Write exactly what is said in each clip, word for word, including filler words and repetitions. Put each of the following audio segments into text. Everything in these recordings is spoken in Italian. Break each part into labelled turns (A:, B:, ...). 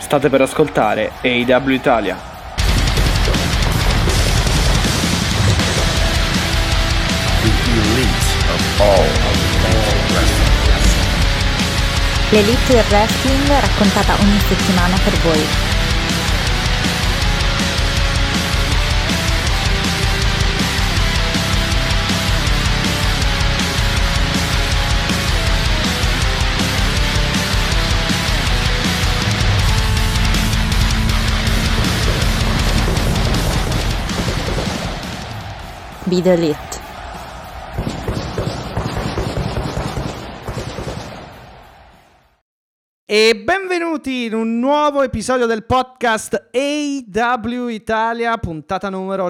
A: State per ascoltare A E W Italia.
B: L'elite del wrestling raccontata ogni settimana per voi. Be the elite.
C: E benvenuti in un nuovo episodio del podcast A E W Italia, puntata numero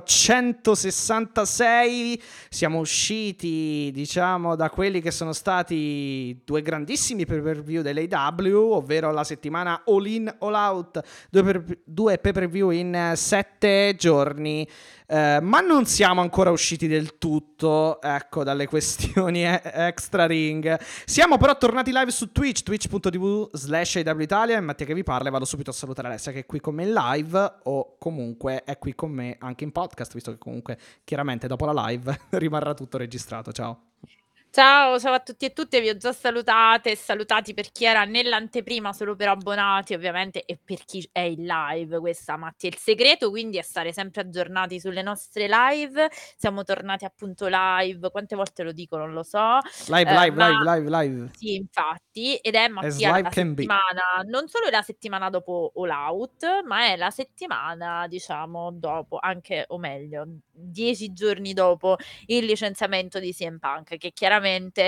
C: centosessantasei. Siamo usciti, diciamo, da quelli che sono stati due grandissimi pay-per-view dell'A E W, ovvero la settimana All In, All Out, due, per, due pay-per-view in sette giorni. Uh, ma non siamo ancora usciti del tutto, ecco, dalle questioni extra ring. Siamo però tornati live su Twitch, twitch.tv slash AW Italia. E Mattia che vi parla, e vado subito a salutare Alessia che è qui con me in live, o comunque è qui con me anche in podcast, visto che comunque chiaramente dopo la live rimarrà tutto registrato. Ciao.
D: Ciao, ciao a tutti e tutte, vi ho già salutate e salutati per chi era nell'anteprima solo per abbonati ovviamente e per chi è in live. Questa, Matti, è il segreto, quindi è stare sempre aggiornati sulle nostre live. Siamo tornati appunto live, quante volte lo dico non lo so.
C: Live,
D: eh,
C: live,
D: ma...
C: live, live, live.
D: Sì, infatti, ed è
C: As
D: Mattia
C: live
D: la
C: can be.
D: settimana, non solo la settimana dopo All Out, ma è la settimana, diciamo, dopo, anche, o meglio, dieci giorni dopo il licenziamento di C M Punk, che chiaramente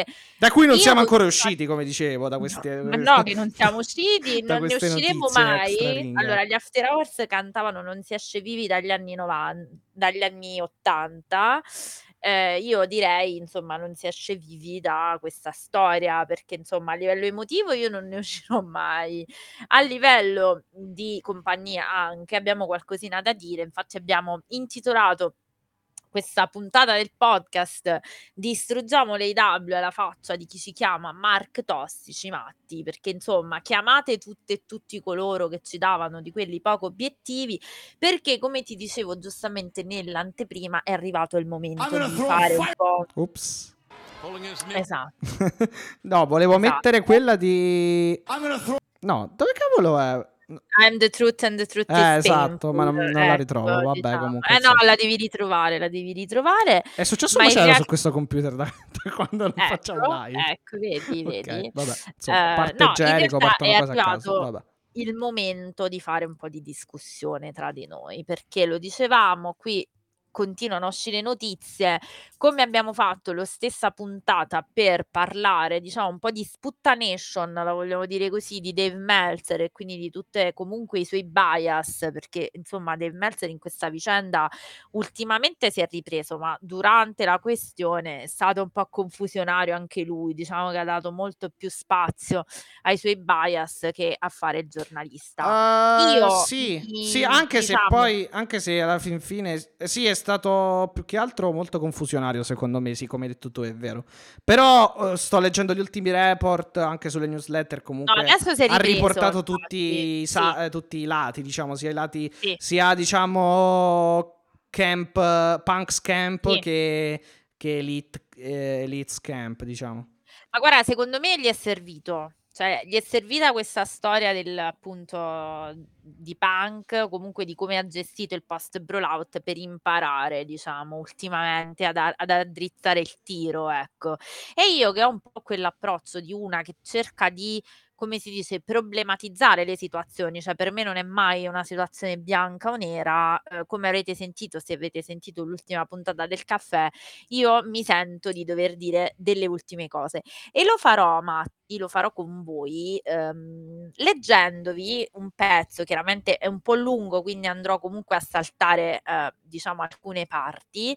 C: da cui non
D: io
C: siamo ancora
D: non-
C: usciti, come dicevo, da queste
D: no, no, che non siamo usciti,
C: da
D: non ne
C: queste
D: usciremo
C: notizie extra
D: mai.
C: ring.
D: Allora, gli After Hours cantavano Non si esce vivi dagli anni novanta, dagli anni ottanta. Eh, io direi, insomma, non si esce vivi da questa storia, perché insomma a livello emotivo io non ne uscirò mai. A livello di compagnia anche abbiamo qualcosina da dire, infatti abbiamo intitolato questa puntata del podcast Distruggiamo l'A E W alla faccia di chi ci chiama Mark Tossici Matti, perché insomma chiamate tutte e tutti coloro che ci davano di quelli poco obiettivi, perché come ti dicevo giustamente nell'anteprima è arrivato il momento di fare un po'.
C: Ups.
D: Esatto.
C: No, volevo
D: Esatto.
C: mettere quella di... No, dove cavolo è?
D: I'm the truth and the truth
C: Eh,
D: is
C: esatto,
D: painful.
C: ma non, non la
D: Ecco,
C: ritrovo, vabbè,
D: diciamo.
C: comunque.
D: Eh no,
C: insomma.
D: la devi ritrovare, la devi ritrovare.
C: È successo
D: ma
C: un
D: in
C: macello
D: realtà...
C: su questo computer da, da quando lo
D: Ecco,
C: facciamo live.
D: ecco, vedi,
C: Ok,
D: vedi.
C: vabbè, insomma,
D: Eh,
C: parte
D: no, in
C: Jericho,
D: realtà
C: partono
D: è
C: cose a caso,
D: arrivato
C: vabbè.
D: il momento di fare un po' di discussione tra di noi, perché lo dicevamo, qui continuano a uscire notizie, come abbiamo fatto lo stessa puntata per parlare, diciamo, un po' di sputtanation, la vogliamo dire così, di Dave Meltzer e quindi di tutte comunque i suoi bias, perché insomma Dave Meltzer in questa vicenda ultimamente si è ripreso, ma durante la questione è stato un po' confusionario anche lui, diciamo che ha dato molto più spazio ai suoi bias che a fare il giornalista.
C: Uh,
D: Io
C: sì,
D: mi-
C: sì, anche
D: diciamo,
C: se poi, anche se alla fin fine, eh, sì, è stato più che altro molto confusionario secondo me, sì, come hai detto tu, è vero. Però uh, sto leggendo gli ultimi report, anche sulle newsletter,
D: no,
C: comunque
D: adesso si è
C: ha
D: ripreso,
C: riportato
D: infatti.
C: tutti, i sa-
D: Sì,
C: eh, tutti i lati, diciamo, sia i lati,
D: sì,
C: sia diciamo camp, eh, punks camp
D: sì.
C: che, che elite, eh, elites camp, diciamo.
D: Ma guarda, secondo me gli è servito, cioè gli è servita questa storia del appunto di Punk, comunque di come ha gestito il post brawlout per imparare, diciamo, ultimamente ad, a- ad addrizzare il tiro, ecco. E io che ho un po' quell'approccio di una che cerca di, come si dice, problematizzare le situazioni, cioè per me non è mai una situazione bianca o nera, eh, come avrete sentito, se avete sentito l'ultima puntata del caffè, io mi sento di dover dire delle ultime cose. E lo farò, Matti, lo farò con voi, ehm, leggendovi un pezzo, chiaramente è un po' lungo, quindi andrò comunque a saltare, eh, diciamo, alcune parti,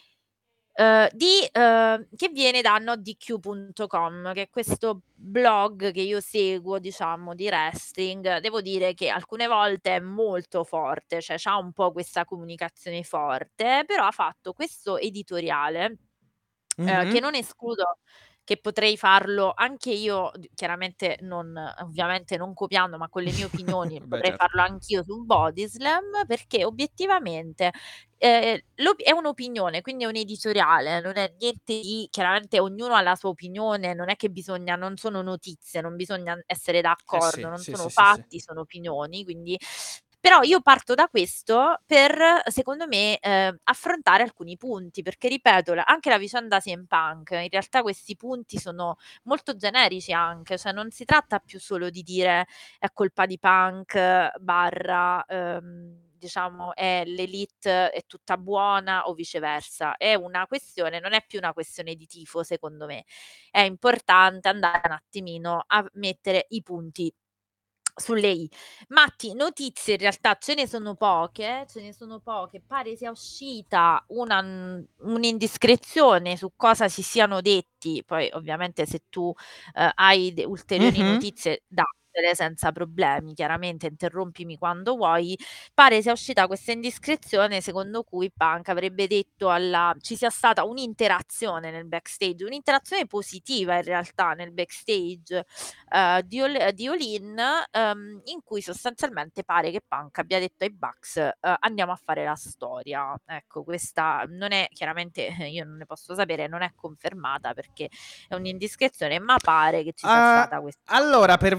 D: eh, di, eh, che viene da no D Q punto com, che è questo blog che io seguo, diciamo, di wrestling. Devo dire che alcune volte è molto forte, cioè c'ha un po' questa comunicazione forte, però ha fatto questo editoriale, eh, che
C: Mhm.
D: non escludo che potrei farlo anche io, d- chiaramente non, ovviamente non copiando, ma con le mie opinioni,
C: Beh,
D: potrei
C: certo.
D: farlo anch'io su Bodyslam, perché obiettivamente eh, l'op- è un'opinione, quindi è un editoriale, non è niente di, chiaramente ognuno ha la sua opinione, non è che bisogna, non sono notizie, non bisogna essere
C: Eh
D: d'accordo,
C: sì,
D: non
C: sì,
D: sono
C: sì, sì, sì.
D: fatti, sono opinioni, quindi però io parto da questo per, secondo me, eh, affrontare alcuni punti, perché ripeto, la- anche la vicenda C M Punk, in realtà questi punti sono molto generici anche, cioè non si tratta più solo di dire è colpa di Punk barra, ehm, diciamo, è l'elite è tutta buona o viceversa, è una questione, non è più una questione di tifo, secondo me, è importante andare un attimino a mettere i punti sulle i. Matti, notizie in realtà ce ne sono poche, ce ne sono poche. Pare sia uscita una, mm, un'indiscrezione su cosa si siano detti. Poi, ovviamente, se tu eh, hai de- ulteriori
C: Mhm.
D: notizie, datele senza problemi. Chiaramente, interrompimi quando vuoi. Pare sia uscita questa indiscrezione secondo cui Punk avrebbe detto alla ci sia stata un'interazione nel backstage, un'interazione positiva in realtà nel backstage eh, di, All- di All In, ehm, in cui sostanzialmente pare che Punk abbia detto ai Bucks eh, andiamo a fare la storia. Ecco, questa non è chiaramente, io non ne posso sapere, non è confermata perché è un'indiscrezione, ma pare che ci sia
C: Ah,
D: stata questa.
C: allora, per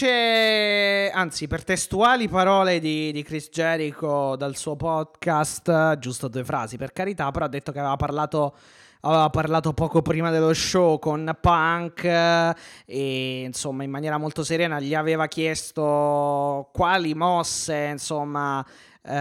C: voce, anzi, per testuali parole di, di Chris Jericho dal suo podcast, giusto due frasi per carità, però ha detto che aveva parlato, aveva parlato poco prima dello show con Punk eh, e insomma in maniera molto serena gli aveva chiesto quali mosse, insomma, eh,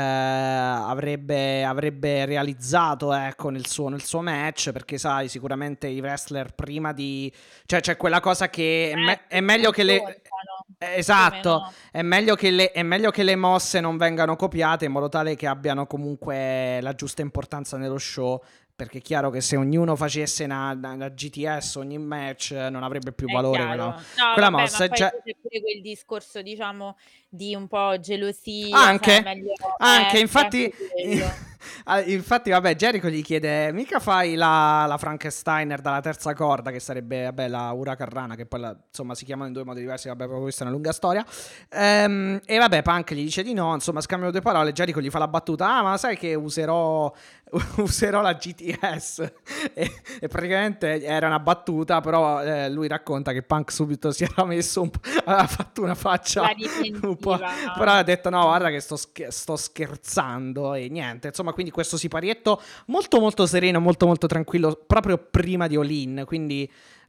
C: avrebbe, avrebbe realizzato ecco, nel suo, nel suo match, perché sai, sicuramente i wrestler prima di cioè c'è quella cosa che è, me-
D: Ecco,
C: è
D: si
C: meglio che le...
D: confrontano,
C: eh,
D: come
C: Esatto,
D: no?
C: è meglio che le, è meglio che le mosse non vengano copiate in modo tale che abbiano comunque la giusta importanza nello show, perché è chiaro che se ognuno facesse una, una- una G T S ogni match eh, non avrebbe più
D: È
C: valore quella,
D: chiaro. No,
C: quella
D: vabbè, ma
C: mossa.
D: poi
C: Cioè,
D: c'è pure quel discorso, diciamo, di un po' gelosia, cioè
C: anche,
D: meglio,
C: anche,
D: eh, c'è
C: infatti,
D: anche quello.
C: ah, infatti, vabbè, Jericho gli chiede, mica fai la, la Frankensteiner dalla terza corda, che sarebbe, vabbè, la Huracan Rana, che poi, la- insomma, si chiamano in due modi diversi, vabbè, proprio questa è una lunga storia. Ehm, e vabbè, Punk gli dice di no, insomma, scambiano due parole, Jericho gli fa la battuta, ah, ma sai che userò, userò la G T S? e, e praticamente era una battuta, però eh, lui racconta che Punk subito si era messo un po', aveva fatto una faccia
D: La
C: un po',
D: difensiva.
C: però ha detto no, guarda che sto, scher- sto scherzando e niente, insomma, quindi questo siparietto molto molto sereno, molto molto tranquillo, proprio prima di All In, quindi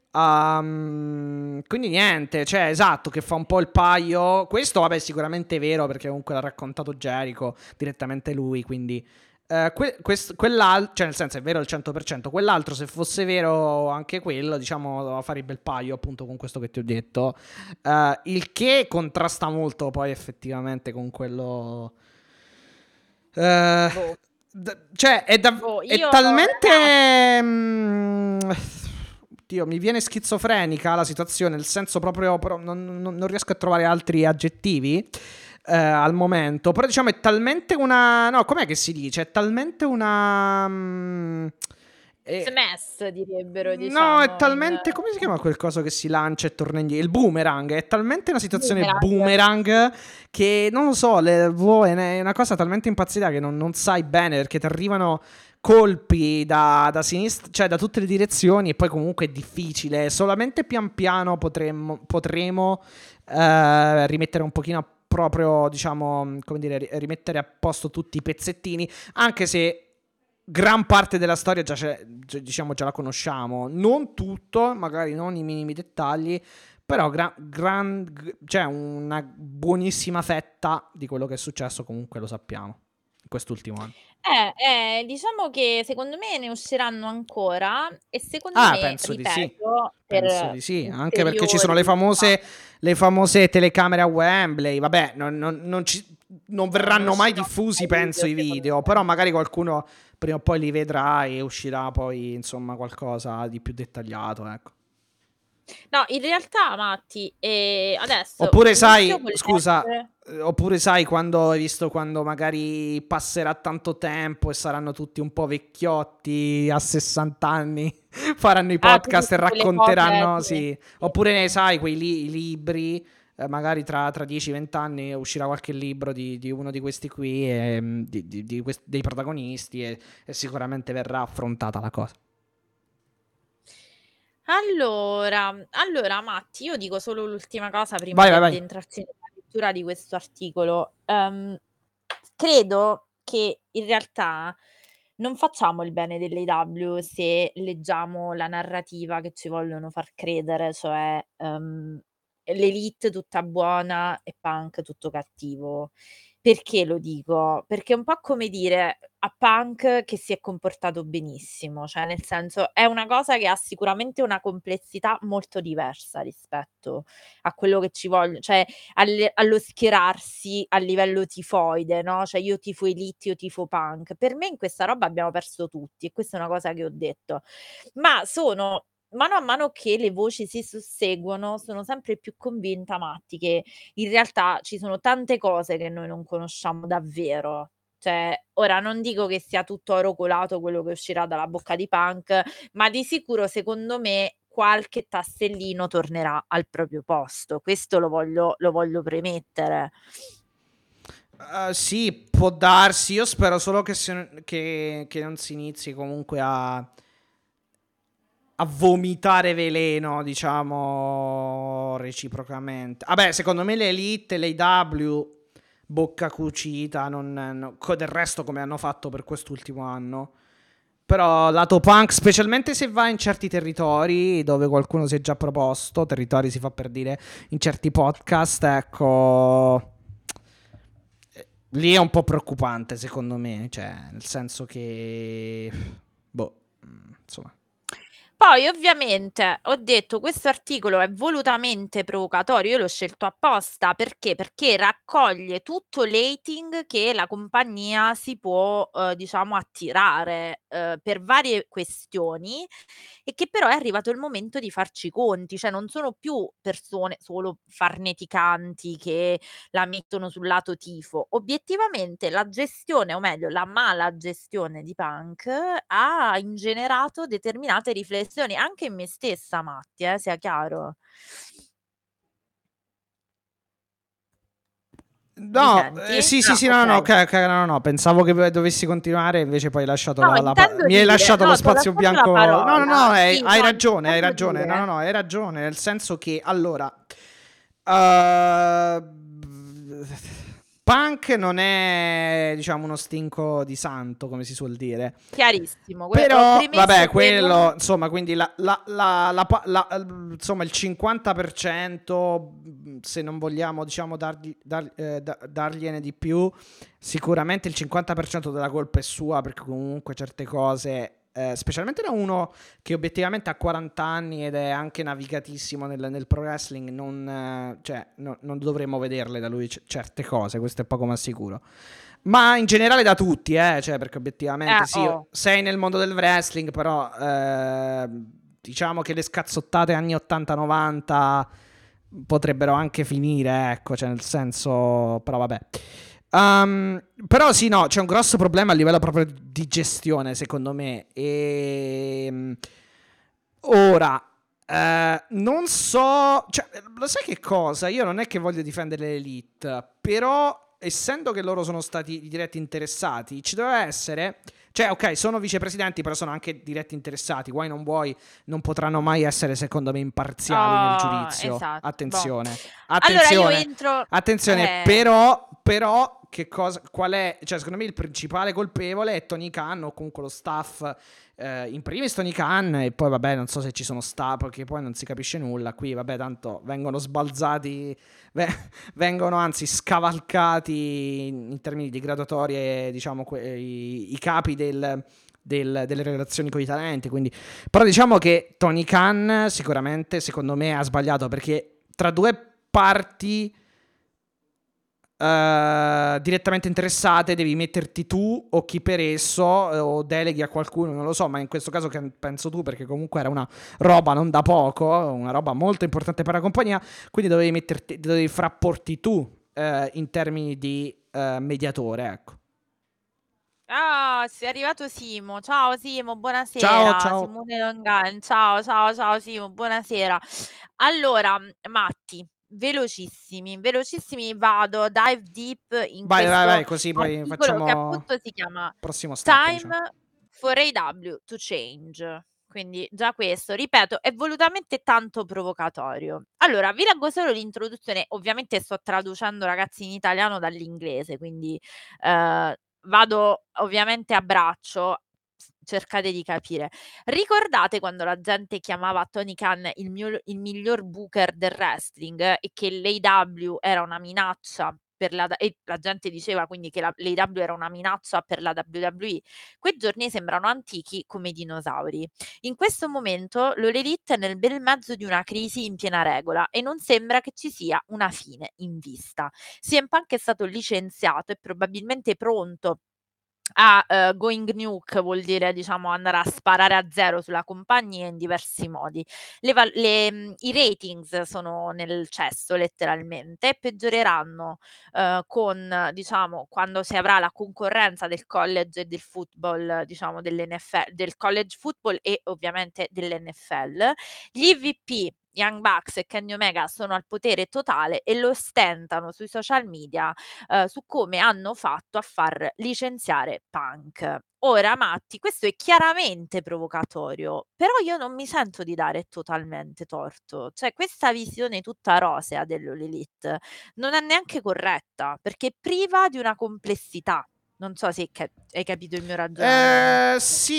C: um, quindi niente, cioè esatto, che fa un po' il paio, questo vabbè sicuramente è vero perché comunque l'ha raccontato Jericho direttamente lui, quindi eh, que- quest- quell'altro, cioè nel senso è vero al cento per cento, quell'altro se fosse vero anche quello, diciamo, farebbe il paio appunto con questo che ti ho detto. Eh, il che contrasta molto poi effettivamente con quello... eh,
D: Boh,
C: d- cioè è, dav-
D: boh,
C: è
D: io ragazzi,
C: talmente... mm, Dio, mi viene schizofrenica la situazione, nel senso proprio... però non, non- non riesco a trovare altri aggettivi eh, al momento. Però diciamo è talmente una... No, com'è che si dice? È talmente una... mm, è-
D: smash direbbero,
C: No, è
D: diciamo, in
C: talmente... Come si chiama quel coso che si lancia e torna indietro? Il boomerang. È talmente una situazione
D: boomerang.
C: boomerang che, non lo so, le, boh, è una cosa talmente impazzita che non, non sai bene perché ti arrivano colpi da, da sinistra, cioè da tutte le direzioni e poi comunque è difficile. Solamente pian piano potremmo, potremo eh, rimettere un pochino a proprio, diciamo, come dire, ri- rimettere a posto tutti i pezzettini, anche se gran parte della storia già, c'è- già- diciamo, già la conosciamo. Non tutto, magari non i minimi dettagli, però gran, gran- g- c'è una buonissima fetta di quello che è successo, comunque lo sappiamo, in quest'ultimo anno.
D: Eh, eh, diciamo che secondo me ne usciranno ancora e secondo
C: Ah,
D: me,
C: penso di sì.
D: ripeto,
C: Penso
D: per
C: di sì, anche perché ci sono
D: ulteriori,
C: le famose,
D: diciamo,
C: le famose telecamere a Wembley. Vabbè, non, non- non ci- non
D: no, non
C: verranno mai
D: usciranno
C: diffusi,
D: mai
C: penso,
D: video,
C: i
D: secondo
C: video. Però
D: me.
C: magari qualcuno prima o poi li vedrà e uscirà poi, insomma, qualcosa di più dettagliato, ecco.
D: No, in realtà, Matti, eh, adesso
C: Oppure,
D: inizio
C: sai,
D: con
C: scusa,
D: leggere.
C: Oppure sai, quando hai visto quando magari passerà tanto tempo e saranno tutti un po' vecchiotti a sessanta anni, faranno i
D: Ah, tu
C: podcast e
D: dici quelle cose,
C: racconteranno,
D: sì,
C: sì.
D: sì.
C: Oppure sai, quei li- libri, eh, magari tra, tra dieci venti anni uscirà qualche libro di, di uno di questi qui, e, mm, di- di- di quest- dei protagonisti, e, e sicuramente verrà affrontata la cosa.
D: Allora, allora Matti, io dico solo l'ultima cosa prima
C: Vai,
D: di
C: vai, vai.
D: addentrarci nella lettura di questo articolo. Ehm, credo che in realtà non facciamo il bene dell'A E W se leggiamo la narrativa che ci vogliono far credere, cioè ehm, l'Elite tutta buona e Punk tutto cattivo. Perché lo dico? Perché è un po' come dire a Punk che si è comportato benissimo, cioè nel senso è una cosa che ha sicuramente una complessità molto diversa rispetto a quello che ci voglio, cioè al allo schierarsi a livello tifoide, no, cioè io tifo Elite, io tifo Punk. Per me in questa roba abbiamo perso tutti e questa è una cosa che ho detto. Ma sono mano a mano che le voci si susseguono, sono sempre più convinta, Matti, che in realtà ci sono tante cose che noi non conosciamo davvero. Cioè, ora non dico che sia tutto oro colato quello che uscirà dalla bocca di Punk, ma di sicuro secondo me qualche tassellino tornerà al proprio posto. Questo lo voglio lo voglio premettere.
C: Uh, sì, può darsi. Io spero solo che, se- che- che non si inizi comunque a, a vomitare veleno, diciamo, reciprocamente. Vabbè, secondo me le Elite, le A E W, bocca cucita, non, no- co- del resto come hanno fatto per quest'ultimo anno. Però lato punk, specialmente se va in certi territori dove qualcuno si è già proposto, territori si fa per dire in certi podcast, ecco, eh, lì è un po' preoccupante secondo me, cioè nel senso che, boh, mm, insomma.
D: Poi ovviamente ho detto questo articolo è volutamente provocatorio, io l'ho scelto apposta perché? Perché raccoglie tutto l'hating che la compagnia si può, uhm, diciamo attirare, uhm, per varie questioni e che però è arrivato il momento di farci i conti, cioè non sono più persone solo farneticanti che la mettono sul lato tifo. Obiettivamente la gestione, o meglio la mala gestione di Punk ha ingenerato determinate riflessioni, anche in me stessa Matti, eh, sia chiaro. Mi
C: No,
D: senti?
C: eh, sì, sì,
D: Ah,
C: sì, no, no,
D: okay.
C: ok, ok, no, no, no, pensavo che dovessi continuare, invece poi hai lasciato
D: No,
C: la, la pa-
D: intendo
C: mi hai
D: dire
C: lasciato lo
D: no, t'ho
C: spazio
D: lasciato la
C: bianco. No, no, no,
D: parola.
C: hai,
D: Sì,
C: hai
D: no,
C: ragione, hai
D: intendo
C: ragione, no, no,
D: dire
C: no, hai ragione, nel senso che, allora, eh, Punk non è, diciamo, uno stinco di santo, come si suol dire.
D: chiarissimo, que ho
C: Però,
D: premesso
C: vabbè,
D: quello.
C: quello, insomma, quindi la, la- la- la pa- la- insomma, il cinquanta per cento, se non vogliamo, diciamo, dargli- dar- eh, da- dargliene di più, sicuramente il cinquanta per cento della colpa è sua, perché comunque certe cose, eh, specialmente da uno che obiettivamente ha quaranta anni ed è anche navigatissimo nel, nel pro wrestling, non, eh, cioè, no- non dovremmo vederle da lui c- certe cose, questo è poco ma sicuro. Ma in generale da tutti, eh, cioè, perché obiettivamente
D: Eh,
C: sì,
D: oh.
C: sei nel mondo del wrestling, però eh, diciamo che le scazzottate anni ottanta novanta potrebbero anche finire, ecco, cioè nel senso, però vabbè. Um, però sì, no, c'è un grosso problema a livello proprio di gestione, secondo me. E ora, eh, non so, cioè, lo sai che cosa? Io non è che voglio difendere l'Elite, però essendo che loro sono stati i diretti interessati, ci doveva essere, cioè ok, sono vicepresidenti, però sono anche diretti interessati, vuoi non vuoi, non potranno mai essere secondo me imparziali nel
D: Oh,
C: giudizio.
D: esatto. Boh.
C: Attenzione,
D: Allora io
C: attenzione,
D: entro
C: attenzione,
D: eh
C: però, però che cosa, qual è, cioè secondo me il principale colpevole è Tony Khan o comunque lo staff, eh, in primis Tony Khan e poi vabbè non so se ci sono staff perché poi non si capisce nulla, qui vabbè tanto vengono sbalzati, ve- vengono anzi scavalcati in, in termini di graduatorie, diciamo que- i, i capi del, del- delle relazioni con i talenti, quindi però diciamo che Tony Khan sicuramente secondo me ha sbagliato perché tra due parti Uh, direttamente interessate devi metterti tu o chi per esso, eh, o deleghi a qualcuno, non lo so, ma in questo caso che penso tu perché comunque era una roba non da poco, una roba molto importante per la compagnia, quindi dovevi metterti, dovevi frapporti tu eh, in termini di eh, mediatore, ecco.
D: Ah, sei arrivato Simo. Ciao Simo,
C: Ciao,
D: buonasera.
C: ciao.
D: Simone Longan. Ciao, ciao, ciao Simo, buonasera. Allora, m- Matti, velocissimi, velocissimi, vado dive deep in
C: Vai, vai,
D: questo
C: vai, così poi
D: articolo che
C: facciamo
D: appunto si chiama
C: il prossimo step, diciamo.
D: Time for A W to Change. Quindi già questo, ripeto, è volutamente tanto provocatorio. Allora, vi leggo solo l'introduzione, ovviamente sto traducendo ragazzi in italiano dall'inglese, quindi eh, vado ovviamente a braccio, s- cercate di capire. Ricordate quando la gente chiamava Tony Khan il, mio- il miglior booker del wrestling eh, e che l'A W era una minaccia per la, e la gente diceva quindi che la, l'A W era una minaccia per la W W E? Quei giorni sembrano antichi come i dinosauri. In questo momento l'All Elite è nel bel mezzo di una crisi in piena regola e non sembra che ci sia una fine in vista. C M Punk è stato licenziato e probabilmente pronto a eh, going nuke, vuol dire diciamo andare a sparare a zero sulla compagnia in diversi modi. Le val- le, mh, I ratings sono nel cesso letteralmente e peggioreranno eh, con diciamo quando si avrà la concorrenza del college e del football, diciamo dell'N F L, del college football e ovviamente dell'N F L. Gli E V P Young Bucks e Kenny Omega sono al potere totale e lo ostentano sui social media eh, su come hanno fatto a far licenziare Punk. Ora, Matti, questo è chiaramente provocatorio, però io non mi sento di dare totalmente torto. Cioè, questa visione tutta rosea dell'Elite non è neanche corretta, perché è priva di una complessità. Non so se ca- hai capito il mio ragionamento.
C: Eh,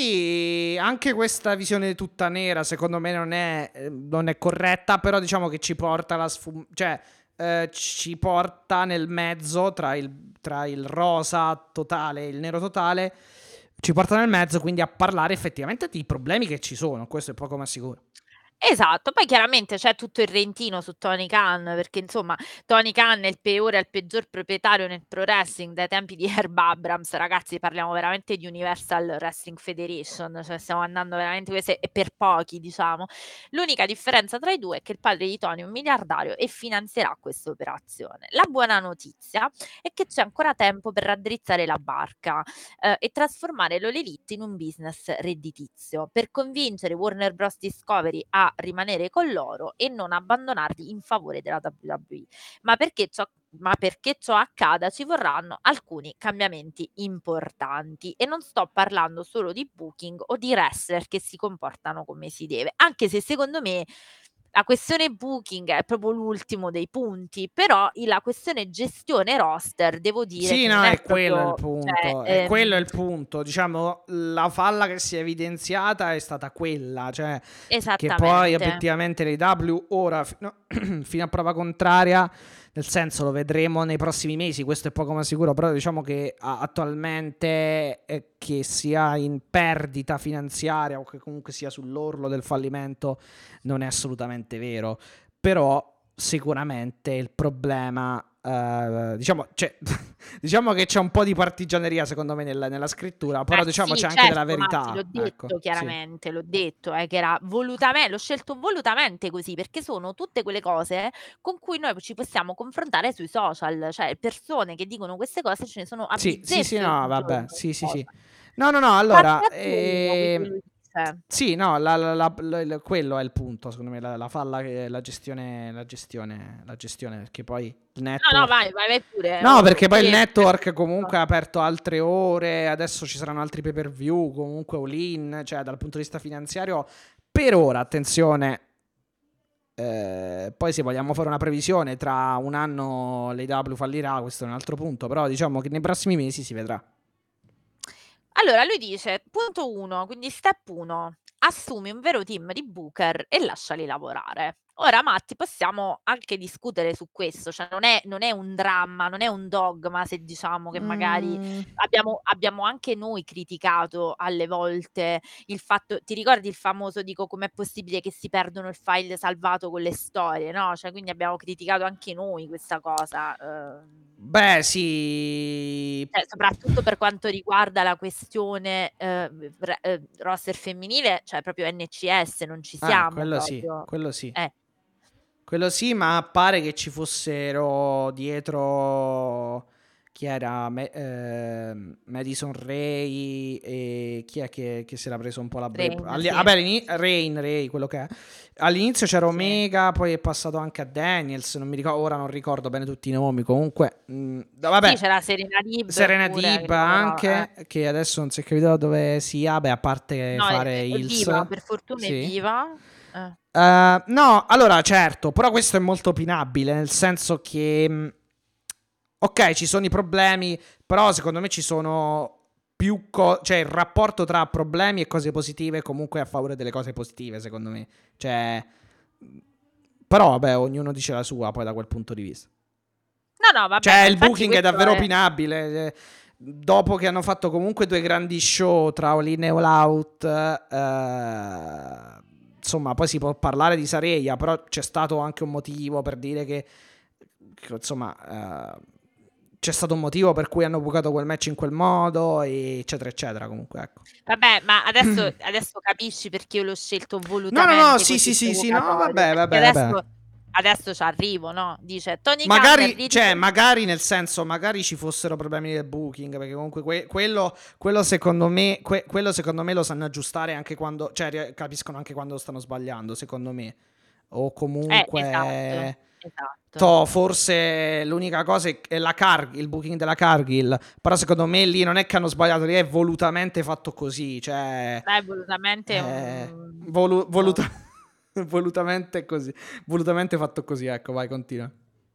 C: sì, anche questa visione tutta nera secondo me non è, eh, non è corretta, però diciamo che ci porta la sfum- cioè eh, ci porta nel mezzo tra il, tra il rosa totale e il nero totale, ci porta nel mezzo quindi a parlare effettivamente dei problemi che ci sono, questo è poco ma sicuro.
D: Esatto, poi chiaramente c'è tutto il rentino su Tony Khan, perché insomma Tony Khan è il peore, è il peggior proprietario nel pro wrestling dai tempi di Herb Abrams, ragazzi, parliamo veramente di Universal Wrestling Federation, cioè stiamo andando veramente queste e per pochi, diciamo. L'unica differenza tra i due è che il padre di Tony è un miliardario e finanzierà questa operazione. La buona notizia è che c'è ancora tempo per raddrizzare la barca eh, e trasformare l'All Elite in un business redditizio, per convincere Warner Bros. Discovery a rimanere con loro e non abbandonarli in favore della W W E. Ma perché ciò ma perché ciò accada ci vorranno alcuni cambiamenti importanti e non sto parlando solo di booking o di wrestler che si comportano come si deve, anche se secondo me la questione booking è proprio l'ultimo dei punti, però i- la questione gestione roster devo dire
C: Sì,
D: che non
C: no,
D: è
C: è quello il
D: proprio, cioè,
C: punto, è quello
D: ehm,
C: il punto, diciamo, la falla che si è evidenziata è stata quella, cioè che poi
D: esattamente.
C: obiettivamente l'A E W ora, fino, fino a prova contraria, nel senso lo vedremo nei prossimi mesi, questo è poco ma sicuro, però diciamo che a- attualmente eh, che sia in perdita finanziaria o che comunque sia sull'orlo del fallimento non è assolutamente vero, però sicuramente il problema, eh, diciamo, cioè, diciamo che c'è un po' di partigianeria secondo me nella, nella scrittura,
D: Ma
C: però diciamo
D: sì,
C: c'è anche della
D: certo, Matti, l'ho
C: verità, ecco,
D: detto
C: sì.
D: chiaramente, l'ho detto, eh, che era volutamente, l'ho scelto volutamente così, perché sono tutte quelle cose con cui noi ci possiamo confrontare sui social, cioè persone che dicono queste cose ce ne sono a
C: Sì, sì, sì,
D: bizzeffe
C: no,
D: ogni
C: vabbè,
D: giorno sui
C: sì, sì, sì.
D: social.
C: No, no, no, allora,
D: Pazienza uno, quindi
C: ehm,
D: lui dice.
C: sì, no, la- la- la- la- il- quello è il punto, secondo me, la, la falla, che- la gestione, la gestione, la gestione, perché poi il
D: No, no,
C: network...
D: vai, vai, vai pure,
C: No,
D: oh,
C: perché poi il
D: chiedi.
C: network comunque ha aperto altre ore, adesso ci saranno altri pay per view, comunque all-in, cioè dal punto di vista finanziario, per ora, attenzione, eh, poi se vogliamo fare una previsione, tra un anno l'A E W fallirà, questo è un altro punto, però diciamo che nei prossimi mesi si vedrà.
D: Allora, lui dice, punto uno, quindi step uno, assumi un vero team di booker e lasciali lavorare. Ora, Matti, possiamo anche discutere su questo, cioè non è, non è un dramma, non è un dogma se diciamo che magari
C: Mm,
D: abbiamo, abbiamo anche noi criticato alle volte il fatto, ti ricordi il famoso, dico, com'è possibile che si perdono il file salvato con le storie, no? Cioè, quindi abbiamo criticato anche noi questa cosa. ehm.
C: beh, sì.
D: Cioè, soprattutto per quanto riguarda la questione, ehm, re ehm, roster femminile, cioè proprio N C S, non ci
C: Ah,
D: siamo
C: quello sì,
D: proprio.
C: quello sì.
D: Eh.
C: Quello sì, ma pare che ci fossero dietro chi era Me- eh, Madison Ray e chi è che, che si era preso un po' la bre-
D: Rain,
C: Alli-
D: sì,
C: vabbè, all'ini- Rain, Ray, quello che è. All'inizio c'era
D: sì.
C: Omega, poi è passato anche a Daniels, non mi ricordo, ora non ricordo bene tutti i nomi, comunque mh, da-
D: Sì,
C: vabbè.
D: c'era Serena Dib
C: Serena
D: pure che
C: Dib
D: lavorava, eh.
C: anche, che adesso non si è capito da dove sia, beh, a parte
D: No, è,
C: fare
D: è
C: Hills,
D: viva, per fortuna è
C: sì.
D: viva. Eh.
C: Uh, no, allora certo, però questo è molto opinabile, nel senso che mh, ok, ci sono i problemi, però secondo me ci sono più cose, cioè il rapporto tra problemi e cose positive comunque è a favore delle cose positive, secondo me. Cioè, però vabbè, ognuno dice la sua poi da quel punto di vista.
D: No, no, vabbè,
C: Cioè,
D: ma
C: il
D: infatti
C: booking è
D: questo
C: davvero
D: è...
C: opinabile. eh, Dopo che hanno fatto comunque due grandi show tra All In e All Out, eh, insomma, poi si può parlare di Sareia, però c'è stato anche un motivo per dire che, che, insomma, eh, c'è stato un motivo per cui hanno bucato quel match in quel modo, eccetera, eccetera. Comunque, ecco.
D: Vabbè, ma adesso, adesso capisci perché io l'ho scelto
C: No, no, no,
D: volutamente
C: sì,
D: così
C: sì, sì, sì, no,
D: provocatorio,
C: vabbè,
D: perché
C: vabbè, vabbè.
D: adesso, adesso ci arrivo, no? Dice Tony Khan,
C: Magari,
D: ridi
C: cioè,
D: con-
C: magari nel senso, magari ci fossero problemi del booking, perché comunque que- quello, quello secondo me, que- quello secondo me lo sanno aggiustare anche quando, cioè ri- capiscono anche quando stanno sbagliando, secondo me. O
D: Eh, esatto,
C: comunque,
D: esatto.
C: to, forse l'unica cosa è, è la Cargill, il booking della Cargill, però secondo me lì non è che hanno sbagliato, lì è volutamente fatto così, cioè,
D: Beh, volutamente è
C: eh,
D: un...
C: volu-
D: no.
C: voluta- volutamente così, volutamente fatto così, ecco, vai, continua.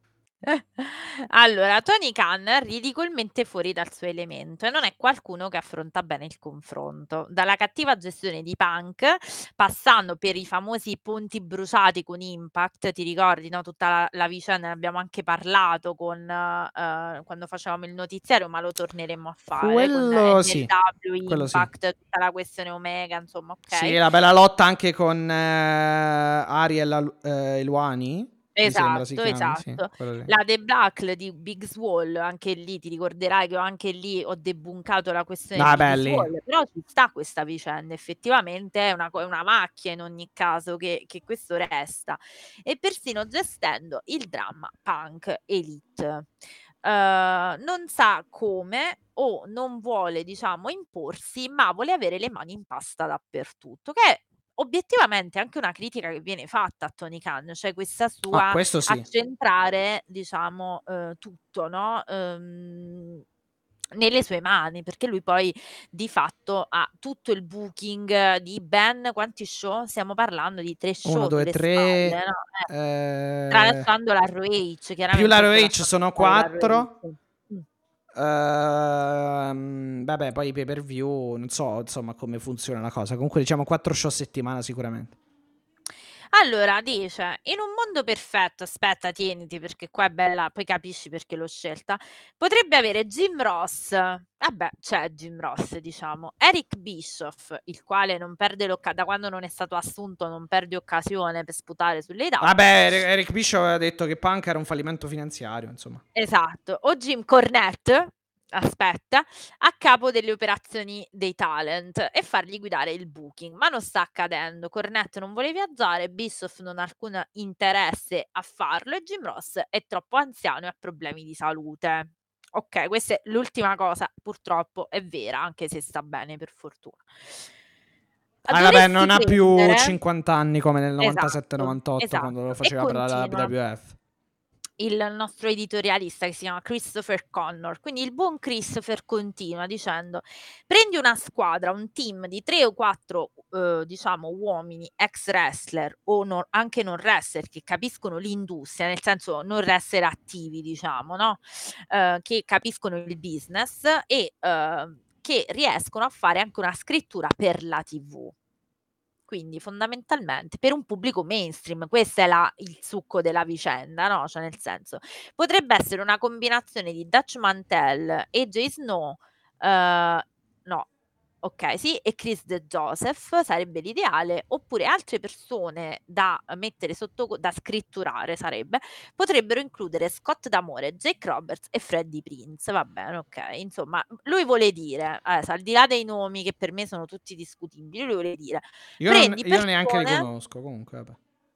D: Allora, Tony Khan è ridicolmente fuori dal suo elemento e non è qualcuno che affronta bene il confronto. Dalla cattiva gestione di Punk, passando per i famosi ponti bruciati con Impact, ti ricordi, no? Tutta la, la vicenda, ne abbiamo anche parlato con, eh, quando facevamo il notiziario, ma lo torneremo a fare con
C: Quello sì,
D: N L W,
C: quello sì.
D: Impact, tutta la questione Omega, insomma, ok?
C: Sì, la bella lotta anche con eh, Ariel Al- eh, Eluani, mi sembra si
D: Esatto,
C: chiami, sì,
D: esatto.
C: quello lì.
D: La The Black di Big Swole, anche lì ti ricorderai che anche lì ho debunkato la questione
C: Ah,
D: Big
C: belli.
D: Swole, però ci sta questa vicenda, effettivamente è una, co- è una macchia in ogni caso che, che questo resta, e persino gestendo il dramma Punk Elite. Eh, non sa come o non vuole, diciamo, imporsi, ma vuole avere le mani in pasta dappertutto, che è obiettivamente anche una critica che viene fatta a Tony Khan, cioè questa
C: Ah,
D: sua
C: questo sì.
D: accentrare, diciamo, eh, tutto, no? Ehm, nelle sue mani, perché lui poi di fatto ha tutto il booking di ben quanti show? Stiamo parlando di tre
C: Uno,
D: show
C: due,
D: sulle spalle,
C: tre.
D: no? Eh,
C: eh,
D: tralasciando la R O H,
C: Più la
D: chiaramente
C: R O
D: sto
C: H
D: lasciando
C: sono
D: stare la R O
C: quattro.
D: H. Mm.
C: Ehm, vabbè, poi i pay per view, non so insomma come funziona la cosa. Comunque diciamo quattro show a settimana sicuramente.
D: Allora, dice, in un mondo perfetto, aspetta, tieniti perché qua è bella, poi capisci perché l'ho scelta, potrebbe avere Jim Ross, vabbè, c'è Jim Ross, diciamo, Eric Bischoff, il quale non perde l'occasione, da quando non è stato assunto non perde occasione per sputare sulle W.
C: Vabbè, Eric Eric Bischoff aveva detto che Punk era un fallimento finanziario, insomma.
D: Esatto, o Jim Cornette, aspetta, a capo delle operazioni dei talent e fargli guidare il booking, ma non sta accadendo. Cornette non vuole viaggiare, Bischoff non ha alcun interesse a farlo e Jim Ross è troppo anziano e ha problemi di salute. Ok, questa è l'ultima cosa, purtroppo è vera, anche se sta bene per fortuna.
C: Ah, vabbè,
D: Dovresti
C: non ha più
D: prendere...
C: cinquanta anni come nel novantasette
D: Esatto,
C: novantotto quando lo
D: esatto, e
C: faceva per la
D: continua.
C: W W F.
D: Il nostro editorialista che si chiama Christopher Connor. Quindi il buon Christopher continua dicendo: prendi una squadra, un team di tre o quattro eh, diciamo uomini ex wrestler o non, anche non wrestler che capiscono l'industria, nel senso non wrestler attivi, diciamo, no? Eh, che capiscono il business e eh, che riescono a fare anche una scrittura per la tivù. Quindi fondamentalmente per un pubblico mainstream, questo è la, il succo della vicenda, no? Cioè nel senso, potrebbe essere una combinazione di Dutch Mantel, A J Snow, eh, no, ok, sì, e Chris De Joseph sarebbe l'ideale, oppure altre persone da mettere sotto, da scritturare sarebbe, potrebbero includere Scott D'Amore, Jake Roberts e Freddie Prinze, va bene, ok, insomma, lui vuole dire, adesso, al di là dei nomi che per me sono tutti discutibili, lui vuole dire,
C: Io non,
D: prendi
C: io neanche li
D: persone...
C: conosco, comunque, vabbè.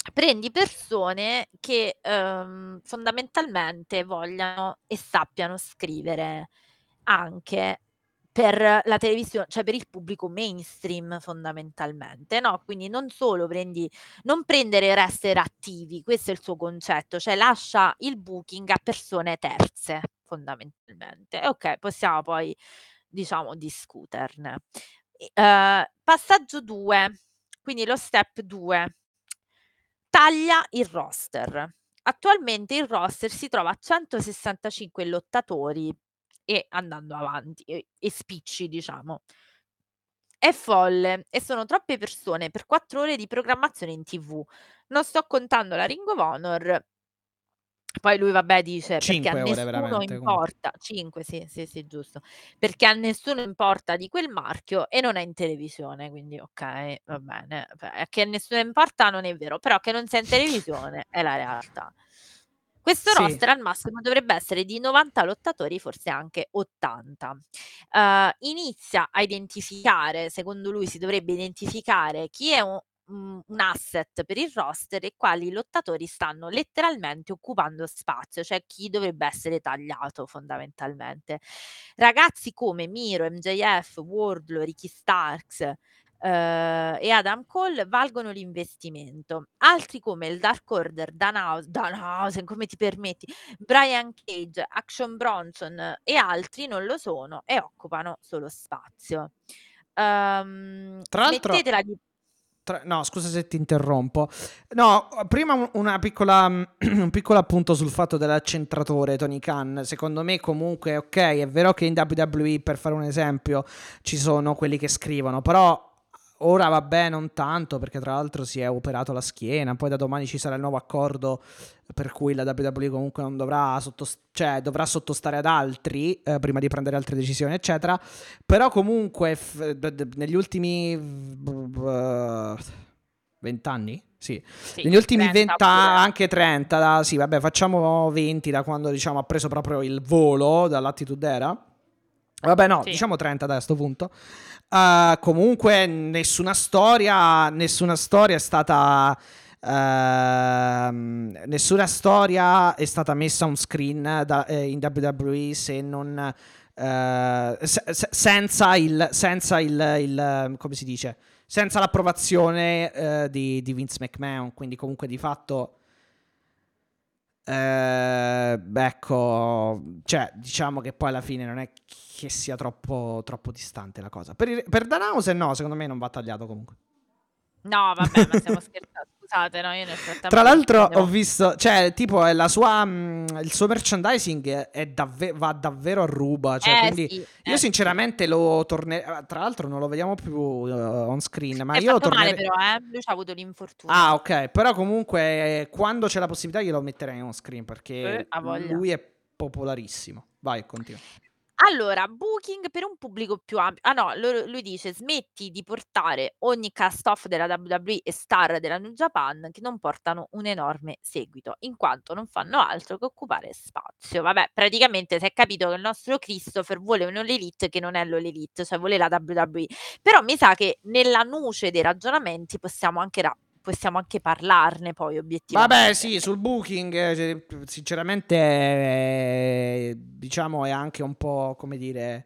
D: prendi persone che ehm, fondamentalmente vogliano e sappiano scrivere anche per la televisione, cioè per il pubblico mainstream fondamentalmente, no? Quindi non solo prendi, non prendere wrestler attivi, questo è il suo concetto, cioè lascia il booking a persone terze fondamentalmente. E ok, possiamo poi, diciamo, discuterne. E, eh, passaggio due, quindi lo step due. Taglia il roster. Attualmente il roster si trova a centosessantacinque lottatori e andando avanti, e, e spicci, diciamo. È folle e sono troppe persone per quattro ore di programmazione in tivù. Non sto contando la Ring of Honor. Poi lui vabbè dice perché a
C: cinque ore
D: nessuno
C: veramente comunque.
D: importa, cinque sì, sì, sì, giusto, perché a nessuno importa di quel marchio e non è in televisione, quindi okay, va bene. Beh, che a nessuno importa non è vero, però che non sia in televisione è la realtà. Questo
C: Sì.
D: roster al massimo dovrebbe essere di novanta lottatori, forse anche ottanta. Uhm, inizia a identificare, secondo lui si dovrebbe identificare chi è un mhmm, un asset per il roster e quali lottatori stanno letteralmente occupando spazio, cioè chi dovrebbe essere tagliato fondamentalmente. Ragazzi come Miro, M J F, Wardlow, Ricky Starks, ehm, e Adam Cole valgono l'investimento. Altri come il Dark Order, Danhaus Danhausen, come ti permetti? Brian Cage, Action Bronson e altri non lo sono e occupano solo spazio. Uhm,
C: Tra l'altro,
D: smettetela di
C: tra- no, scusa se ti interrompo. No, prima un- una piccola, un piccolo appunto sul fatto dell'accentratore Tony Khan. Secondo me comunque, ok, è vero che in W W E, per fare un esempio, ci sono quelli che scrivono, però ora vabbè non tanto, perché tra l'altro si è operato la schiena, poi da domani ci sarà il nuovo accordo per cui la W W E comunque non dovrà, sottost- cioè, dovrà sottostare ad altri eh, prima di prendere altre decisioni, eccetera. Però comunque f- d- d- negli ultimi vent'anni? Sì,
D: sì,
C: negli ultimi
D: trenta
C: venti,
D: pure.
C: anche trenta, da, sì, vabbè, facciamo venti da quando diciamo ha preso proprio il volo dall'Attitude Era. Vabbè, no,
D: Sì.
C: diciamo trenta da questo punto. Uh, comunque nessuna storia, nessuna storia è stata uh, nessuna storia è stata messa on screen da, eh, in W W E se non uh, se, se, senza il senza il, il come si dice, senza l'approvazione uh, di, di Vince McMahon, quindi comunque di fatto eh, ecco, cioè, diciamo che poi alla fine non è che sia troppo, troppo distante la cosa. Per, il, per Danhausen no, secondo me non va tagliato comunque.
D: No, vabbè, ma stiamo scherzando. Scusate, no, io nel
C: Tra
D: frattempo
C: l'altro ho
D: prendevo
C: visto, cioè, tipo è la sua, mh, il suo merchandising è davve- va davvero a ruba, cioè,
D: eh
C: quindi
D: sì,
C: io
D: eh sì.
C: sinceramente lo tornerei, tra l'altro non lo vediamo più uh, on screen, ma
D: Si è
C: io
D: fatto male
C: tornerei.
D: però, eh. Lui c'ha avuto l'infortunio.
C: Ah, ok, però comunque eh, quando c'è la possibilità io lo metterei on screen
D: Eh,
C: perché
D: ha voglia.
C: lui è popolarissimo. Vai, continua.
D: Allora, booking per un pubblico più ampio. Ah no, loro- lui dice smetti di portare ogni cast-off della W W E e star della New Japan che non portano un enorme seguito, in quanto non fanno altro che occupare spazio. Vabbè, praticamente si è capito che il nostro Christopher vuole un All Elite che non è l'All Elite, cioè vuole la W W E. Però mi sa che nella nuce dei ragionamenti possiamo anche, ra- possiamo anche parlarne poi
C: Vabbè,
D: obiettivamente.
C: sì, sul booking, eh, cioè, sinceramente, eh, diciamo, è anche un po', come dire,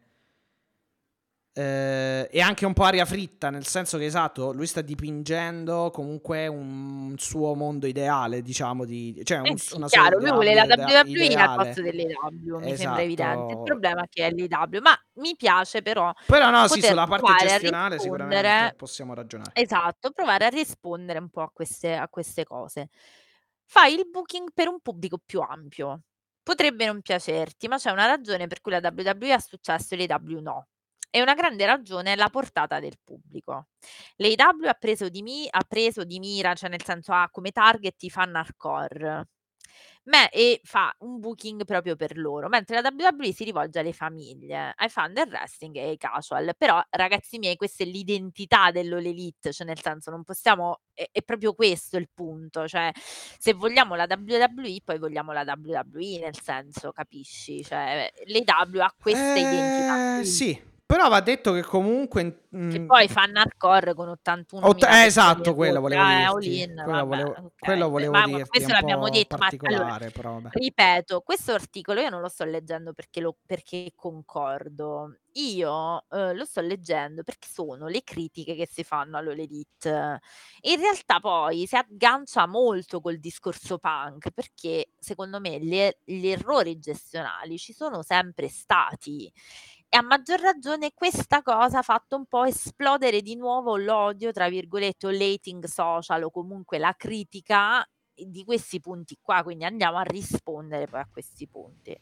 C: eh, è anche un po' aria fritta, nel senso che, esatto, lui sta dipingendo comunque un suo mondo ideale, diciamo, di, cioè un-
D: Eh sì,
C: una sua
D: chiaro, lui vuole la
C: W W E
D: W W E al
C: ideale.
D: posto dell'A E W, mi sembra evidente. Il
C: Esatto.
D: problema è che è l'A E W, ma mi piace però
C: Però no, sì,
D: poter
C: sulla parte
D: provare a
C: gestionale sicuramente
D: rispondere,
C: possiamo ragionare.
D: esatto, provare a rispondere un po' a queste, a queste cose. Fai il booking per un pubblico più ampio. Potrebbe non piacerti, ma c'è una ragione per cui la W W E ha successo e l'A E W no. E una grande ragione è la portata del pubblico. L'A E W ha preso di, mi- ha preso di mira, cioè nel senso ha come target i fan hardcore. Me e fa un booking proprio per loro, mentre la W W E si rivolge alle famiglie, ai fan del wrestling e ai casual. Però, ragazzi miei, questa è l'identità dell'All Elite, cioè nel senso non possiamo, è, è proprio questo il punto, cioè se vogliamo la W W E poi vogliamo la W W E, nel senso, capisci? Cioè l'A E W ha questa identità
C: Eh,
D: qui.
C: sì, però va detto che comunque
D: Che
C: mh,
D: poi fanno hardcore con ottantuno
C: Ott-
D: mila
C: eh, esatto, quello volevo
D: eh, all
C: dirti.
D: in,
C: Quello
D: vabbè,
C: volevo,
D: ok.
C: quello
D: Beh,
C: volevo
D: ma
C: dirti, è
D: questo
C: un
D: l'abbiamo
C: po'
D: detto, ma allora,
C: particolare, però vabbè.
D: ripeto, questo articolo io non lo sto leggendo perché, lo, perché concordo, io eh, lo sto leggendo perché sono le critiche che si fanno all'All Elite. In realtà poi si aggancia molto col discorso punk, perché secondo me gli, gli errori gestionali ci sono sempre stati. E a maggior ragione questa cosa ha fatto un po' esplodere di nuovo l'odio, tra virgolette, o l'hating social, o comunque la critica di questi punti qua. Quindi andiamo a rispondere poi a questi punti.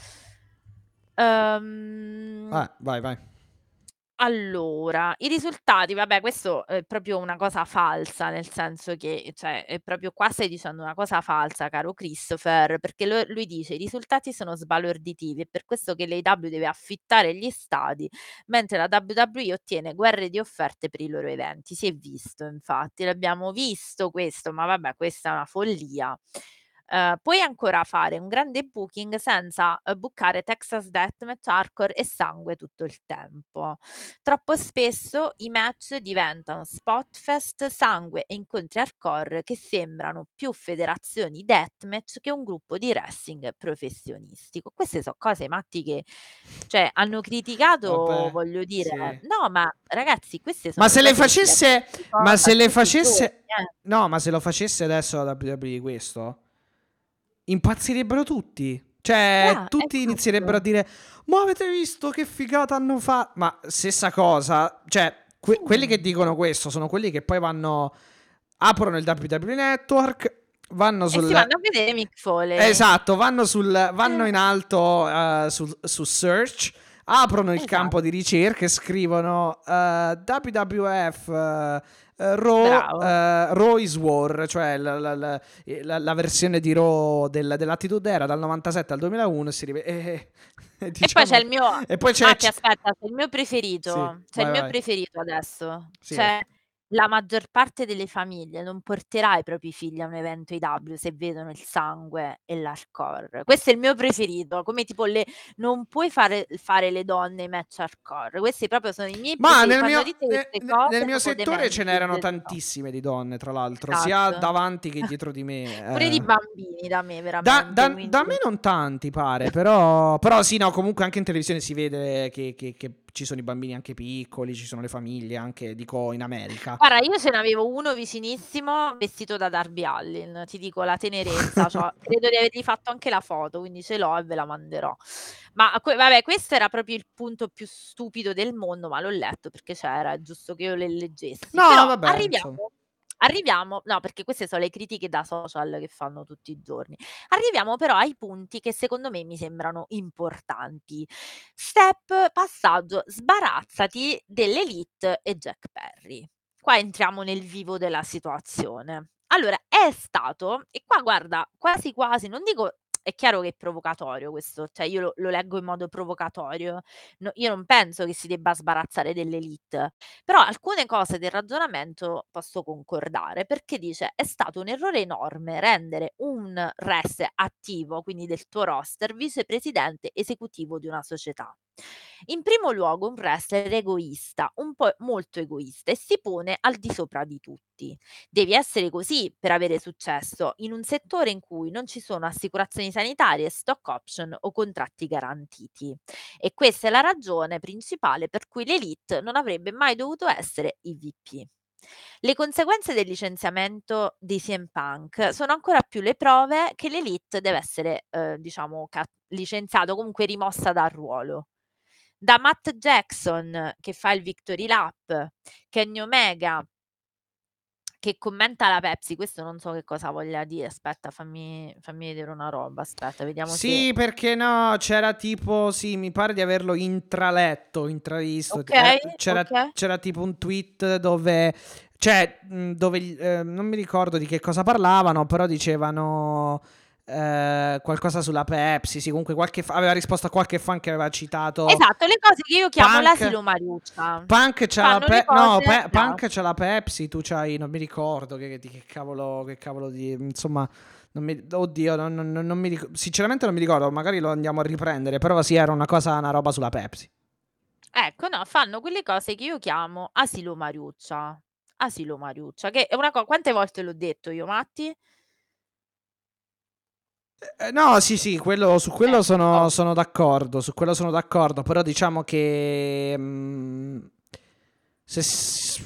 D: Ehm,
C: Ah, vai, vai.
D: allora, i risultati, vabbè, questo è proprio una cosa falsa, nel senso che, cioè, è proprio qua stai dicendo una cosa falsa, caro Christopher, perché lo- lui dice i risultati sono sbalorditivi, è per questo che l'A E W deve affittare gli stadi, mentre la W W E ottiene guerre di offerte per i loro eventi. Si è visto, infatti, l'abbiamo visto questo, ma vabbè, questa è una follia. Eh, puoi ancora fare un grande booking senza eh, bookare Texas Deathmatch, hardcore e sangue tutto il tempo. Troppo spesso i match diventano spot fest, sangue e incontri hardcore che sembrano più federazioni deathmatch che un gruppo di wrestling professionistico. Queste sono cose, Matti, che cioè, hanno criticato,
C: Vabbè,
D: voglio dire,
C: sì.
D: no, ma ragazzi, queste
C: Ma
D: sono le
C: se le
D: cose che si
C: facesse,
D: leggono sui
C: ma se
D: social
C: le
D: tutti i giorni,
C: facesse,
D: eh.
C: no, ma se lo facesse adesso la W W E questo, impazzirebbero tutti. Cioè,
D: Bra-
C: tutti inizierebbero a
D: esatto.
C: dire, ma avete visto che figata hanno fatto? Ma stessa cosa, cioè, que- quelli che
D: Sì.
C: dicono questo sono quelli che poi vanno, aprono il W W E Network, vanno
D: E si
C: sul...
D: vanno a vedere Mick Foley.
C: Esatto, vanno, sul, vanno
D: Eh,
C: in alto eh, su, su search, aprono il campo di
D: esatto,
C: ricerca e scrivono eh, W W F eh, eh, Raw,
D: bravo.
C: eh, Raw is War, cioè la, la- la- la- la versione di Raw del- dell'Attitude Era dal novantasette al duemilauno. Si rive- e, e
D: E poi c'è
C: diciamo,
D: il mio,
C: e poi c'è...
D: Matti,
C: c-
D: aspetta, c'è il mio
C: sì,
D: preferito, c'è il
C: vai,
D: mio
C: vai.
D: preferito adesso.
C: Sì.
D: Cioè, la maggior parte delle famiglie non porterà i propri figli a un evento I W se vedono il sangue e l'hardcore. Questo è il mio preferito, come tipo le, non puoi fare, fare le donne i match hardcore. Questi proprio sono i miei
C: Ma
D: preferiti.
C: nel
D: Quando
C: mio,
D: dite
C: ne-
D: queste
C: ne- nel
D: cose,
C: mio
D: proprio
C: settore ce
D: dementi
C: n'erano
D: di no.
C: tantissime di donne, tra l'altro, sia
D: Esatto.
C: davanti che dietro di me.
D: Pure di
C: eh.
D: bambini da me,
C: Da,
D: veramente.
C: da- da
D: Quindi.
C: me non tanti, pare, però, però sì, no, comunque anche in televisione si vede che, che- che ci sono i bambini anche piccoli, ci sono le famiglie, anche, dico, in America.
D: Guarda, io ce n'avevo uno vicinissimo vestito da Darby Allin, ti dico la tenerezza, cioè, credo di avergli fatto anche la foto, quindi ce l'ho e ve la manderò. Ma que- vabbè, questo era proprio il punto più stupido del mondo, ma l'ho letto perché c'era, è giusto che io le leggessi.
C: No,
D: Però
C: vabbè, insomma.
D: arriviamo, arriviamo, no, perché queste sono le critiche da social che fanno tutti i giorni. Arriviamo però ai punti che secondo me mi sembrano importanti. Step, passaggio, sbarazzati dell'Elite e Jack Perry. Qua entriamo nel vivo della situazione. Allora, è stato, e qua guarda, quasi quasi, non dico, è chiaro che è provocatorio questo, cioè io lo, lo leggo in modo provocatorio, no, io non penso che si debba sbarazzare dell'Elite, però alcune cose del ragionamento posso concordare, perché dice è stato un errore enorme rendere un wrestler attivo, quindi del tuo roster, vicepresidente esecutivo di una società. In primo luogo un wrestler egoista, un po' molto egoista e si pone al di sopra di tutti. Devi essere così per avere successo in un settore in cui non ci sono assicurazioni sanitarie, stock option o contratti garantiti. E questa è la ragione principale per cui l'Elite non avrebbe mai dovuto essere I V P. Le conseguenze del licenziamento di C M Punk sono ancora più le prove che l'Elite deve essere, eh, diciamo, ca- licenziato, comunque rimossa dal ruolo. Da Matt Jackson che fa il Victory Lap, Kenny Omega che commenta la Pepsi, questo non so che cosa voglia dire, aspetta, fammi, fammi vedere una roba, aspetta, vediamo se...
C: Sì, perché no, c'era tipo, sì, mi pare di averlo intraletto, intravisto.
D: Ok,
C: Era- c'era,
D: ok.
C: c'era tipo un tweet dove, cioè, mh, dove, eh, non mi ricordo di che cosa parlavano, però dicevano eh, qualcosa sulla Pepsi, sì, comunque qualche, fa- aveva risposto a qualche fan che aveva citato
D: Esatto, le cose che io chiamo
C: Punk.
D: l'asilo Mariuccia.
C: Punk c'ha la,
D: Fanno le
C: pe- no,
D: cose
C: pe-
D: da...
C: Punk c'ha la Pepsi, tu c'hai, non mi ricordo che, di che cavolo, che cavolo di, insomma, non mi, oddio, non, non- non mi ric- sinceramente non mi ricordo, magari lo andiamo a riprendere, però sì, era una cosa, una roba sulla Pepsi.
D: Ecco, no, fanno quelle cose che io chiamo asilo Mariuccia. Asilo Mariuccia, che è una co quante volte l'ho detto io, Matti?
C: Eh, no, sì, sì, quello, su quello
D: Eh,
C: sono,
D: oh.
C: sono d'accordo, su quello sono d'accordo, però diciamo che... mm, se s-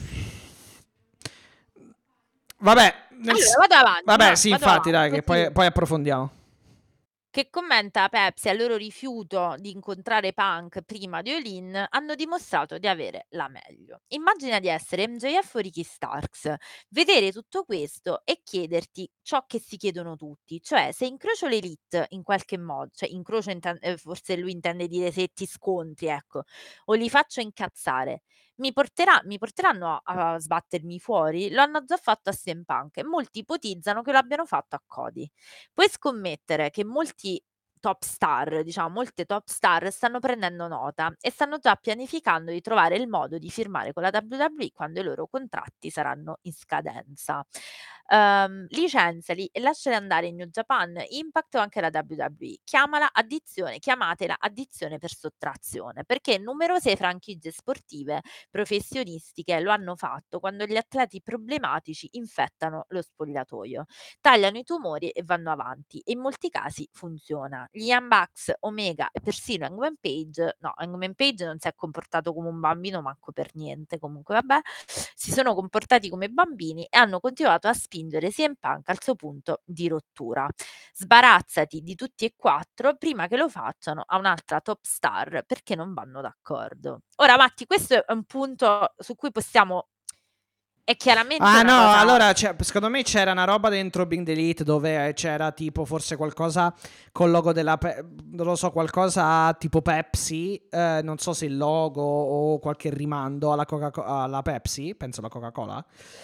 C: vabbè, nel
D: Allora
C: s-
D: vado avanti,
C: vabbè,
D: no,
C: sì,
D: vado
C: infatti,
D: avanti,
C: dai, che
D: così
C: poi, poi approfondiamo.
D: che commenta Pepsi al loro rifiuto di incontrare Punk prima di All-In, hanno dimostrato di avere la meglio. Immagina di essere M J F o Ricky Starks, vedere tutto questo e chiederti ciò che si chiedono tutti, cioè se incrocio l'elite in qualche modo, cioè incrocio inten- eh, forse lui intende dire se ti scontri, ecco, o li faccio incazzare. Mi, porterà, mi porteranno a, a sbattermi fuori? Lo hanno già fatto a C M Punk e molti ipotizzano che lo abbiano fatto a Cody. Puoi scommettere che molti top star, diciamo, molte top star stanno prendendo nota e stanno già pianificando di trovare il modo di firmare con la W W E quando i loro contratti saranno in scadenza. Ehm, licenziali e lasciali andare in New Japan, Impact o anche la W W E. Chiamala addizione, chiamatela addizione per sottrazione, perché numerose franchigie sportive professionistiche lo hanno fatto quando gli atleti problematici infettano lo spogliatoio, tagliano i tumori e vanno avanti e in molti casi funziona. Gli Young Bucks, Omega e persino Hangman Page, no, Hangman Page non si è comportato come un bambino manco per niente, comunque vabbè, si sono comportati come bambini e hanno continuato a spingere C M Punk al suo punto di rottura. Sbarazzati di tutti e quattro prima che lo facciano a un'altra top star perché non vanno d'accordo. Ora Matti, questo è un punto su cui possiamo è chiaramente
C: Ah
D: una
C: no,
D: cosa.
C: allora cioè, secondo me c'era una roba dentro Bing Delete dove eh, c'era tipo forse qualcosa col logo della Pe- non lo so, qualcosa tipo Pepsi, eh, non so se il logo o qualche rimando alla, Coca- alla Pepsi, penso alla Coca-Cola.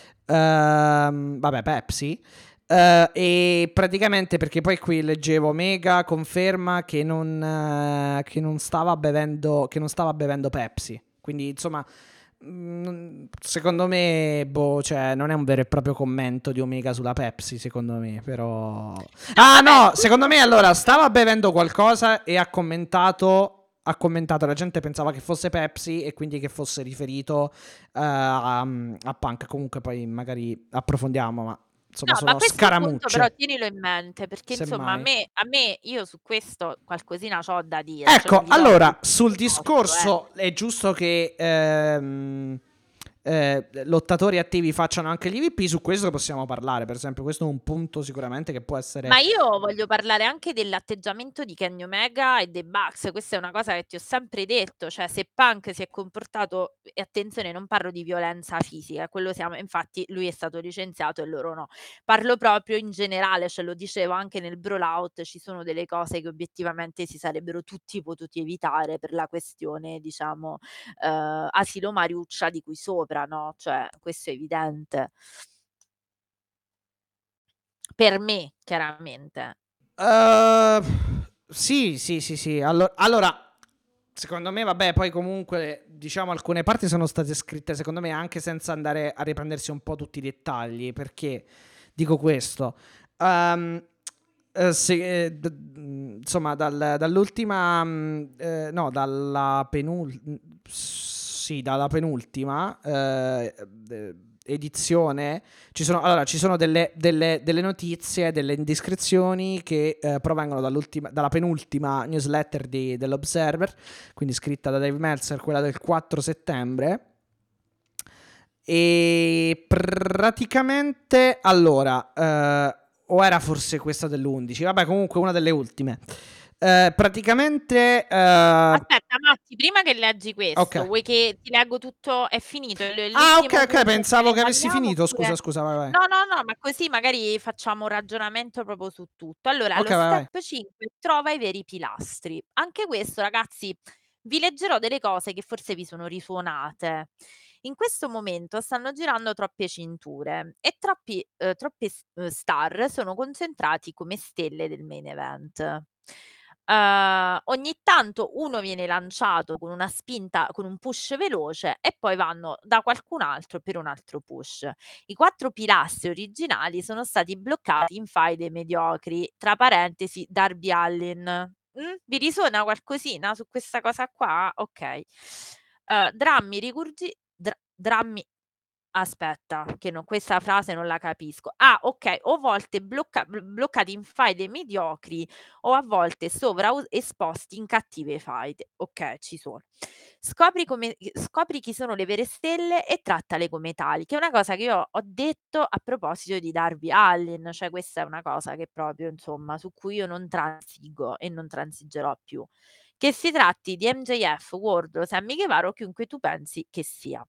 C: Ehm, vabbè, Pepsi. Eh, e praticamente perché poi qui leggevo Mega conferma che non, eh, che non stava bevendo che non stava bevendo Pepsi. Quindi insomma mm, secondo me, boh, cioè, non è un vero e proprio commento di Omega sulla Pepsi, secondo me, però...
D: No,
C: Ah,
D: vabbè,
C: no, secondo
D: questo
C: me, allora, stava bevendo qualcosa e ha commentato... Ha commentato, la gente pensava che fosse Pepsi e quindi che fosse riferito eh, a, a Punk. Comunque poi magari approfondiamo, ma insomma
D: No, ma
C: sono
D: questo punto però
C: scaramucce,
D: tienilo in mente, perché insomma a
C: semmai.
D: me a me io su questo qualcosina c'ho da dire, cioè non
C: Ecco,
D: gli do
C: allora, sul
D: giusto posto, eh.
C: discorso è giusto che ehm, eh, lottatori attivi facciano anche gli I V P, su questo possiamo parlare, per esempio, questo è un punto sicuramente che può essere...
D: Ma io voglio parlare anche dell'atteggiamento di Kenny Omega e dei Bucks, questa è una cosa che ti ho sempre detto, cioè se Punk si è comportato, e attenzione non parlo di violenza fisica, quello siamo, infatti lui è stato licenziato e loro no, parlo proprio in generale, ce lo dicevo anche nel Brawlout, ci sono delle cose che obiettivamente si sarebbero tutti potuti evitare per la questione, diciamo, eh, asilo Mariuccia di qui sopra, no? Cioè questo è evidente. Per me, chiaramente.
C: Uh, sì, sì, sì, sì. Allo- allora, secondo me, vabbè, poi comunque, diciamo, alcune parti sono state scritte, secondo me, anche senza andare a riprendersi un po' tutti i dettagli. Perché dico questo? Um, eh, se- eh, d- insomma, dal- dall'ultima, mm, eh, no, dalla penultima, sì, dalla penultima eh, eh, edizione ci sono, allora, ci sono delle, delle- delle notizie, delle indiscrezioni che eh, provengono dall'ultima- dalla penultima newsletter di- dell'Observer, quindi scritta da Dave Meltzer, quella del quattro settembre. E praticamente, allora, eh, o era forse questa dell'undici, vabbè, comunque una delle ultime. Eh, praticamente, eh,
D: Aspetta Matti, prima che leggi
C: ok.
D: questo, vuoi che ti leggo tutto è finito l
C: Ah, ok,
D: l'ultimo
C: ok,
D: punto e poi
C: pensavo
D: ne
C: che avessi
D: parliamo
C: finito. Scusa,
D: oppure
C: scusa, vai, vai.
D: no, no, no, ma così magari facciamo un ragionamento proprio su tutto. Allora,
C: Ok,
D: lo
C: vai, vai.
D: step cinque trova i veri pilastri. Anche questo ragazzi, vi leggerò delle cose che forse vi sono risuonate. In questo momento stanno girando troppe cinture e troppi, ehm, troppe s uhm, star sono concentrati come stelle del main event. Uhm, ogni tanto uno viene lanciato con una spinta con un push veloce e poi vanno da qualcun altro per un altro push. I quattro pilastri originali sono stati bloccati in faide mediocri, tra parentesi Darby Allin. Mh, vi risuona qualcosina su questa cosa qua? Okay. Uh, drammi rigurgi... dra- drammi... Aspetta, che no, questa frase non la capisco. Ah, ok, o volte blocca- bl- bloccati in faide mediocri o a volte sovraesposti in cattive faide. Ok, ci sono. Scopri, come, scopri chi sono le vere stelle e trattale come tali, che è una cosa che io ho detto a proposito di Darby Allin, cioè questa è una cosa che proprio, insomma, su cui io non transigo e non transigerò più. Che si tratti di M J F, Wardlow, Sammy Guevara o chiunque tu pensi che sia.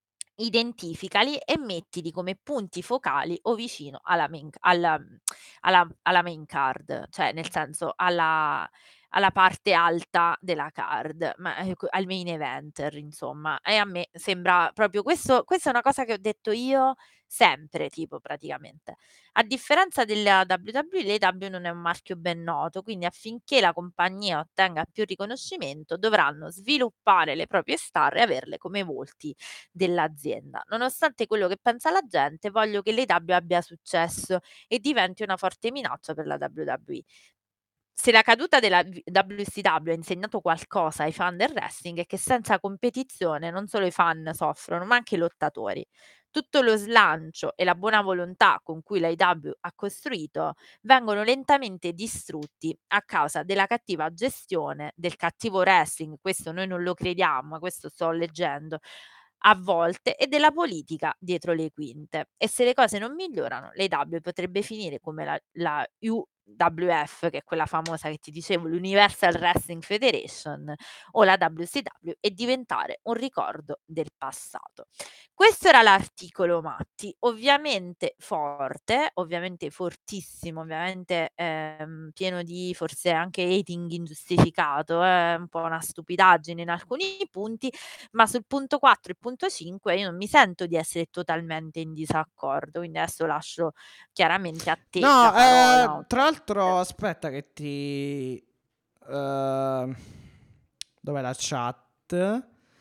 D: Identificali e mettili come punti focali o vicino alla main, alla, alla, alla main card, cioè nel senso alla, alla parte alta della card, ma, eh, al main eventer, insomma. E a me sembra proprio questo, questa è una cosa che ho detto io sempre, tipo praticamente. A differenza della W W E, l'A E W non è un marchio ben noto, quindi affinché la compagnia ottenga più riconoscimento dovranno sviluppare le proprie star e averle come volti dell'azienda. Nonostante quello che pensa la gente, voglio che l'A E W abbia successo e diventi una forte minaccia per la W W E. Se la caduta della V- W C W ha insegnato qualcosa ai fan del wrestling è che senza competizione non solo i fan soffrono, ma anche i lottatori. Tutto lo slancio e la buona volontà con cui l'A E W ha costruito vengono lentamente distrutti a causa della cattiva gestione, del cattivo wrestling, questo noi non lo crediamo, ma questo sto leggendo, a volte, e della politica dietro le quinte. E se le cose non migliorano, l'A E W potrebbe finire come la, la U W F, che è quella famosa che ti dicevo, l'Universal Wrestling Federation, o la W C W, e diventare un ricordo del passato. Questo era l'articolo, Matti, ovviamente forte, ovviamente fortissimo, ovviamente ehm, pieno di forse anche hating ingiustificato, è un po' una stupidaggine in alcuni punti, ma sul punto quattro e punto cinque io non mi sento di essere totalmente in disaccordo, quindi adesso lascio chiaramente a te la
C: No,
D: parola.
C: eh, tra l'altro, aspetta che ti... eh, dov'è la chat?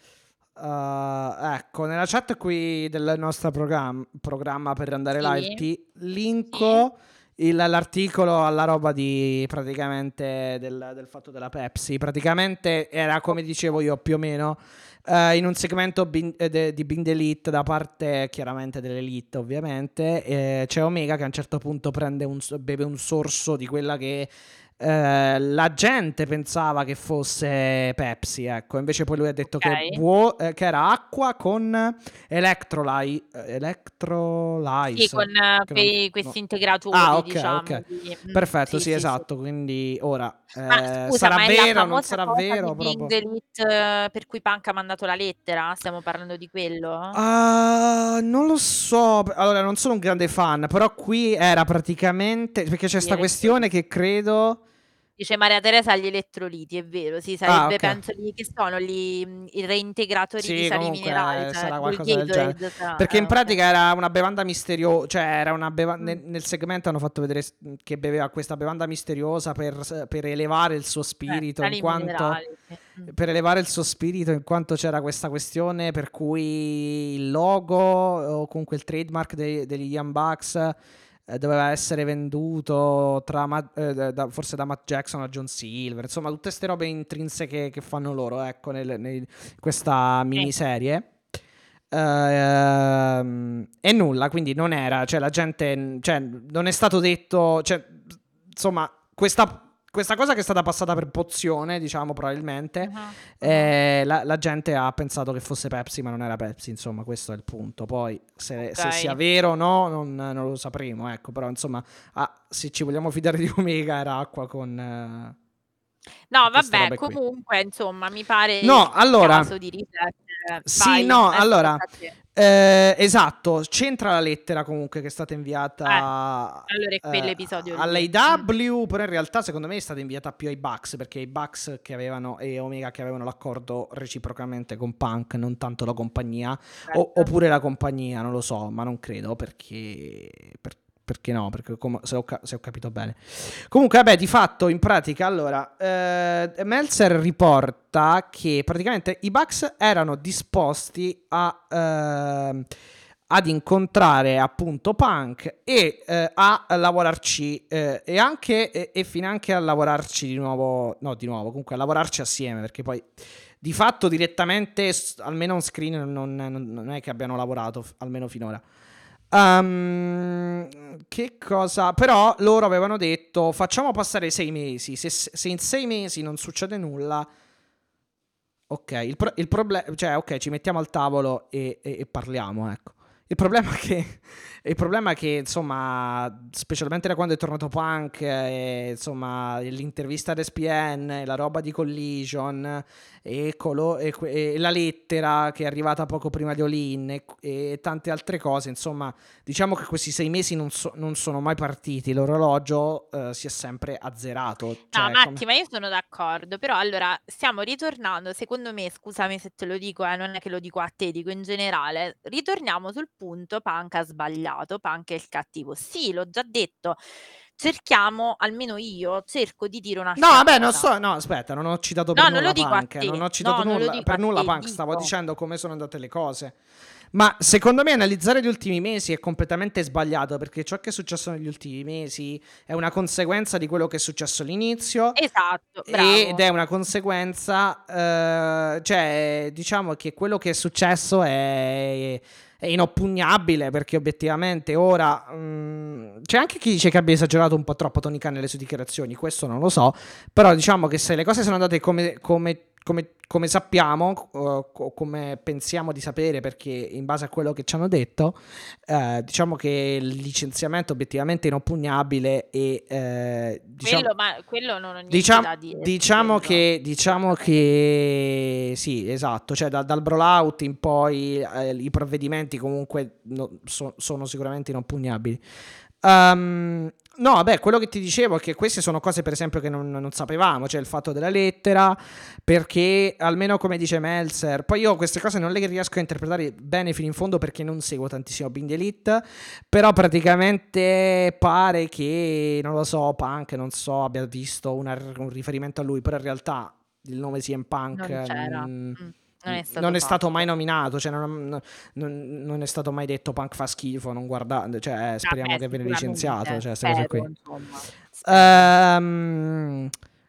C: Uh, ecco, nella chat qui del nostro programma, programma per andare live
D: Sì,
C: ti
D: sì,
C: linko il- l'articolo alla roba di praticamente del, del fatto della Pepsi. Praticamente era come dicevo io più o meno eh, in un segmento bin- eh, de- di Bing Elite da parte chiaramente dell'Elite ovviamente. eh, c'è Omega che a un certo punto prende un, s- beve un sorso di quella che eh, la gente pensava che fosse Pepsi, ecco, invece poi lui ha detto che,
D: ok.
C: vuo- eh, che era acqua con electrolyte, eh,
D: Sì,
C: electrolytes,
D: con eh,
C: che non-
D: quei-
C: no.
D: questi
C: Ah,
D: integratori,
C: ok,
D: diciamo.
C: ok.
D: Di- mm,
C: Perfetto,
D: sì,
C: sì,
D: sì, sì.
C: esatto. Quindi ora
D: Ma
C: eh,
D: scusa,
C: sarà
D: ma è la
C: vero, non
D: famosa
C: sarà
D: cosa di
C: vero,
D: Bing
C: proprio.
D: Elite eh, per cui Punk ha mandato la lettera? Stiamo parlando di quello?
C: Ah, non lo so. Allora, non sono un grande fan, però qui era praticamente perché c'è
D: Gli
C: sta questione
D: elettroliti.
C: che credo.
D: Dice Maria Teresa gli elettroliti, è vero, sì,
C: Ah,
D: sarebbe,
C: ok.
D: penso, gli, che sono gli, mm, i reintegratori di
C: Sì,
D: sali minerali,
C: comunque eh,
D: cioè
C: sarà
D: tipo il
C: qualcosa del genere.
D: Gatorade. Sarà-
C: Perché
D: eh,
C: in
D: ok.
C: pratica era una bevanda misteriosa, cioè era una beva- nel,
D: Mm.
C: nel segmento hanno fatto vedere s- che beveva questa bevanda misteriosa per, per elevare il suo
D: Eh,
C: spirito, in
D: sali
C: quanto
D: minerali, sì. Mm.
C: per elevare il suo spirito, in quanto c'era questa questione per cui il logo o comunque il trademark dei- degli Young Bucks eh, doveva essere venduto tra Ma- eh, da- forse da Matt Jackson a John Silver, insomma, tutte queste robe intrinseche che fanno loro, ecco, nel, nei- questa
D: Sì.
C: miniserie. Ehm, e nulla, quindi non era, cioè la gente, cioè, non è stato detto, cioè, insomma, questa, questa cosa che è stata passata per pozione, diciamo, probabilmente,
D: Mhm, mhm.
C: eh, la, la gente ha pensato che fosse Pepsi, ma non era Pepsi, insomma, questo è il punto. Poi, se,
D: Ok.
C: se sia vero o no, non, non lo sapremo, ecco, però, insomma, ah, se ci vogliamo fidare di Omega, era acqua con... eh,
D: No,
C: tutte ste
D: vabbè,
C: robe qui.
D: comunque, insomma, mi pare
C: No,
D: il
C: allora,
D: caso di riflettere.
C: sì,
D: Vai,
C: no,
D: adesso
C: allora,
D: tocca a te.
C: eh, esatto, c'entra la lettera comunque che è stata
D: Eh,
C: inviata
D: allora è
C: eh,
D: quell'episodio lì. Mm,
C: all'A E W, però in realtà secondo me è stata inviata più ai Bucks, perché i Bucks che avevano e Omega che avevano l'accordo reciprocamente con Punk, non tanto la compagnia, o-
D: certo.
C: oppure la compagnia, non lo so, ma non credo perché... per- perché no? Perché com- se, ho ca- se ho capito bene. Comunque, vabbè, di fatto, in pratica, allora, eh, Meltzer riporta che praticamente i Bucks erano disposti a, ehm, ad incontrare appunto Punk e eh, a lavorarci eh, e anche e, e fino anche a lavorarci di nuovo, no di nuovo, comunque a lavorarci assieme, perché poi di fatto direttamente, s- almeno on screen, non, non- non è che abbiano lavorato, f- almeno finora. Um, che cosa? Però loro avevano detto facciamo passare sei mesi, se, se in sei mesi non succede nulla, ok, il, pro- il problema, cioè ok, ci mettiamo al tavolo e, e- e parliamo, ecco. Il problema è che, il problema è che, insomma, specialmente da quando è tornato Punk, eh, insomma, l'intervista ad E S P N, la roba di Collision, e, colo- e que- e la lettera che è arrivata poco prima di All-In e, e tante altre cose, insomma, diciamo che questi sei mesi non, so- non sono mai partiti, l'orologio eh, si è sempre azzerato.
D: No,
C: Cioè, come...
D: Matti, ma io sono d'accordo, però allora stiamo ritornando, secondo me, scusami se te lo dico, eh, non è che lo dico a te, dico in generale, ritorniamo sul punto Punk ha sbagliato, Punk è il cattivo. Sì, l'ho già detto, cerchiamo, almeno io, cerco di dire
C: No,
D: un'altra
C: vabbè, non
D: cosa.
C: so, no, aspetta, non ho citato
D: No,
C: per
D: non lo
C: nulla
D: dico a
C: Punk, eh,
D: te,
C: non ho citato
D: no, non lo
C: nulla,
D: dico
C: per
D: a
C: nulla
D: te,
C: Punk, stavo
D: dico...
C: dicendo come sono andate le cose. Ma secondo me analizzare gli ultimi mesi è completamente sbagliato, perché ciò che è successo negli ultimi mesi è una conseguenza di quello che è successo all'inizio
D: Esatto,
C: ed
D: bravo.
C: è una conseguenza, eh, cioè diciamo che quello che è successo è, è inoppugnabile, perché obiettivamente ora mh, c'è anche chi dice che abbia esagerato un po' troppo Tony Khan nelle sue dichiarazioni, questo non lo so, però diciamo che se le cose sono andate come, come, come, come sappiamo o uh, come pensiamo di sapere, perché in base a quello che ci hanno detto, uh, diciamo che il licenziamento obiettivamente è inoppugnabile e uh, diciamo,
D: quello, ma quello non ho niente
C: diciamo,
D: da dire.
C: diciamo che diciamo che sì, esatto, cioè da, dal Brawlout in poi eh, i provvedimenti comunque no, so, sono sicuramente inoppugnabili. Um, no, vabbè, quello che ti dicevo è che queste sono cose per esempio che non, non sapevamo, cioè il fatto della lettera, perché almeno come dice Meltzer, poi io queste cose non le riesco a interpretare bene fino in fondo perché non seguo tantissimo Being the Elite, però praticamente pare che, non lo so, Punk, non so, abbia visto una, un riferimento a lui, però in realtà il nome C M Punk
D: Non c'era.
C: mh,
D: Mm, non è stato
C: non è stato mai
D: fatto.
C: nominato, cioè non, non, non è stato mai detto Punk fa schifo, non guardate, cioè speriamo
D: Vabbè,
C: che viene licenziato,
D: sicuramente.
C: cioè queste cose
D: Spero,
C: qui.
D: insomma. Spero.
C: Ehm,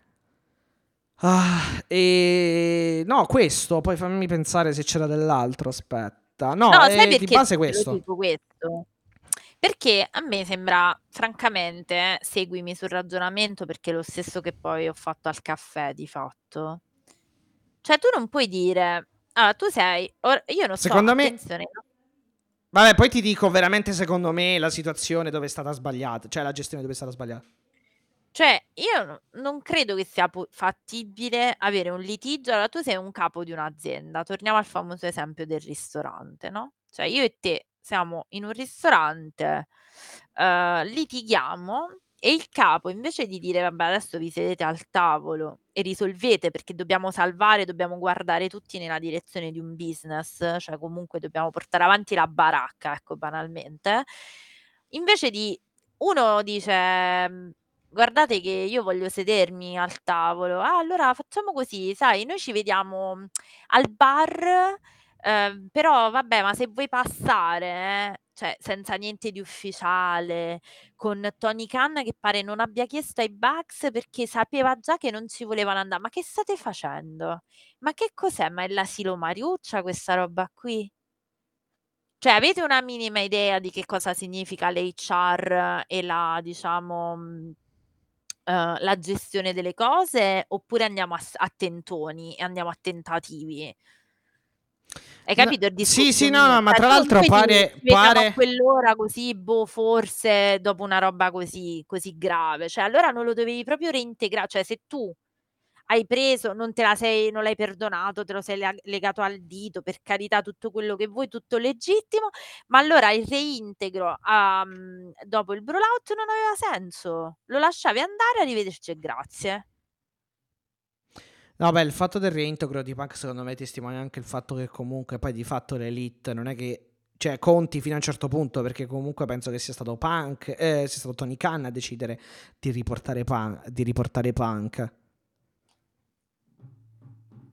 C: ah, e no, questo, poi fammi pensare se c'era dell'altro, aspetta. No,
D: No, sai
C: è di
D: perché
C: base
D: te lo
C: questo.
D: dico questo? Perché a me sembra, francamente, seguimi sul ragionamento perché è lo stesso che poi ho fatto al caffè di fatto. Cioè tu non puoi dire, allora tu sei, or- io non so,
C: Secondo me,
D: attenzione, no?
C: vabbè, poi ti dico veramente secondo me la situazione dove è stata sbagliata, cioè la gestione dove è stata sbagliata.
D: Cioè, io no- non credo che sia po- fattibile avere un litigio. Allora, tu sei un capo di un'azienda. Torniamo al famoso esempio del ristorante, no? Cioè, io e te siamo in un ristorante, eh, litighiamo e il capo, invece di dire, vabbè, adesso vi sedete al tavolo e risolvete perché dobbiamo salvare, dobbiamo guardare tutti nella direzione di un business, cioè comunque dobbiamo portare avanti la baracca, ecco, banalmente. Invece di uno dice, "Mm, guardate che io voglio sedermi al tavolo. Ah, allora facciamo così, sai, noi ci vediamo mm, al bar, ehm, però vabbè, ma se vuoi passare, eh, cioè senza niente di ufficiale, con Tony Khan che pare non abbia chiesto ai Bucks perché sapeva già che non ci volevano andare. Ma che state facendo? Ma che cos'è? Ma è l'asilo Mariuccia questa roba qui? Cioè, avete una minima idea di che cosa significa l'H R e la, diciamo, mh, eh, la gestione delle cose, oppure andiamo a, s- a tentoni e andiamo a tentativi? Hai
C: No,
D: capito il
C: sì,
D: discorso
C: sì, no,
D: mio?
C: no, ma
D: Cioè,
C: tra
D: tu non
C: l'altro
D: puoi dire
C: pare,
D: ci vediamo a
C: pare,
D: quell'ora così, boh, forse dopo una roba così, così grave. Cioè, allora non lo dovevi proprio reintegrare. Cioè, se tu hai preso, non te la sei, non l'hai perdonato, te lo sei lega- legato al dito, per carità, tutto quello che vuoi, tutto legittimo, ma allora il reintegro a, mm, dopo il rollout non aveva senso. Lo lasciavi andare, arrivederci e grazie.
C: no, beh, il fatto del reintegro di Punk secondo me testimonia anche il fatto che comunque poi di fatto l'Elite non è che, cioè, conti fino a un certo punto, perché comunque penso che sia stato Punk, eh, sia stato Tony Khan a decidere di riportare Punk, di riportare Punk.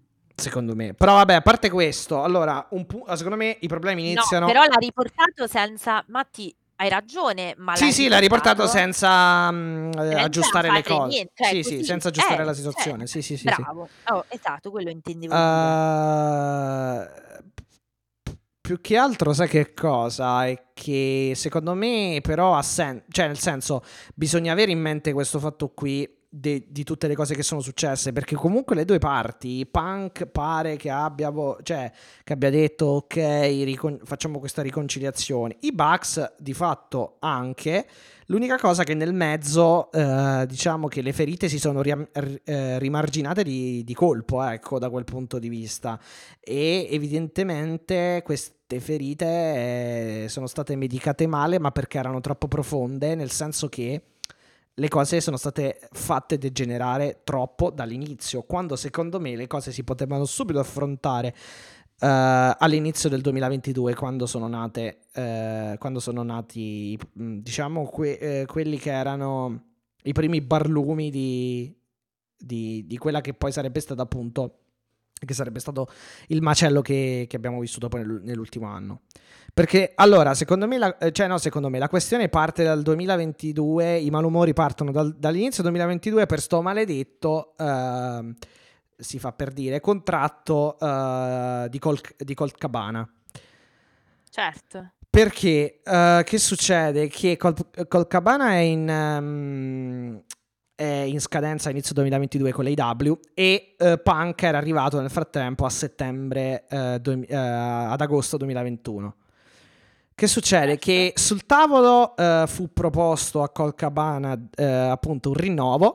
C: secondo me. Però vabbè, a parte questo, allora, un pu- secondo me i problemi
D: No,
C: iniziano...
D: però l'ha riportato senza... Matti, hai ragione, ma l'ha
C: Sì, sì, l'ha riportato
D: riportato
C: senza mm, eh,
D: senza
C: aggiustare le
D: fare
C: cose.
D: niente, cioè
C: Sì, sì,
D: così,
C: senza aggiustare
D: eh,
C: la
D: cioè,
C: situazione. Sì, sì, sì, sì.
D: bravo. Oh, esatto, quello intendevo dire.
C: Uh, più che altro, sai che cosa? È che secondo me, però, ha senso. Cioè, nel senso, bisogna avere in mente questo fatto qui de- di tutte le cose che sono successe. Perché comunque le due parti, Punk pare che abbia, vo- cioè, che abbia detto ok, ricon- facciamo questa riconciliazione. I Bucks, di fatto, anche. L'unica cosa che nel mezzo, eh, diciamo che le ferite si sono ria- r- eh, rimarginate di, di colpo, ecco, da quel punto di vista. E evidentemente queste ferite eh, sono state medicate male, ma perché erano troppo profonde, nel senso che le cose sono state fatte degenerare troppo dall'inizio, quando secondo me le cose si potevano subito affrontare Uh, all'inizio del duemilaventidue, quando sono nate uh, quando sono nati diciamo que- uh, quelli che erano i primi barlumi di, di, di quella che poi sarebbe stata appunto che sarebbe stato il macello che, che abbiamo vissuto poi nell'ultimo anno. Perché allora, secondo me, la, cioè no, secondo me la questione parte dal duemilaventidue, i malumori partono dal, dall'inizio duemilaventidue per sto maledetto uh, si fa per dire, contratto uh, di, Col- di Colt Cabana.
D: Certo.
C: Perché uh, che succede? Che Colt, Colt Cabana è in, um, è in scadenza a inizio duemilaventidue con l'A E W e uh, Punk era arrivato nel frattempo a settembre, uh, du- uh, ad agosto duemilaventuno. Che succede?
D: Certo.
C: Che sul tavolo uh, fu proposto a Colt Cabana uh, appunto un rinnovo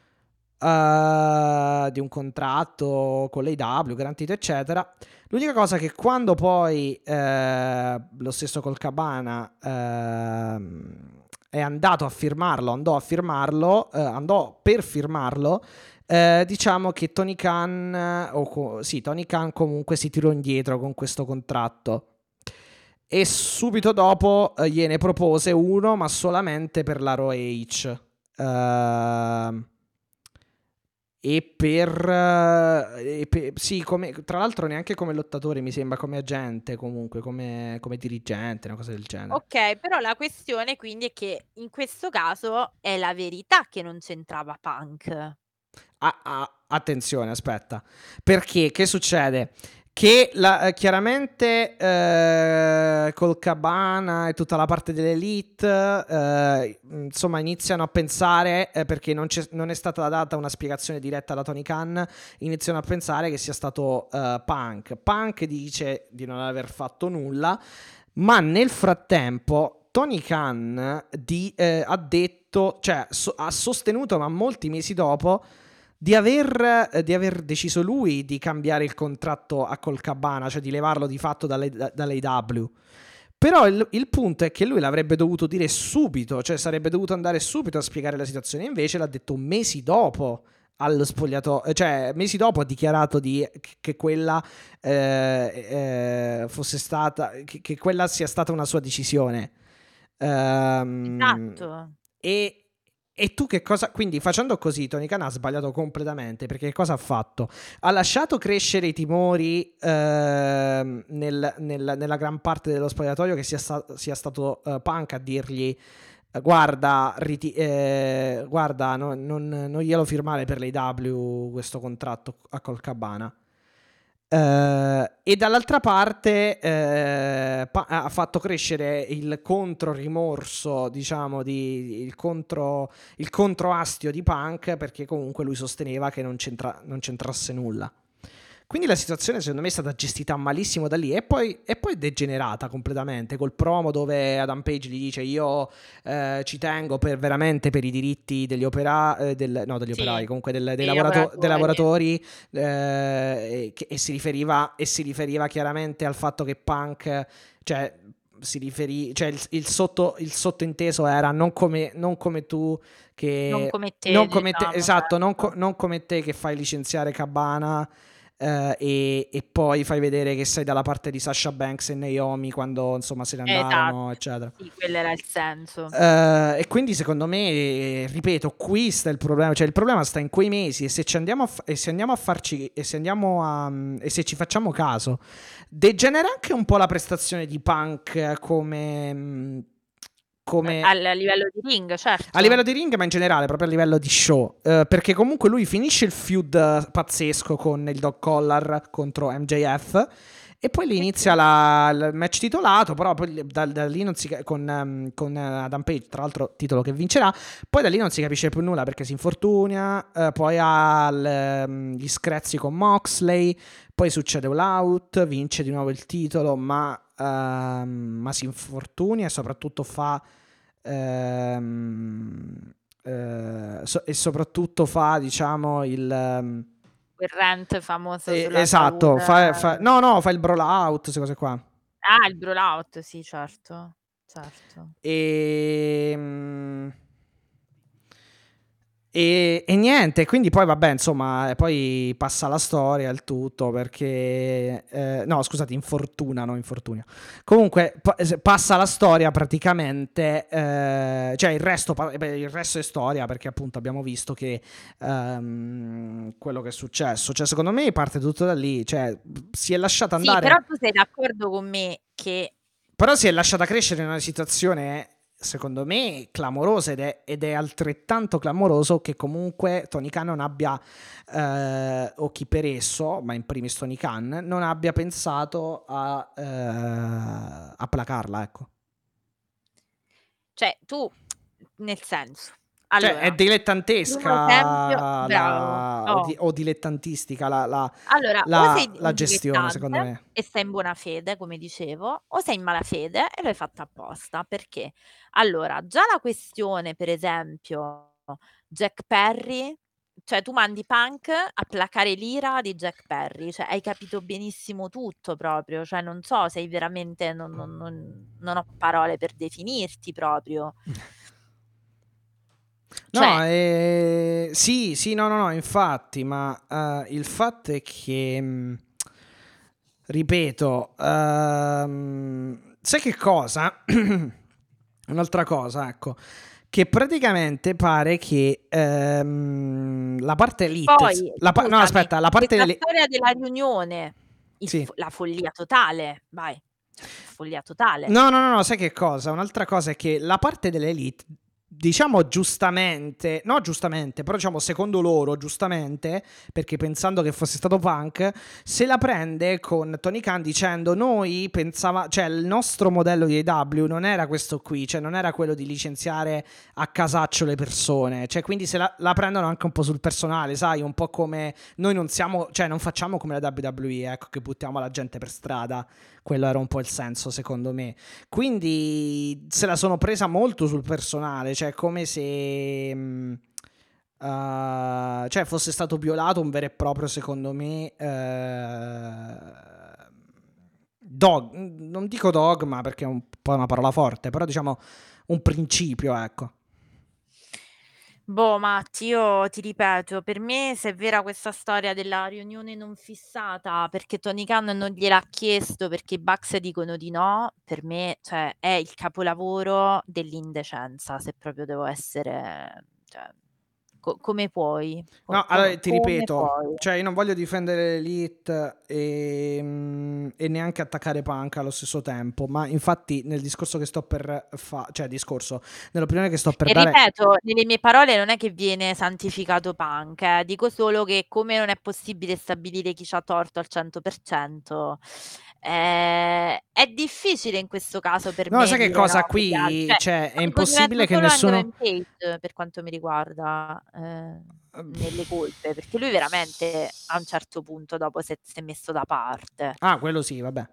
C: Uh, di un contratto con l'A E W garantito eccetera. L'unica cosa è che quando poi uh, lo stesso Colt Cabana uh, è andato a firmarlo andò a firmarlo uh, andò per firmarlo uh, diciamo che Tony Khan o co- sì Tony Khan comunque si tirò indietro con questo contratto e subito dopo uh, gliene propose uno, ma solamente per la Raw H. uh, E per, e per sì, come, tra l'altro neanche come lottatore, mi sembra, come agente comunque, come, come dirigente, una cosa del genere.
D: Ok, però la questione quindi è che in questo caso è la verità che non c'entrava Punk.
C: Ah, ah, attenzione, aspetta, perché che succede? Che la, eh, chiaramente eh, col Cabana e tutta la parte dell'Elite eh, insomma iniziano a pensare eh, perché non, c'è, non è stata data una spiegazione diretta da Tony Khan, iniziano a pensare che sia stato eh, Punk. Punk dice di non aver fatto nulla, ma nel frattempo Tony Khan di, eh, ha detto, cioè so, ha sostenuto, ma molti mesi dopo, Di aver, eh, di aver deciso lui di cambiare il contratto a Colt Cabana, cioè di levarlo di fatto dall'A E W. Però il, il punto è che lui l'avrebbe dovuto dire subito, cioè sarebbe dovuto andare subito a spiegare la situazione, invece l'ha detto mesi dopo allo spogliatoio, cioè mesi dopo ha dichiarato di, che quella eh, eh, fosse stata, che, che quella sia stata una sua decisione. Um,
D: Esatto.
C: E e tu che cosa... Quindi facendo così Tony Khan ha sbagliato completamente, perché che cosa ha fatto? Ha lasciato crescere i timori eh, nel, nel, nella gran parte dello spogliatoio che sia, sta- sia stato uh, Punk a dirgli uh, guarda, riti- eh, guarda no, non, non glielo firmare per l'A E W questo contratto a Colt Cabana. Uh, e dall'altra parte uh, pa- ha fatto crescere il contro-rimorso, diciamo, di, il, contro, il controastio di Punk, perché comunque lui sosteneva che non, c'entra- non c'entrasse nulla. Quindi la situazione secondo me è stata gestita malissimo da lì e poi, e poi degenerata completamente col promo dove Adam Page gli dice io eh, ci tengo per, veramente per i diritti degli operai, eh, del, no degli
D: Sì,
C: operai, comunque del, dei,
D: dei
C: lavorato- dei
D: lavoratori.
C: lavoratori eh, e, che- e si riferiva, e si riferiva chiaramente al fatto che Punk, cioè si riferì, cioè il, il, sotto, il sottointeso era non come, non come tu che
D: Non come te,
C: non come te,
D: diciamo,
C: esatto, non, co-
D: certo.
C: non come te che fai licenziare Cabana. Uh, e, e poi fai vedere che sei dalla parte di Sasha Banks e Naomi quando insomma se ne andarono,
D: Esatto,
C: eccetera.
D: sì, quello era il senso.
C: Uh, e quindi secondo me, ripeto, qui sta il problema, cioè il problema sta in quei mesi, e se ci andiamo a, fa- e se andiamo a farci e se andiamo a e se ci facciamo caso, degenera anche un po' la prestazione di Punk come come
D: A, a livello di ring, certo.
C: a livello di ring, ma in generale proprio a livello di show, uh, perché comunque lui finisce il feud uh, pazzesco con il Dog Collar contro M J F e poi lì inizia la, il match titolato, però poi da, da lì non si con, um, con Adam Page, tra l'altro titolo che vincerà, poi da lì non si capisce più nulla perché si infortuna, uh, poi ha l, um, gli screzi con Moxley, poi succede All Out, vince di nuovo il titolo, ma, uh, ma si infortuna e soprattutto fa Ehm, eh, so, e soprattutto fa, diciamo, il um,
D: quel rant famoso
C: eh,
D: sulla
C: esatto, fa,
D: salute.
C: fa, no no fa il brawl out, queste cose qua.
D: Ah, il brawl out, sì, certo, certo.
C: E um, E, e niente, quindi poi vabbè, insomma, poi passa la storia, il tutto, perché eh, no, scusate, infortunano, infortunio. Comunque pa- passa la storia praticamente, eh, cioè il resto, beh, il resto è storia, perché appunto abbiamo visto che um, quello che è successo, cioè secondo me parte tutto da lì, cioè si è lasciata andare.
D: Sì, però tu sei d'accordo con me che
C: Però si è lasciata crescere in una situazione, secondo me, clamorosa, ed è, ed è altrettanto clamoroso che comunque Tony Khan non abbia, eh, o chi per esso, ma in primis Tony Khan, non abbia pensato a, eh, a placarla, ecco.
D: Cioè, tu, nel senso... Allora,
C: cioè è dilettantesca
D: esempio,
C: la,
D: bravo,
C: o,
D: oh.
C: di, o dilettantistica la, la,
D: allora,
C: la,
D: o sei
C: la gestione, secondo me.
D: E sei in buona fede, come dicevo, o sei in malafede e l'hai fatta apposta. Perché? Allora, già la questione, per esempio, Jack Perry, cioè tu mandi Punk a placare l'ira di Jack Perry, cioè hai capito benissimo tutto proprio, cioè non so, sei veramente, non, non, non, non ho parole per definirti proprio.
C: No, cioè... eh, sì, sì, no, no, no, infatti, ma uh, il fatto è che, mh, ripeto, uh, sai che cosa? Un'altra cosa, ecco, che praticamente pare che um, la parte elite...
D: Poi,
C: la pa-
D: scusami,
C: no, aspetta, la parte...
D: la
C: delle...
D: storia della riunione, il
C: sì.
D: fo- la follia totale, vai, cioè, follia totale.
C: No, no, no, no, sai che cosa? Un'altra cosa è che la parte dell'elite, diciamo giustamente, no giustamente, però diciamo secondo loro giustamente, perché pensando che fosse stato Punk, se la prende con Tony Khan dicendo noi pensava, cioè il nostro modello di A E W non era questo qui, cioè non era quello di licenziare a casaccio le persone, cioè quindi se la, la prendono anche un po' sul personale, sai, un po' come noi non siamo, cioè non facciamo come la W W E, ecco, che buttiamo la gente per strada. Quello era un po' il senso, secondo me. Quindi se la sono presa molto sul personale, cioè come se mh, uh, cioè fosse stato violato un vero e proprio, secondo me, uh, dog, non dico dogma perché è un po' una parola forte, però diciamo un principio, ecco.
D: Boh, Matti, io ti ripeto, per me se è vera questa storia della riunione non fissata perché Tony Khan non gliel'ha chiesto perché i Bucks dicono di no, per me, cioè, è il capolavoro dell'indecenza, se proprio devo essere, cioè, co- come puoi? Co-
C: No,
D: come,
C: allora ti
D: come
C: ripeto,
D: puoi?
C: cioè io non voglio difendere l'Elite e, mm, e neanche attaccare Punk allo stesso tempo, ma infatti nel discorso che sto per fare, cioè discorso, nell'opinione che sto per
D: E
C: dare...
D: ripeto, nelle mie parole non è che viene santificato Punk, eh, dico solo che come non è possibile stabilire chi c'ha torto al cento per cento, eh, è difficile in questo caso per
C: No,
D: me
C: sai che
D: dire
C: cosa
D: no,
C: qui,
D: cioè,
C: cioè è
D: ho messo di
C: impossibile
D: mezzo
C: che
D: solo
C: nessuno...
D: Hangman Page per quanto mi riguarda, eh, nelle colpe, perché lui veramente a un certo punto dopo si è, si è messo da parte.
C: Ah, quello sì, vabbè.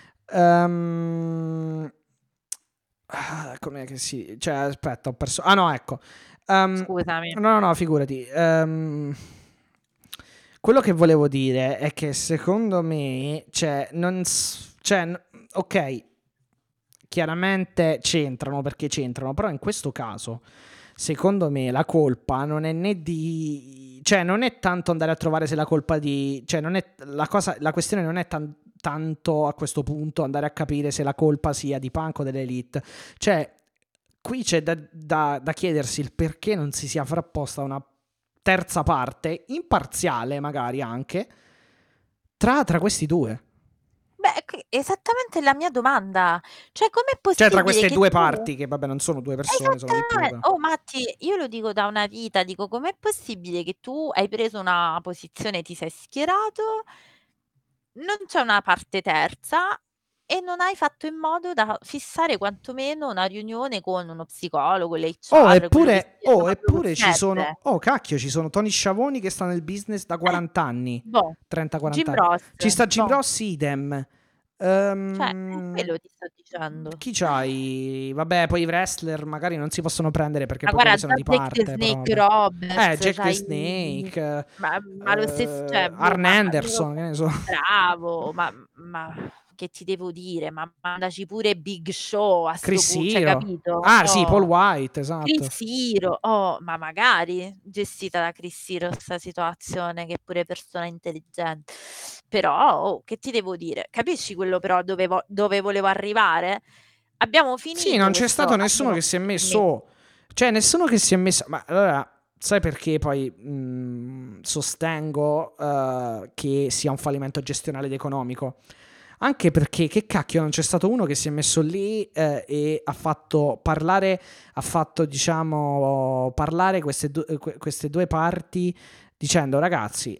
C: Um... Ah, com'è che si... Cioè, aspetta, ho perso... Ah no, ecco. Um,
D: Scusami.
C: No, no, no, figurati. Um, quello che volevo dire è che secondo me, cioè, non... s- cioè, n- ok, chiaramente c'entrano perché c'entrano, però in questo caso, secondo me, la colpa non è né di cioè non è tanto andare a trovare se la colpa di, cioè non è la cosa, la questione non è tan- tanto a questo punto andare a capire se la colpa sia di Punk o dell'Elite, cioè qui c'è da, da, da chiedersi il perché non si sia frapposta una terza parte, imparziale magari anche, tra, tra questi due.
D: Beh, que- esattamente la mia domanda. Cioè, com'è
C: Cioè tra
D: possibile
C: queste
D: che
C: due
D: tu...
C: parti, che vabbè non sono due persone, sono di più.
D: Esattamente.
C: Però.
D: Oh, Matti, io lo dico da una vita, dico, com'è possibile che tu hai preso una posizione, ti sei schierato, non c'è una parte terza e non hai fatto in modo da fissare quantomeno una riunione con uno psicologo, l'H R,
C: Oh,
D: quello che
C: eppure,
D: sia,
C: oh,
D: insomma, quello che
C: eppure ci sono,
D: serve.
C: oh cacchio, ci sono Tony Sciavoni che sta nel business da
D: Eh,
C: quaranta anni,
D: boh,
C: trenta
D: Jim
C: quaranta anni.
D: Ross,
C: Ci sta Jim
D: boh,
C: Ross idem.
D: cioè, è
C: Ehm,
D: quello ti sto dicendo.
C: chi c'hai? Vabbè, poi i wrestler magari non si possono prendere perché
D: Ma
C: poi
D: guarda,
C: quelli sono
D: già
C: di
D: Jake the
C: parte, però
D: Snake
C: vabbè. Eh,
D: Roberts,
C: Jack the
D: c'hai...
C: Snake,
D: Ma, ma lo stesso, cioè,
C: eh,
D: boh,
C: Arn
D: ma, ma non lo
C: Anderson, che
D: so,
C: ne so.
D: bravo, ma, ma che ti devo dire? Ma mandaci pure Big Show a sto
C: Chris
D: punto, cioè,
C: Hero.
D: capito?
C: Ah, sì, Paul
D: Oh,
C: White, esatto.
D: Chris Hero, oh, ma magari gestita da Chris Hero questa situazione, che è pure persona intelligente. Però, oh, che ti devo dire? Capisci quello però dove, vo- dove volevo arrivare? Abbiamo
C: Sì,
D: finito
C: non c'è
D: questo,
C: stato nessuno
D: abbiamo,
C: che si è
D: per me,
C: messo. Cioè, nessuno che si è messo. Ma allora, sai perché poi mh, sostengo uh, che sia un fallimento gestionale ed economico? Anche perché, che cacchio, non c'è stato uno che si è messo lì eh, e ha fatto parlare, ha fatto, diciamo, parlare queste, du- que- queste due parti dicendo, ragazzi,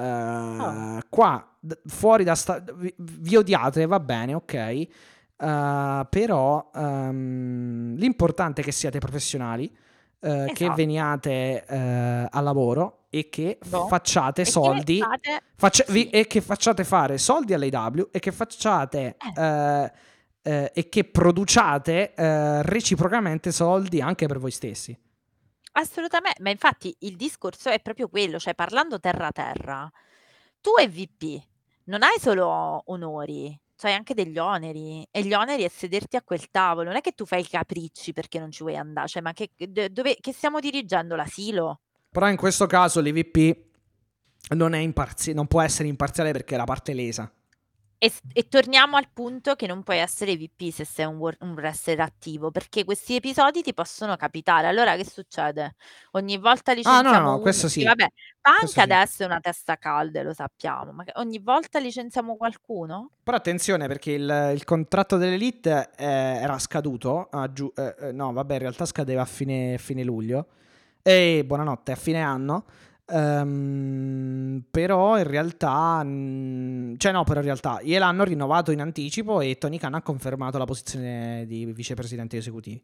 D: oh,
C: uh, qua, d- fuori da sta... Vi, vi odiate, va bene, ok. Uh, però um, l'importante è che siate professionali, uh, che
D: esatto.
C: veniate uh, al lavoro e che
D: Boh.
C: facciate
D: E che
C: soldi
D: fate?
C: faccia- vi-
D: Sì.
C: e che facciate fare soldi all'A E W e che facciate
D: Eh,
C: uh, uh, e che produciate uh, reciprocamente soldi anche per voi stessi.
D: assolutamente, ma infatti il discorso è proprio quello, cioè parlando terra terra, tu e V P non hai solo onori, c'hai anche degli oneri e gli oneri è sederti a quel tavolo, non è che tu fai i capricci perché non ci vuoi andare, cioè ma che, d- dove, che stiamo dirigendo l'asilo?
C: Però in questo caso l'E V P non, è imparzi- non può essere imparziale perché è la parte lesa.
D: E, s- e torniamo al punto che non puoi essere V P se sei un, wor- un wrestler attivo, perché questi episodi ti possono capitare. Allora che succede? Ogni volta
C: Ah, no, no,
D: licenziamo
C: no,
D: uno,
C: questo
D: perché
C: sì.
D: vabbè, Punk
C: Questo sì.
D: adesso è una testa calda, lo sappiamo, ma che ogni volta licenziamo qualcuno?
C: Però attenzione perché il, il contratto dell'Elite eh, era scaduto a giu- eh, eh, no, vabbè, in realtà scadeva a fine, fine luglio. E buonanotte, a fine anno. Ehm, però in realtà, mh, cioè no, però in realtà gliel'hanno rinnovato in anticipo e Tony Khan ha confermato la posizione di vicepresidente esecutivo.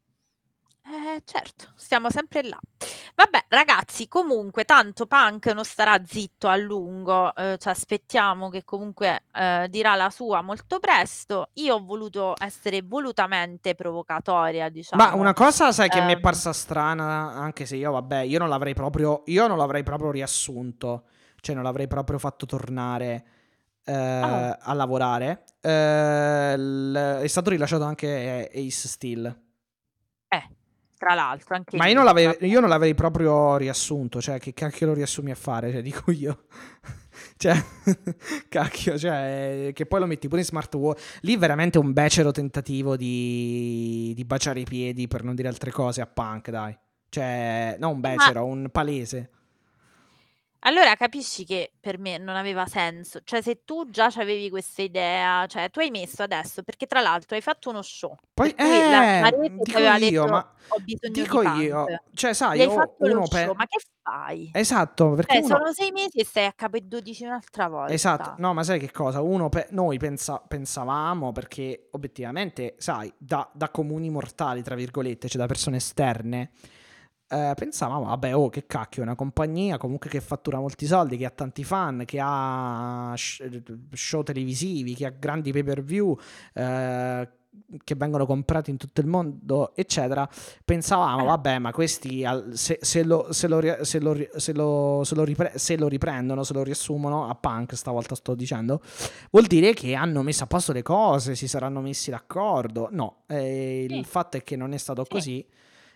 D: Eh, certo, stiamo sempre là. Vabbè, ragazzi, comunque, tanto Punk non starà zitto a lungo, eh, ci aspettiamo che comunque eh, dirà la sua molto presto. Io ho voluto essere volutamente provocatoria,
C: Ma una
D: diciamo.
C: cosa, sai, che mi è
D: Ehm,
C: parsa strana, anche se io, vabbè, io non l'avrei proprio, io non l'avrei proprio riassunto, cioè non l'avrei proprio fatto tornare eh,
D: oh,
C: a lavorare. Eh, l- è stato rilasciato anche Ace Steel.
D: eh, tra l'altro, anche
C: Ma io non,
D: lui,
C: l'avrei,
D: vabbè.
C: io non l'avrei proprio riassunto, cioè che cacchio lo riassumi a fare, cioè dico io. Cioè, cacchio, cioè, che poi lo metti pure in smart watch. Lì veramente un becero tentativo di, di baciare i piedi, per non dire altre cose, a Punk, dai. Cioè, non un
D: Eh, ma
C: becero, un palese.
D: allora capisci che per me non aveva senso, cioè se tu già avevi questa idea, cioè tu hai messo adesso, perché tra l'altro hai fatto uno show,
C: Poi,
D: per cui la, la
C: eh,
D: rete ti
C: dico
D: aveva
C: io,
D: detto
C: ma
D: ho bisogno di
C: dico
D: Punk,
C: io, cioè,
D: gli
C: sai,
D: hai
C: o
D: fatto lo
C: uno
D: show,
C: pe-
D: ma che fai?
C: esatto, perché
D: Cioè
C: uno
D: sono sei mesi e sei a capo dodici un'altra
C: esatto,
D: volta.
C: no, ma sai che cosa? Uno pe- noi pensa- pensavamo, perché obiettivamente, sai, da, da comuni mortali, tra virgolette, cioè da persone esterne, eh, pensavamo, vabbè, oh, che cacchio, è una compagnia comunque che fattura molti soldi, che ha tanti fan, che ha sh- show televisivi, che ha grandi pay per view, eh, che vengono comprati in tutto il mondo, eccetera. Pensavamo,
D: Eh,
C: vabbè, ma questi al- se, se lo, se, lo, ri- se, lo, ri- se, lo, se, lo ripre- se lo riprendono, se lo riassumono a Punk, stavolta sto dicendo, vuol dire che hanno messo a posto le cose, si saranno messi d'accordo. No, eh, il
D: sì,
C: fatto è che non è stato
D: sì.
C: così.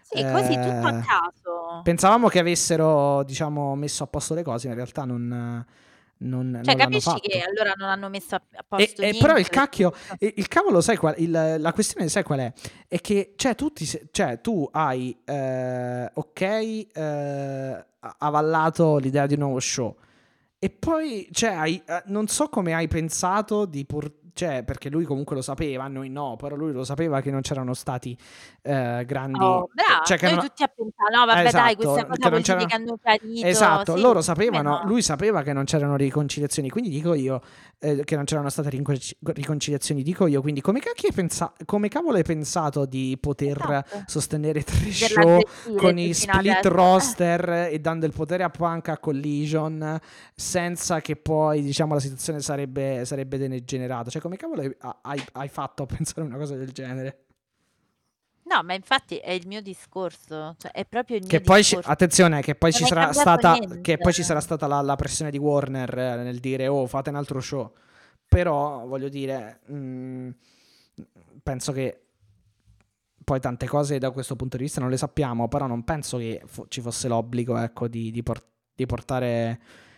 D: Sì, così tutto a
C: Eh,
D: caso.
C: pensavamo che avessero, diciamo, messo a posto le cose, in realtà non, non-
D: Cioè
C: non l'hanno
D: capisci che
C: fatto.
D: allora non hanno messo a a
C: E,
D: posto
C: e però il
D: niente perché
C: cacchio,
D: tutto
C: il, il cavolo, sai qual, il- la questione sai qual è? È che, cioè, tu, ti se- cioè, tu hai, eh, ok, eh, avallato l'idea di un nuovo show. E poi, cioè, hai- eh, non so come hai pensato di por- cioè, perché lui comunque lo sapeva, noi no, però lui lo sapeva che non c'erano stati eh, grandi,
D: Oh, bra
C: cioè che
D: noi
C: non,
D: tutti a pensa no
C: eh,
D: vabbè dai, questa
C: esatto,
D: cosa
C: che non
D: vuol dire
C: c'erano,
D: che hanno chiarito
C: esatto,
D: sì,
C: loro
D: come
C: sapevano,
D: no?
C: lui sapeva che non c'erano riconciliazioni, quindi dico io, eh, che non c'erano state rinconci- riconciliazioni, dico io, quindi come cacchio hai pensa- come cavolo hai pensato di poter
D: Esatto.
C: sostenere tre
D: Poterla
C: show
D: gestire
C: con
D: tu
C: i
D: fino
C: split
D: adesso. Eh.
C: roster e dando il potere a Punk a Collision senza che poi, diciamo, la situazione sarebbe, sarebbe degenerata? Cioè, come cavolo hai, hai- hai fatto a pensare una cosa del genere?
D: No, ma infatti è il mio discorso, cioè è proprio il
C: Che
D: mio
C: poi, ci-
D: discorso.
C: attenzione, che poi
D: Non
C: ci
D: è
C: sarà
D: cambiato
C: stata,
D: niente.
C: che poi ci sarà stata la, la pressione di Warner eh, nel dire, oh, fate un altro show. Però, voglio dire, mh, penso che poi tante cose da questo punto di vista non le sappiamo, però non penso che fo- ci fosse l'obbligo, ecco, di, di por- di portare...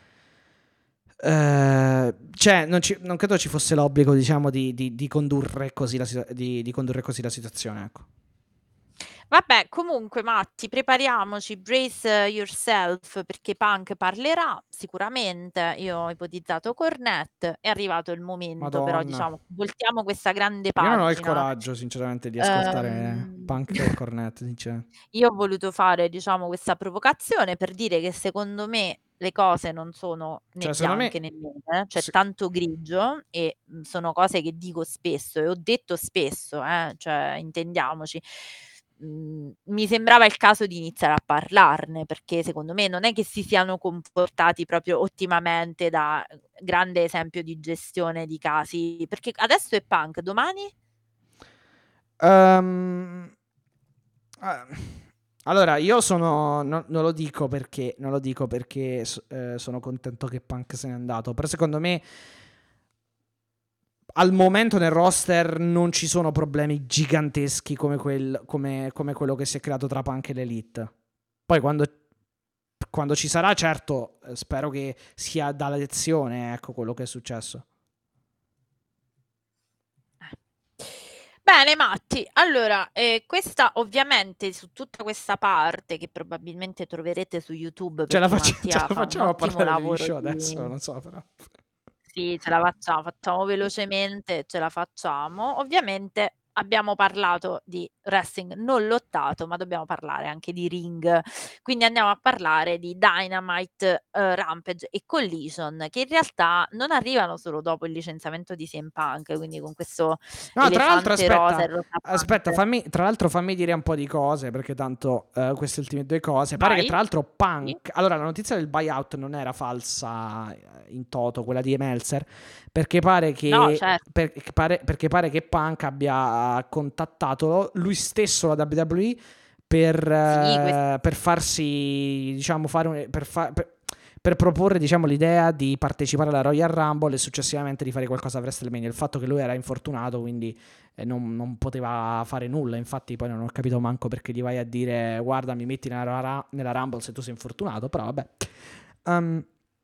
C: eh, cioè, non, ci- non credo ci fosse l'obbligo, diciamo, di, di- di condurre così la, situa- di, di condurre così la situazione, ecco.
D: Vabbè, comunque Matti, prepariamoci, brace yourself perché Punk parlerà sicuramente. Io ho ipotizzato Cornette, è arrivato il momento, però
C: Madonna.
D: diciamo, voltiamo questa grande
C: Io non ho il
D: pagina.
C: coraggio, sinceramente, di ascoltare
D: Ehm,
C: Punk e Cornette, sinceramente.
D: Io ho voluto fare, diciamo, questa provocazione per dire che secondo me le cose non sono né
C: Cioè, secondo
D: bianche
C: me...
D: né nere, c'è
C: se-
D: tanto grigio e mh, sono cose che dico spesso e ho detto spesso, eh, cioè intendiamoci. Mm, mi sembrava il caso di iniziare a parlarne perché secondo me non è che si siano comportati proprio ottimamente da eh, grande esempio di gestione di casi, perché adesso è Punk, domani?
C: Ehm, ah, allora, io sono... no- non lo dico perché... Non lo dico perché s- eh, sono contento che Punk se n'è andato. Però secondo me... Al momento nel roster non ci sono problemi giganteschi come, quel- come- come quello che si è creato tra Punk e l'Elite. Poi quando, quando ci sarà, certo, eh, spero che sia dalla lezione, ecco, quello che è successo.
D: Bene, Matti. Allora, eh, questa ovviamente su tutta questa parte che probabilmente troverete su YouTube
C: Ce la,
D: perché
C: faccia- ce
D: Mattia
C: la
D: fa un
C: facciamo a
D: ottimo
C: parlare degli
D: lavoro
C: show
D: di...
C: adesso? Non so, però.
D: Sì, ce la facciamo, facciamo velocemente, ce la facciamo. Ovviamente abbiamo parlato di wrestling non lottato, ma dobbiamo parlare anche di ring. Quindi andiamo a parlare di Dynamite, eh, Rampage e Collision, che in realtà non arrivano solo dopo il licenziamento di C M Punk, quindi con questo
C: No, tra l'altro,
D: elefante rosa
C: aspetta,
D: e
C: aspetta,
D: rosapante.
C: fammi, tra l'altro fammi dire un po' di cose, perché tanto eh, queste ultime due cose. Pare che
D: Vai.
C: tra l'altro
D: Sì.
C: Punk... Allora, la notizia del buyout non era falsa eh, in toto, quella di Meltzer, perché pare
D: No,
C: che...
D: certo.
C: per- pare- perché pare che Punk abbia contattato lui stesso la W W E per,
D: Sì, questo
C: eh, per farsi, diciamo, fare un, per, fa- per- per proporre, diciamo, l'idea di partecipare alla Royal Rumble e successivamente di fare qualcosa a WrestleMania. Il fatto che lui era infortunato, quindi eh, non, non poteva fare nulla. Infatti, poi non ho capito manco perché gli vai a dire: guarda, mi metti nella, ra- nella Rumble se tu sei infortunato. Però vabbè. Um,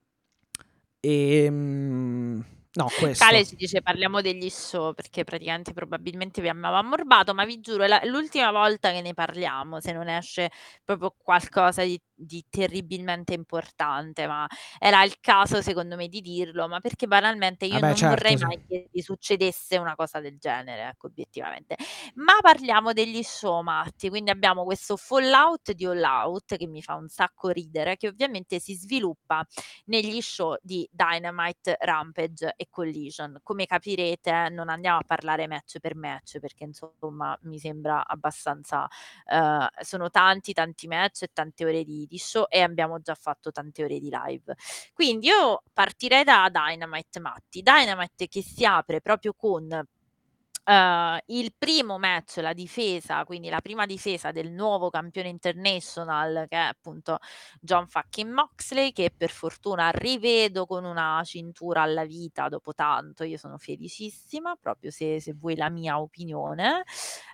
C: e no,
D: Cale
C: questo.
D: ci dice parliamo degli show perché praticamente probabilmente vi abbiamo ammorbato, ma vi giuro è la- l'ultima volta che ne parliamo, se non esce proprio qualcosa di, di terribilmente importante, ma era il caso secondo me di dirlo, ma perché banalmente io
C: Vabbè,
D: non vorrei
C: certo, sì.
D: mai che vi succedesse una cosa del genere, ecco, obiettivamente. Ma parliamo degli show, Matti, quindi abbiamo questo fallout di All Out che mi fa un sacco ridere, che ovviamente si sviluppa negli show di Dynamite, Rampage e Collision. Come capirete non andiamo a parlare match per match perché insomma mi sembra abbastanza eh, sono tanti tanti match e tante ore di, di show e abbiamo già fatto tante ore di live. Quindi io partirei da Dynamite, Matti. Dynamite che si apre proprio con Uh, il primo match, la difesa, quindi la prima difesa del nuovo campione international che è appunto John fucking Moxley, che per fortuna rivedo con una cintura alla vita dopo tanto. Io sono felicissima, proprio se, se vuoi la mia opinione.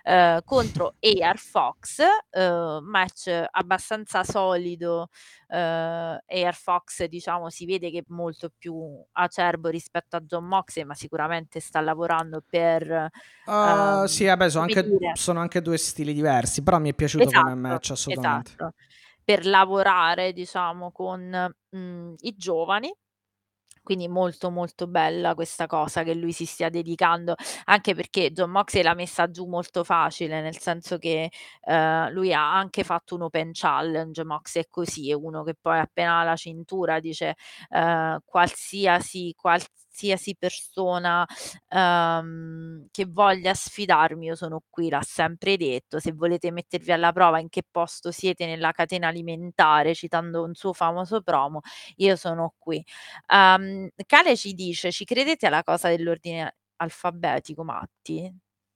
D: eh, contro A R Fox, eh, match abbastanza solido. eh, A R Fox, diciamo, si vede che è molto più acerbo rispetto a Jon Moxley, ma sicuramente sta lavorando per,
C: Uh, sì,
D: ehm,
C: vabbè, sono
D: come
C: anche,
D: dire,
C: sono anche due stili diversi, però mi è piaciuto come
D: esatto,
C: match, assolutamente.
D: esatto, per lavorare, diciamo, con mm, i giovani. Quindi molto molto bella questa cosa che lui si stia dedicando, anche perché Jon Moxley l'ha messa giù molto facile, nel senso che eh, lui ha anche fatto un open challenge. Moxley è così, è uno che poi appena ha la cintura dice eh, qualsiasi, qualsiasi persona ehm, che voglia sfidarmi, io sono qui, l'ha sempre detto. Se volete mettervi alla prova in che posto siete nella catena alimentare, citando un suo famoso promo, io sono qui. Um, Cale ci dice: ci credete alla cosa dell'ordine alfabetico, Matti?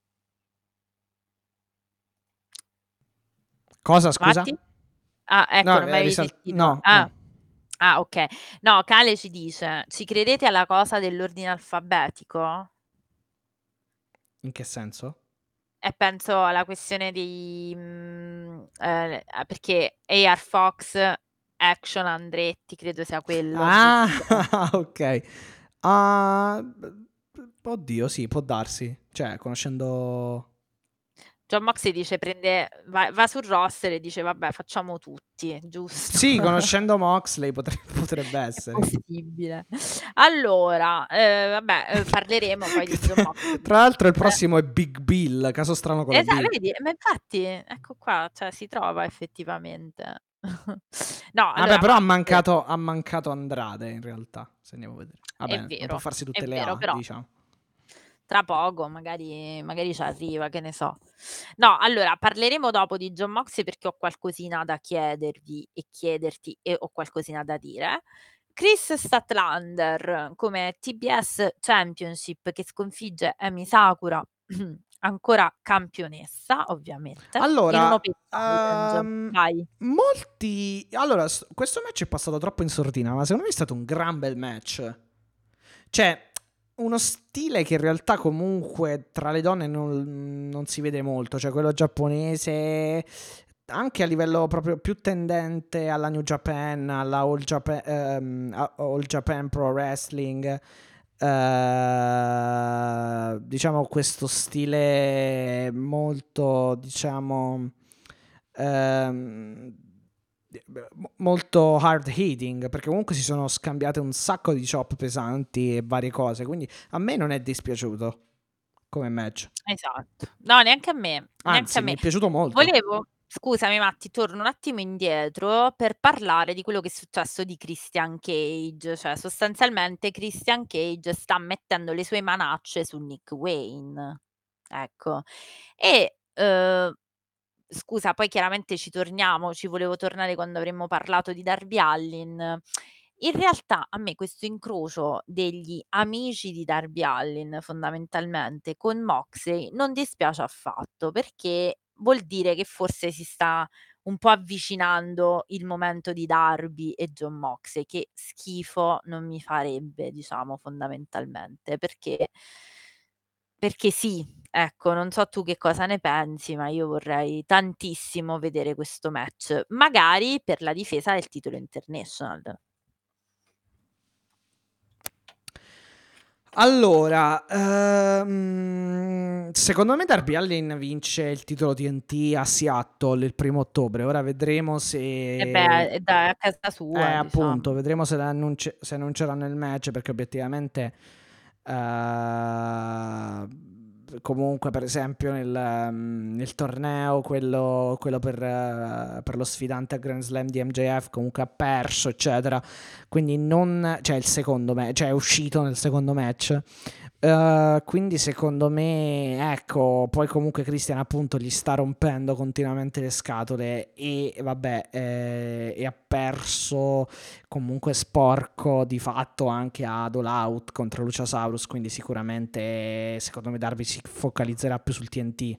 C: Cosa, scusa?
D: Matti? Ah, ecco,
C: No,
D: non mi
C: eh,
D: avevi
C: risal-
D: sentito.
C: no,
D: Ah,
C: no.
D: ah, ok. No, Cale ci dice: ci credete alla cosa dell'ordine alfabetico?
C: In che senso?
D: E penso alla questione dei... mm, eh, perché A R Fox, Action Andretti, credo sia quello,
C: Ah,
D: giusto?
C: ok. Ah, b- oddio, sì, può darsi. Cioè, conoscendo...
D: Jon Moxley dice: prende, va, va sul roster e dice: vabbè, facciamo tutti, giusto?
C: Sì, conoscendo Moxley potre- potrebbe
D: È
C: essere.
D: possibile. Allora, eh, vabbè, eh, parleremo poi di Jon Moxley.
C: Tra l'altro il
D: Eh,
C: prossimo è Big Bill, caso strano con la
D: esatto,
C: B.
D: vedi, ma infatti, ecco qua, cioè si trova effettivamente. No,
C: Vabbè,
D: allora,
C: però ha
D: Matt,
C: mancato, ha mancato Andrade in realtà, se andiamo a vedere.
D: è
C: Vabbè, non può
D: vero,
C: farsi
D: è
C: tutte le
D: vero,
C: A,
D: però
C: diciamo.
D: tra poco magari, magari ci arriva, che ne so. No, allora parleremo dopo di Jon Moxley perché ho qualcosina da chiedervi e chiederti e ho qualcosina da dire. Chris Statlander come T B S Championship che sconfigge Emi Sakura, ancora campionessa ovviamente, in un
C: Allora,
D: open challenge.
C: ehm,
D: Vai.
C: molti... Allora, s- questo match è passato troppo in sordina, ma secondo me è stato un gran bel match. Cioè, uno stile che in realtà comunque tra le donne non, non si vede molto, cioè quello giapponese, anche a livello proprio più tendente alla New Japan, alla All Japan, ehm, a- All Japan Pro Wrestling. Eh, diciamo questo stile molto, diciamo, ehm, molto hard hitting, perché comunque si sono scambiate un sacco di chop pesanti e varie cose, quindi a me non è dispiaciuto come match,
D: Esatto. No, neanche a me, neanche a
C: anzi mi
D: me.
C: è piaciuto molto.
D: Volevo scusami Matti, torno un attimo indietro per parlare di quello che è successo di Christian Cage, cioè sostanzialmente Christian Cage sta mettendo le sue manacce su Nick Wayne. Ecco. E, uhm, scusa, poi chiaramente ci torniamo, ci volevo tornare quando avremmo parlato di Darby Allin. In realtà a me questo incrocio degli amici di Darby Allin fondamentalmente con Moxley non dispiace affatto, perché vuol dire che forse si sta un po' avvicinando il momento di Darby e Jon Moxley, che schifo non mi farebbe, diciamo, fondamentalmente, perché perché sì, ecco, non so tu che cosa ne pensi, ma io vorrei tantissimo vedere questo match, magari per la difesa del titolo international.
C: Allora, ehm, secondo me Darby Allin vince il titolo T N T a Seattle il primo ottobre. Ora vedremo
D: E beh,
C: se...
D: è da a casa
C: Eh,
D: sua, diciamo.
C: appunto, vedremo se, l'annunci- se annunceranno il match, perché obiettivamente eh, comunque per esempio nel, mm, nel torneo quello, quello per, eh, per lo sfidante a Grand Slam di M J F comunque ha perso, eccetera, quindi non, cioè il secondo match, cioè è uscito nel secondo match. Uh, quindi secondo me, ecco, poi comunque Christian appunto gli sta rompendo continuamente le scatole e vabbè, eh, e ha perso comunque sporco di fatto anche ad All Out contro Luciasaurus, quindi sicuramente secondo me Darby si focalizzerà più sul T N T.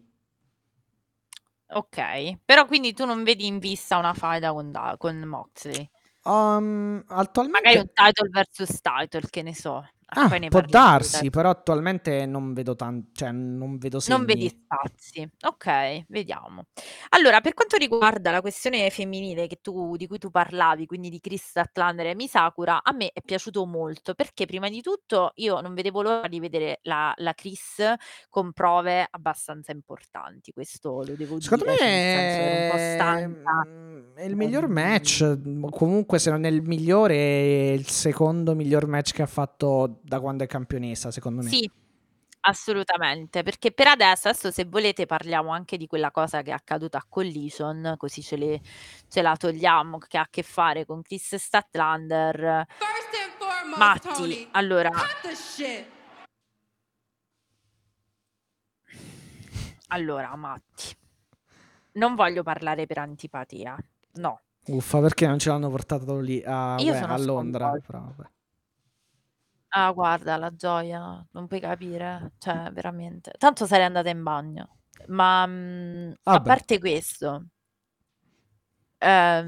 D: Okay, però quindi tu non vedi in vista una faida con Da con Moxley?
C: Um,
D: Magari un
C: attualmente
D: title versus title, che ne so,
C: Ah,
D: poi ne
C: può
D: parliamo di
C: darsi,
D: test.
C: però attualmente non vedo tan- cioè non vedo
D: Non vedi
C: segni.
D: spazi. Ok, vediamo. Allora, per quanto riguarda la questione femminile che tu, di cui tu parlavi, quindi di Chris Statlander e Misakura, a me è piaciuto molto perché prima di tutto io non vedevo l'ora di vedere la, la Chris con prove abbastanza importanti, questo lo devo
C: Secondo
D: dire,
C: me
D: cioè nel senso ero un po'
C: è,
D: stanca.
C: mm, è il miglior match,
D: ehm,
C: mm, comunque se non è il migliore, è il secondo miglior match che ha fatto da quando è campionessa, secondo me.
D: Sì, assolutamente, perché per adesso, adesso se volete parliamo anche di quella cosa che è accaduta a Collision, così ce, le- ce la togliamo, che ha a che fare con Chris Statlander.
E: First and foremost,
D: Matti,
E: Tony,
D: allora,
E: cut the shit.
D: allora, Matti, non voglio parlare per antipatia, no,
C: Uffa, perché non ce l'hanno portato lì a,
D: io
C: Uè,
D: sono
C: a Londra?
D: sconvolta.
C: Però, vabbè.
D: Ah, guarda, la gioia, non puoi capire, cioè, veramente. Tanto sarei andata in bagno, ma mm, a
C: Vabbè.
D: parte questo, ehm,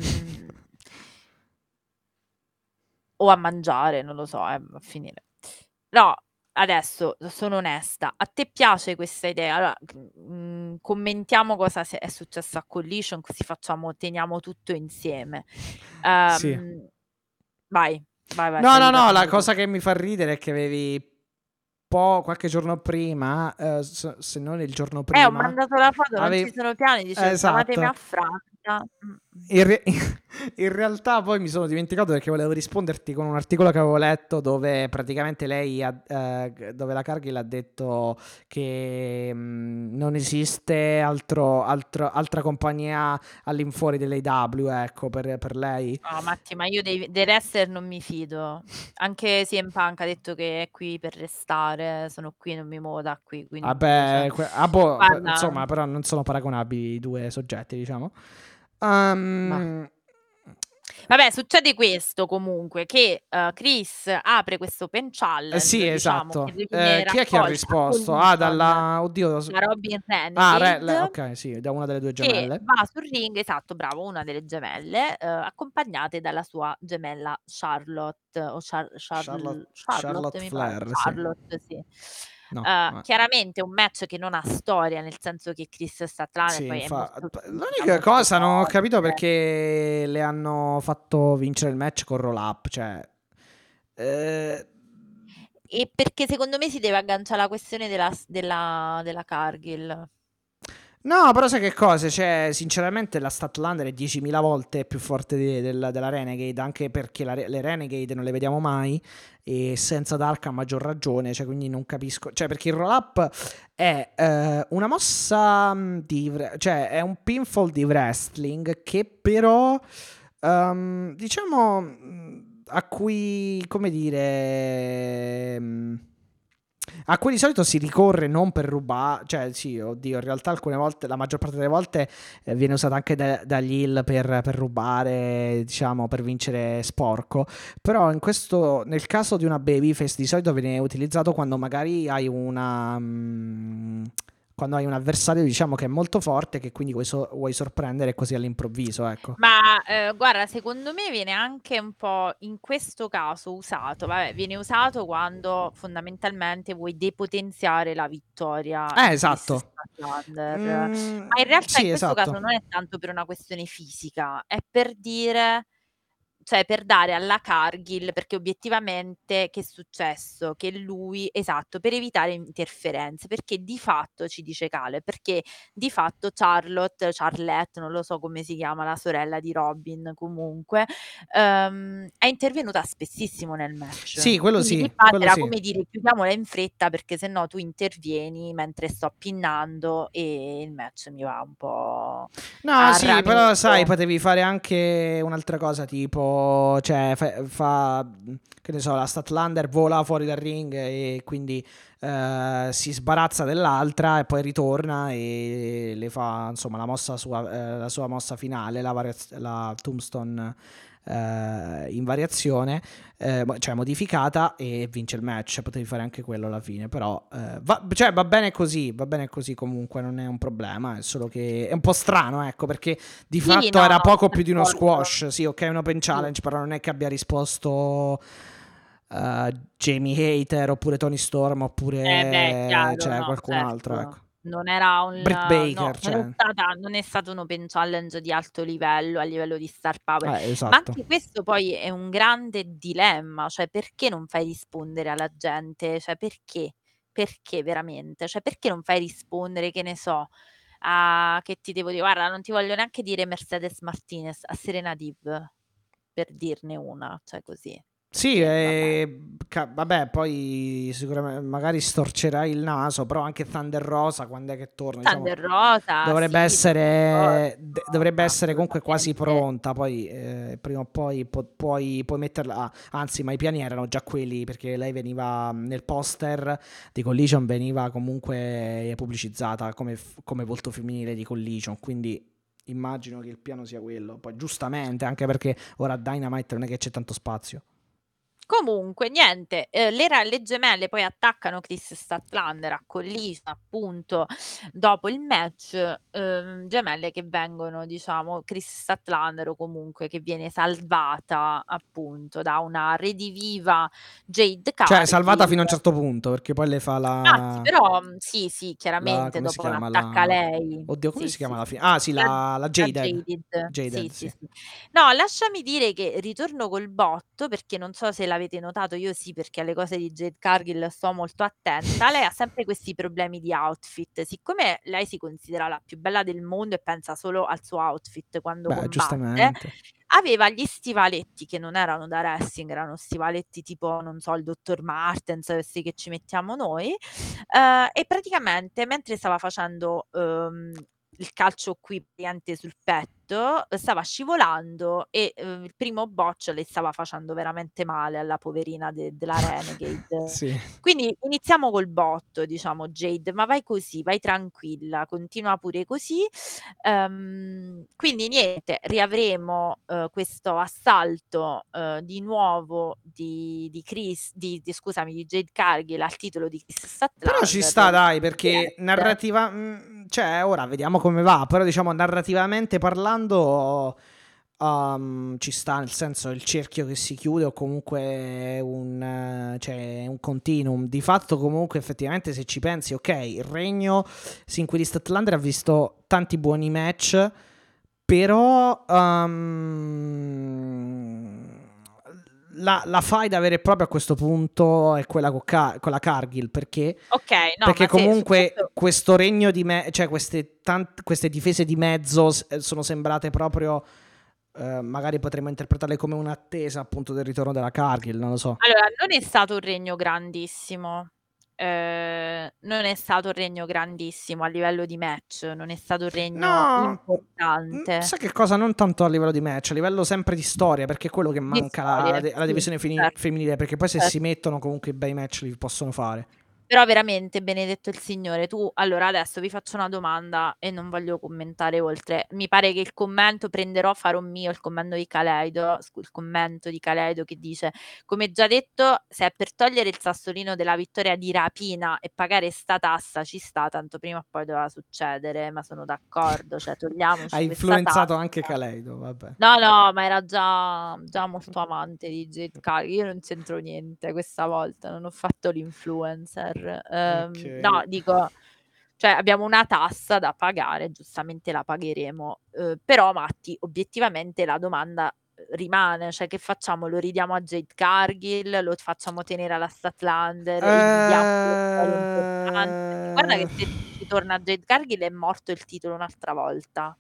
D: o a mangiare, non lo so, eh, a finire. No, adesso sono onesta, a te piace questa idea? Allora, mm, commentiamo cosa se- è successo a Collision, così facciamo, teniamo tutto insieme.
C: Sì.
D: Ehm, vai, vai, vai,
C: No,
D: stavi
C: no, no, la
D: parlando tu.
C: cosa che mi fa ridere è che avevi po' qualche giorno prima, eh, se se non il giorno
D: Eh, ho
C: prima,
D: mandato la foto, non
C: avevi...
D: ci sono piani, dice chiamatemi a
C: Esatto.
D: Francia. Mm, mm.
C: In, re- in realtà poi mi sono dimenticato perché volevo risponderti con un articolo che avevo letto dove praticamente lei, ha- eh, dove la Cargill ha detto che mh, non esiste altro, altro- altra compagnia all'infuori dell'A W, ecco, per, per lei.
D: No, Matti, ma io dei, dei wrestler non mi fido. Anche C M Punk ha detto che è qui per restare, sono qui, non mi muovo da qui, quindi cioè,
C: Vabbè, que- ah, boh, p-
D: guarda,
C: insomma, però non sono paragonabili i due soggetti, diciamo.
D: ma
C: Um,
D: vabbè, succede questo comunque, che eh, Chris apre questo open
C: eh,
D: challenge,
C: sì,
D: diciamo, che
C: esatto.
D: viene
C: Eh, chi è che ha
D: raccolta a
C: risposto? Ah,
D: Collision
C: dalla... Oddio.
D: da Robin
C: Ah, Re- le-
D: Renegade,
C: ok, sì, da una delle due
D: che
C: gemelle.
D: va sul ring, esatto, bravo, una delle gemelle, eh, accompagnate dalla sua gemella Charlotte, o Char-
C: Charlotte,
D: Charl- Charlotte,
C: Charlotte
D: mi pare,
C: Flair, sì.
D: Charlotte, sì.
C: No,
D: Eh,
C: eh,
D: chiaramente un match che non ha storia, nel senso che Chris Statlander
C: sì,
D: poi è
C: fa...
D: molto,
C: L'unica
D: molto
C: cosa non ho capito
D: forte.
C: perché le hanno fatto vincere il match con roll up, cioè... eh,
D: E perché secondo me si deve agganciare alla questione della, della, della Cargill.
C: No, però sai che cosa? Cioè, sinceramente la Statlander è diecimila volte più forte di- del- della Renegade, anche perché la re- le Renegade non le vediamo mai, e senza Dark a maggior ragione, cioè, quindi non capisco. Cioè, perché il roll-up è eh, una mossa mh, di... wre- cioè, è un pinfall di wrestling che però, ehm, diciamo, mh, a cui, come dire... mh, a cui di solito si ricorre non per rubare, cioè sì, oddio, in realtà alcune volte, la maggior parte delle volte eh, viene usata anche da- dagli heel per, per rubare, diciamo, per vincere sporco, però in questo, nel caso di una babyface di solito viene utilizzato quando magari hai una... mm, quando hai un avversario, diciamo, che è molto forte, che quindi vuoi, so- vuoi sorprendere così all'improvviso, ecco.
D: Ma eh, guarda, secondo me viene anche un po' in questo caso usato, vabbè, viene usato quando fondamentalmente vuoi depotenziare la vittoria
C: Eh,
D: di Chris
C: esatto.
D: Statlander.
C: Mm,
D: Ma in realtà in
C: sì,
D: questo caso
C: esatto.
D: non è tanto per una questione fisica, è per dire, cioè per dare alla Cargill, perché obiettivamente che è successo? Che lui, esatto, per evitare interferenze, perché di fatto, ci dice Cale, perché di fatto Charlotte, Charlotte, non lo so come si chiama, la sorella di Robin comunque, ehm, è intervenuta spessissimo nel match.
C: Sì, quello
D: Quindi di
C: sì,
D: fatto
C: quello
D: era
C: sì.
D: come dire chiudiamola in fretta perché se no tu intervieni mentre sto pinnando e il match mi va un po'
C: No,
D: a
C: sì, però sai,
D: rametto.
C: potevi fare anche un'altra cosa, tipo, cioè, fa, fa- che ne so, la Statlander vola fuori dal ring e quindi eh, si sbarazza dell'altra e poi ritorna e le fa, insomma, la mossa sua, eh, la sua mossa finale, la, variaz- la Tombstone eh, in variazione, eh, mo- cioè modificata, e vince il match. Potevi fare anche quello alla fine, però eh, va, cioè, va bene così, va bene così comunque, non è un problema, è solo che è un po' strano, ecco, perché di
D: Sì,
C: fatto
D: no,
C: era
D: no,
C: poco
D: sono
C: più di uno
D: d'accordo.
C: squash, sì, ok, un open
D: Sì.
C: challenge, però non è che abbia risposto uh, Jamie Hater oppure Tony Storm oppure
D: Eh beh, chiaro,
C: cioè,
D: no,
C: qualcun altro,
D: certo.
C: ecco.
D: Non era un
C: Britt
D: no,
C: Baker,
D: non è
C: cioè.
D: stata non è stato un open challenge di alto livello, a livello di star power.
C: Eh,
D: Ma
C: esatto.
D: anche questo poi è un grande dilemma, cioè perché non fai rispondere alla gente? Cioè perché? Perché veramente? Cioè perché non fai rispondere, che ne so, a che ti devo dire, guarda, non ti voglio neanche dire Mercedes Martinez, a Serena Deeb, per dirne una, cioè così.
C: Sì,
D: Perché vabbè.
C: eh, ca- vabbè, poi sicuramente magari storcerai il naso, però anche Thunder Rosa quando è che torna, diciamo,
D: Thunder Rosa,
C: dovrebbe
D: sì, sono
C: essere,
D: d'accordo,
C: de- dovrebbe essere comunque quasi
D: assolutamente.
C: pronta, poi eh, prima o poi pu- puoi, puoi metterla, anzi, ma i piani erano già quelli perché lei veniva nel poster di Collision, veniva comunque pubblicizzata come, f- come volto femminile di Collision, quindi immagino che il piano sia quello, poi giustamente, anche perché ora a Dynamite non è che c'è tanto spazio.
D: Comunque niente, ehm, le ra le gemelle poi attaccano Chris Statlander a Collision, appunto, dopo il match, uhm, gemelle che vengono, diciamo, Chris Statlander o comunque che viene salvata appunto da una rediviva Jade
C: Cioè, salvata
D: Cargill.
C: fino a un certo punto, perché poi le fa
D: Ah sì,
C: la...
D: però, mhmm, sì, sì,
C: la
D: chiaramente
C: come si
D: dopo
C: chiama?
D: l'attacca
C: La...
D: lei.
C: Oddio, come
D: Sì,
C: si
D: sì,
C: chiama alla
D: sì.
C: fine? Ah, sì,
D: La
C: la, la
D: la
C: Jaded.
D: Jaded. Sì,
C: Jaded,
D: sì,
C: sì.
D: sì. No, lasciami dire che ritorno col botto, perché non so se l'avete notato, io sì, perché alle cose di Jade Cargill sto molto attenta. Lei ha sempre questi problemi di outfit. Siccome lei si considera la più bella del mondo e pensa solo al suo outfit quando
C: Beh,
D: combatte,
C: giustamente.
D: aveva gli stivaletti che non erano da wrestling, erano stivaletti tipo, non so, il dottor Martens, questi che ci mettiamo noi, ehm, e praticamente mentre stava facendo, uhm, il calcio qui praticamente sul petto, stava scivolando e, uhm, il primo botch le stava facendo veramente male alla poverina de della Renegade.
C: Sì.
D: Quindi iniziamo col botto, diciamo: "Jade, ma vai così, vai tranquilla, continua pure così". Ehm, quindi niente, riavremo, uhm, questo assalto, uhm, di nuovo di di Chris di di scusami, di Jade Cargill al titolo di Chris
C: Però ci
D: Statlander.
C: sta, dai, perché
D: Yes.
C: narrativa... mm, cioè, ora vediamo come va, però diciamo narrativamente parlando um, ci sta, nel senso il cerchio che si chiude o comunque è un, eh, cioè, è un continuum. Di fatto comunque effettivamente se ci pensi, ok, il regno sin qui di Statlander ha visto tanti buoni match, però um, la, la faida vera e propria a questo punto è quella con, Ca- con la Cargill, perché
D: Okay, no,
C: perché
D: ma se su
C: comunque
D: questo
C: questo regno di me, cioè queste, tant- queste difese di mezzo s- eh, sono sembrate proprio, eh, magari potremmo interpretarle come un'attesa appunto del ritorno della Cargill, non lo so.
D: allora, non è stato un regno grandissimo. Ehm, non è stato un regno grandissimo a livello di match, non è stato un regno
C: No, mm,
D: importante.
C: sai che cosa? Non tanto a livello di match, a livello sempre di storia, perché è quello che
D: Di
C: manca alla,
D: storie,
C: alla
D: sì,
C: divisione fini-
D: certo,
C: femminile, perché poi se
D: cer
C: si mettono comunque i bei match li possono fare.
D: Però veramente, benedetto il Signore, tu allora adesso vi faccio una domanda e non voglio commentare oltre. Mi pare che il commento prenderò, farò mio il commento di Kaleido, scu il commento di Kaleido che dice: "Come già detto, se è per togliere il sassolino della vittoria di rapina e pagare 'sta tassa ci sta, tanto prima o poi doveva succedere". Ma sono d'accordo, cioè
C: Ha
D: togliamoci questa
C: influenzato
D: tassa.
C: anche Kaleido, vabbè.
D: No, no, ma era già già molto amante di Jade Cargill. Io non c'entro niente questa volta, non ho fatto l'influencer.
C: Ok.
D: Ehm, no, dico, cioè abbiamo una tassa da pagare, giustamente la pagheremo. Uhm, però Matti, obiettivamente la domanda, uhm, rimane, cioè che facciamo? Lo ridiamo a Jade Cargill? Lo facciamo tenere alla Statlander e gli diamo le vittorie importanti? Perché guarda che
C: Eh...
D: se ci torna Jade Cargill è morto il titolo un'altra volta.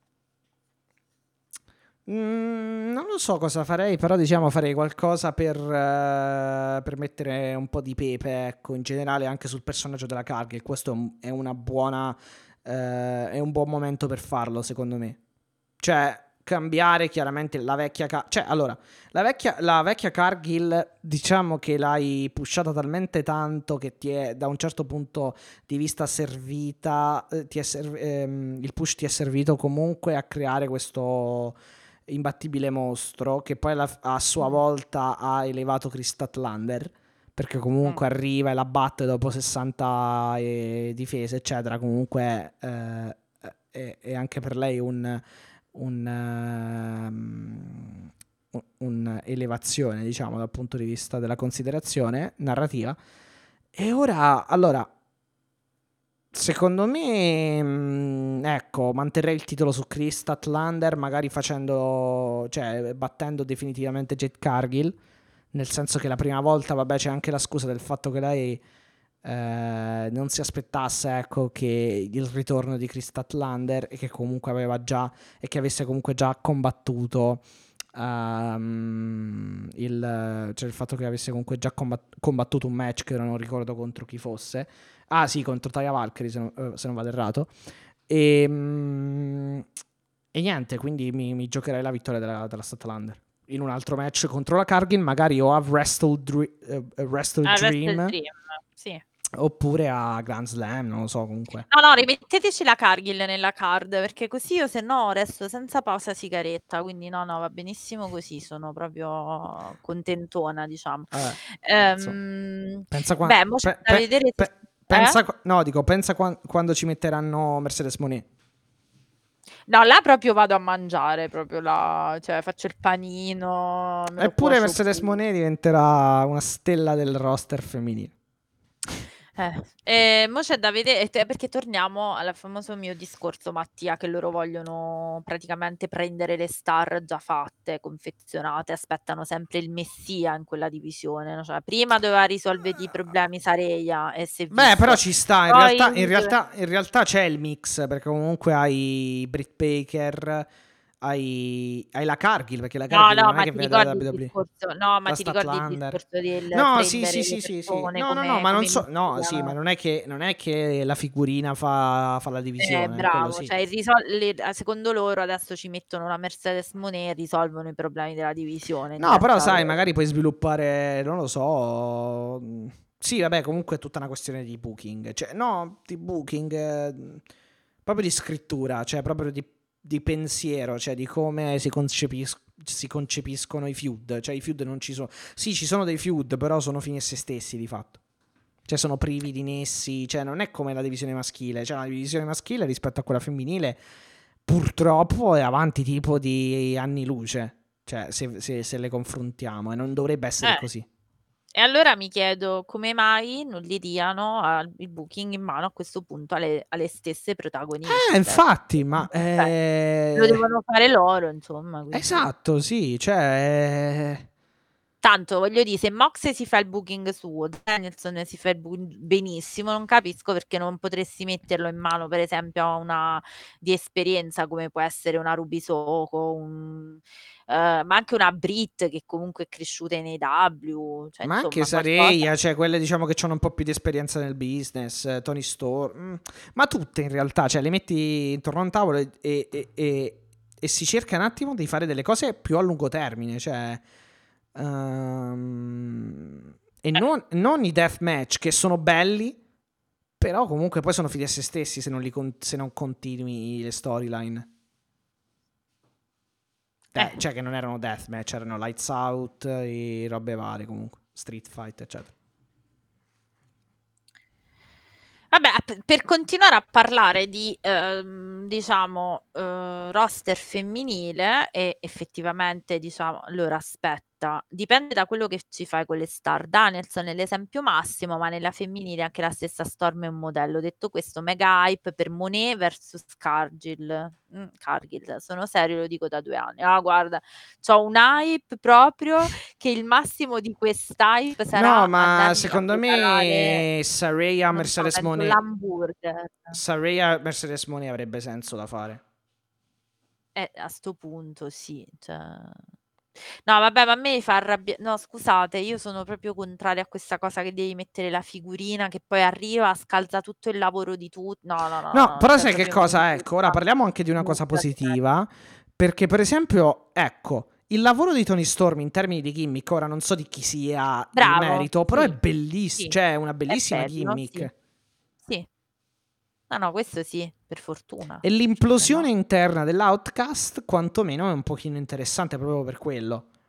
C: Mm, non lo so cosa farei, però diciamo farei qualcosa per, eh, per mettere un po' di pepe, ecco, in generale anche sul personaggio della Cargill. Questo è un- è una buona, eh, è un buon momento per farlo, secondo me. Cioè, cambiare chiaramente la vecchia... Ca- cioè, allora, la vecchia, la vecchia Cargill, diciamo che l'hai pushata talmente tanto che ti è, da un certo punto di vista servita, eh, ti è serv- ehm, il push ti è servito comunque a creare questo imbattibile mostro che poi alla- a sua
D: Mh,
C: volta ha elevato Chris Statlander perché
D: mh.
C: comunque arriva e la batte dopo sessanta eh, difese eccetera, comunque eh, è, è anche per lei un, un, ehm, un'elevazione, diciamo, dal punto di vista della considerazione narrativa. E ora, allora, secondo me, mh, ecco, manterrei il titolo su Chris Statlander, magari facendo, cioè, battendo definitivamente Jade Cargill, nel senso che la prima volta, vabbè, c'è anche la scusa del fatto che lei eh, non si aspettasse, ecco, che il ritorno di Chris Statlander e che comunque aveva già, e che avesse comunque già combattuto um, il, cioè il fatto che avesse comunque già combat- combattuto un match che ora non ricordo contro chi fosse. Ah sì, contro Taya Valkyrie, se non, eh, se non vado errato. E, mm, e niente, quindi mi, mi giocherei la vittoria della, della Statlander in un altro match contro la Cargill, magari o a Wrestle, Dre- uh, Wrestle
D: Ah, Wrestle
C: Dream,
D: Dream, sì.
C: oppure a Grand Slam, non lo so, comunque.
D: No, no, rimetteteci la Cargill nella card, perché così io se no resto senza pausa sigaretta, quindi no, no, va benissimo così, sono proprio contentona, diciamo.
C: Vabbè, insomma,
D: Ehm,
C: pensa qua-
D: beh, mo c'è
C: pe-
D: da
C: pe-
D: vedere se-
C: pe-
D: eh?
C: pensa qua- no, dico, pensa qua- quando ci metteranno Mercedes Moné.
D: No, là proprio vado a mangiare, proprio là, cioè faccio il panino, me lo
C: Eppure
D: cuocio
C: Mercedes
D: pure.
C: Moné diventerà una stella del roster femminile.
D: Eh, e mo c'è da vedere, te- perché torniamo al famoso mio discorso, Mattia, che loro vogliono praticamente prendere le star già fatte, confezionate, aspettano sempre il messia in quella divisione, no? Cioè, prima doveva risolvere i problemi Sareia e si è
C: Beh,
D: visto.
C: però ci sta, in
D: Poi
C: realtà, in
D: dove-
C: realtà, in realtà c'è il mix, perché comunque hai Britt Baker, hai, hai la Cargill, perché la
D: No,
C: Cargill
D: no,
C: non è
D: ma
C: che
D: ti
C: viene dalla
D: ricordi il
C: W W E.
D: discorso? No, ma
C: La
D: ti ricordi il
C: Statlander.
D: discorso del
C: No, sì,
D: prendere
C: sì,
D: le
C: sì, sì, sì.
D: persone
C: No, no,
D: come,
C: no, ma non
D: come
C: so, no,
D: messia,
C: sì, ma
D: no?
C: non è che, non è che la figurina fa, fa la
D: Eh,
C: divisione, quello
D: bravo,
C: sì.
D: cioè il risol- le- eh, secondo loro adesso ci mettono la Mercedes Moné e risolvono i problemi della divisione.
C: No, però
D: diretta
C: sai,
D: loro.
C: magari puoi sviluppare, non lo so. mh, Sì, vabbè, comunque è tutta una questione di booking. Cioè, no, di booking, eh, proprio di scrittura, cioè proprio di, di pensiero, cioè di come si, concepis- si concepiscono i feud. Cioè, i feud non ci sono. Sì, ci sono dei feud, però sono fini a se stessi, di fatto. Cioè, sono privi di nessi. Cioè, non è come la divisione maschile. Cioè, la divisione maschile rispetto a quella femminile, purtroppo, è avanti tipo di anni luce. Cioè, se, se- se le confrontiamo, e non dovrebbe essere
D: Eh,
C: così.
D: E allora mi chiedo come mai non gli diano al- il booking in mano a questo punto alle, alle stesse protagoniste.
C: Eh, infatti, ma...
D: Cioè, lo
C: eh,
D: devono fare loro, insomma. Quindi.
C: Esatto, sì, cioè... eh,
D: Tanto voglio dire, se Mox si fa il booking suo, Danielson si fa il booking benissimo, non capisco perché non potresti metterlo in mano, per esempio, a una di esperienza come può essere una Ruby Soho, un, eh, ma anche una Brit che comunque è cresciuta in A E W, cioè
C: Ma anche
D: insomma qualcosa.
C: Sareia, cioè quelle diciamo che hanno un po' più di esperienza nel business, eh, Tony Storm, mm, ma tutte in realtà, cioè le metti intorno a un tavolo e, e- e- e- e si cerca un attimo di fare delle cose più a lungo termine, cioè... ehm, e
D: Eh.
C: non, non i deathmatch che sono belli, però comunque poi sono fidi a se stessi se non, li con- se non continui le storyline. De-
D: Eh.
C: Cioè che non erano deathmatch, erano lights out e robe varie comunque, street fight eccetera.
D: Vabbè, p- per continuare a parlare di, ehm, diciamo, eh, roster femminile e effettivamente, diciamo, allora aspetta, dipende da quello che ci fai con le star. Danielson è l'esempio massimo, ma nella femminile anche la stessa Storm è un modello. Detto questo, mega hype per Monet versus Cargill. Mm, Cargill, sono serio, lo dico da due anni. Ah, guarda, c'ho un hype proprio che il massimo di quest'hype sarà
C: No, ma
D: andarmi a
C: secondo
D: preparare,
C: me Saraya
D: non so,
C: Mercedes
D: penso
C: Moné
D: l'hamburger.
C: Saraya Mercedes Moné avrebbe senso da fare.
D: Eh, a sto punto sì, cioè. No, vabbè, ma a me fa arrabbiare. No, scusate, io sono proprio contraria a questa cosa che devi mettere la figurina che poi arriva, scalza tutto il lavoro di tutti. No, no, no,
C: No,
D: no,
C: però
D: cioè
C: sai che
D: proprio mi
C: cosa? Ecco, ora
D: brutta,
C: parliamo anche di una
D: mi
C: cosa
D: brutta gente.
C: positiva, perché per esempio, ecco, il lavoro di Tony Storm in termini di gimmick, ora non so di chi sia il
D: Bravo,
C: merito, però è
D: sì,
C: bellissimo,
D: sì,
C: cioè è una
D: è
C: bellissima
D: bello, sì,
C: gimmick.
D: sì. No, no, questo sì, per fortuna.
C: E
D: Cioè,
C: l'implosione
D: no.
C: interna dell'Outcast, quantomeno, è un pochino interessante proprio per quello.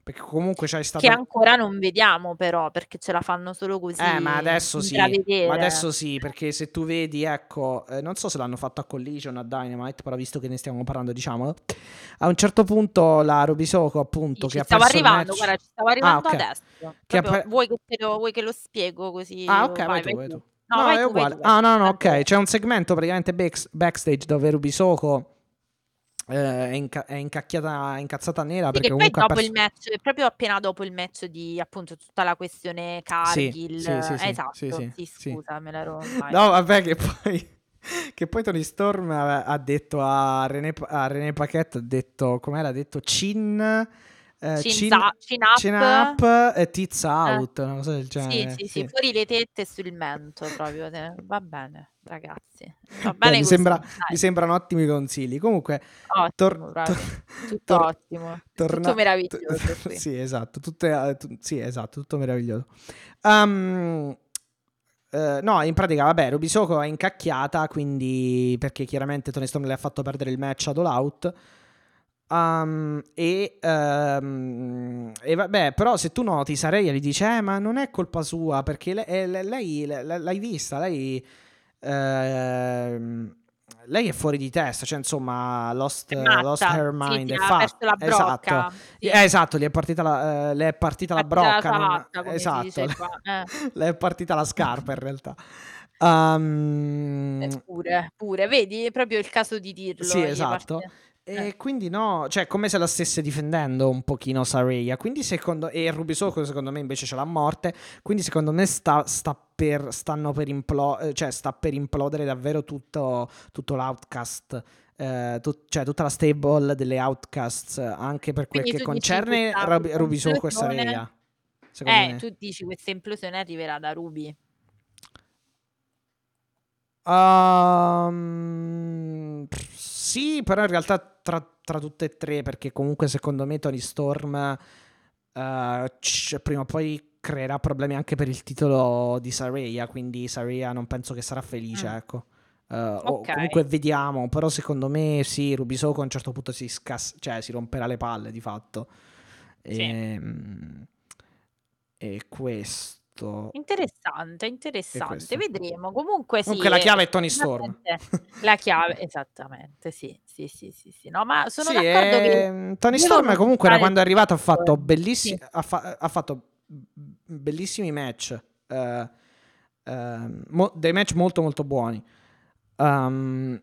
C: perché comunque c'è
D: Che
C: stato...
D: ancora non vediamo però, perché ce la fanno solo così
C: Eh, ma adesso sì, ma
D: intravedere.
C: adesso sì, perché se tu vedi, ecco, eh, non so se l'hanno fatto a Collision, a Dynamite, però visto che ne stiamo parlando, diciamolo, a un certo punto la Rubisoko, appunto,
D: Sì,
C: che
D: ci
C: ha
D: stavo
C: perso il
D: arrivando,
C: match...
D: guarda, ci stavo
C: Ah,
D: arrivando
C: ok.
D: adesso.
C: Che ha
D: Proprio,
C: per-
D: vuoi che te lo, vuoi che lo spiego così?
C: Ah, ok, vai
D: Vai,
C: tu,
D: vai
C: vai
D: tu.
C: tu.
D: No,
C: No,
D: vai
C: è
D: tu, vai
C: uguale.
D: tu. vai
C: Ah,
D: tu.
C: no, no,
D: Tanto-
C: ok, c'è un segmento praticamente back- backstage dove Rubisoko eh, è, inca- è incacchiata, incazzata nera
D: Sì,
C: perché
D: che poi
C: comunque ha
D: dopo il
C: perso...
D: match, proprio appena dopo il match di appunto tutta la questione
C: Sì,
D: Cargill,
C: sì, sì,
D: eh,
C: sì,
D: esatto,
C: sì, sì,
D: sì,
C: sì.
D: scusa, me l'ero... vai.
C: No, vabbè, che poi, che poi Tony Storm ha, ha detto a René, a René Paquette, ha detto, com'era? Ha detto chin, eh,
D: Chin,
C: chin,
D: za- chin up,
C: chin up e tits
D: eh,
C: out, una cosa del
D: sì,
C: genere.
D: sì, sì,
C: Sì.
D: fuori le tette e sul mento proprio. te- Va bene, ragazzi, va
C: Beh,
D: bene
C: mi,
D: così,
C: sembra, mi
D: dai.
C: sembrano ottimi consigli. Comunque,
D: Ottimo,
C: tor-
D: proprio.
C: tor-
D: Tutto
C: tor-
D: ottimo, tutto
C: torna-
D: meraviglioso qui.
C: sì, esatto, tutte, eh, tu- sì, esatto, tutto meraviglioso. Um, eh, no, in pratica, vabbè, Rubisoko è incacchiata, quindi perché chiaramente Tony Storm le ha fatto perdere il match ad All Out. Um, e, um, e vabbè, però se tu noti, Saraya gli dice: Eh, ma non è colpa sua, perché le- eh, le- lei, le- le- l'hai vista, lei, ehm, lei è fuori di testa, cioè insomma, lost,
D: È
C: lost
D: matta,
C: her
D: sì,
C: mind.
D: ti
C: È
D: ha perso
C: fatta,
D: la
C: esatto.
D: brocca, sì.
C: Eh, esatto, gli è partita la, eh, le è partita la
D: Ha tirato
C: brocca,
D: la
C: non,
D: latta, come si
C: esatto,
D: dice
C: le,
D: qua. Eh.
C: le è partita la scarpa in realtà. Um,
D: Eh, pure, pure, vedi, è proprio il caso di
C: sì,
D: dirlo. Gli
C: esatto.
D: parte...
C: E
D: eh.
C: quindi no, cioè come se la stesse difendendo un pochino Saraya. Quindi secondo e Rubisoko secondo me invece ce l'ha a morte. Quindi secondo me sta, sta per stanno per implo- eh, cioè sta per implodere davvero tutto, tutto l'outcast. Eh, tut- cioè tutta la stable delle outcasts, anche per quel
D: Quindi
C: che
D: tu dici
C: concerne
D: questa,
C: Rub-
D: questa
C: Rubisoko e
D: implosione,
C: Saraya. Secondo
D: eh,
C: me.
D: tu dici questa implosione arriverà da Ruby.
C: Um, sì, però in realtà tra, tra tutte e tre, perché comunque secondo me Tony Storm uh, c- prima o poi creerà problemi anche per il titolo di Saraya, quindi Saraya non penso che sarà felice,
D: Mm.
C: ecco. Uh, o
D: Ok.
C: comunque vediamo, però secondo me sì, Rubisoko a un certo punto si, scas- cioè, si romperà le palle di fatto.
D: Sì.
C: E, e questo...
D: Interessante,
C: E
D: interessante.
C: questo.
D: Vedremo. Comunque sì,
C: Comunque la
D: eh,
C: chiave è Tony Storm.
D: effettivamente la chiave, esattamente, sì, sì, sì, sì, sì. No, ma sono
C: Sì,
D: d'accordo che
C: ehm, Tony
D: devono
C: Storm comunque da
D: puntare
C: quando è
D: su
C: arrivato ha fatto,
D: Storm.
C: bellissi-
D: Sì.
C: ha, fa- ha fatto bellissimi match, eh, ehm, mo- dei match molto molto buoni. Um,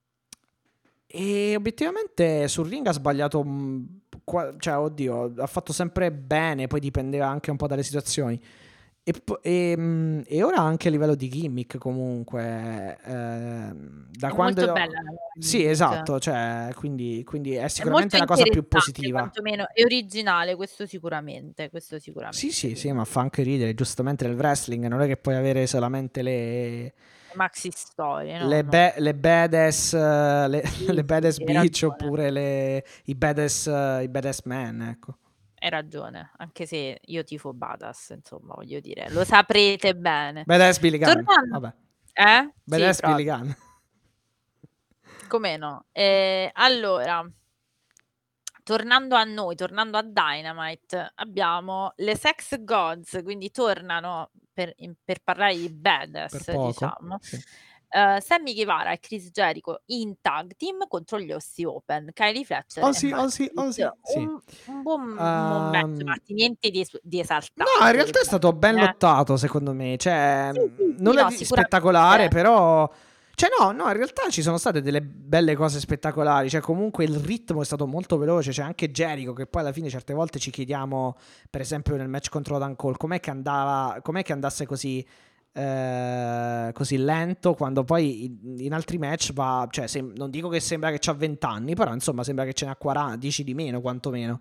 C: e obiettivamente sul ring ha sbagliato, mh, qua- cioè oddio, ha fatto sempre bene, poi dipendeva anche un po' dalle situazioni. E, po- e, mh, e ora anche a livello di gimmick comunque, ehm, da
D: È
C: quando...
D: molto bella la nuova
C: Sì,
D: gimmick.
C: esatto, cioè, quindi, quindi è
D: È
C: sicuramente
D: molto
C: la cosa più
D: interessante,
C: positiva.
D: quantomeno è originale, questo sicuramente, questo
C: Sì,
D: sicuramente.
C: sì, sì,
D: quindi.
C: ma fa anche ridere, giustamente nel wrestling non è che puoi avere solamente le,
D: Maxi storie, no,
C: le,
D: no.
C: ba- le badass, eh, le,
D: Sì,
C: le
D: sì,
C: badass
D: sì, hai
C: bitch
D: ragione.
C: oppure le, i badass, eh, i badass man, ecco.
D: Hai ragione, anche se io tifo Badass, insomma, voglio dire, lo saprete bene.
C: Badass Billy Gunn,
D: Tornando,
C: vabbè.
D: eh? Sì,
C: Badass Billy
D: proprio,
C: Gunn.
D: come no. Eh, allora, tornando a noi, tornando a Dynamite, abbiamo le Sex Gods, quindi tornano per, in- per parlare di
C: Per
D: Badass,
C: poco,
D: diciamo.
C: sì.
D: Eh, Sammy Guevara e Chris Jericho in tag team contro gli Aussie Open, Kylie Fletcher
C: Oh
D: e
C: sì,
D: Mark
C: oh sì, oh sì,
D: Smith.
C: sì.
D: Un, un buon
C: Um,
D: momento, Marti, niente di, es- di
C: No,
D: esaltante.
C: in realtà è stato ben
D: eh.
C: lottato, secondo me. Cioè,
D: Sì, sì, sì,
C: nulla
D: no,
C: di spettacolare,
D: sicuramente.
C: però... Cioè, no, no, in realtà ci sono state delle belle cose spettacolari. Cioè, comunque il ritmo è stato molto veloce. C'è anche Jericho, che poi alla fine certe volte ci chiediamo, per esempio nel match contro Adam Cole, com'è che andava, com'è che andasse così... eh, così lento quando poi in, in altri match va, cioè sem- non dico che sembra che c'ha venti anni, però insomma sembra che ce n'ha quaranta, dieci di meno quantomeno.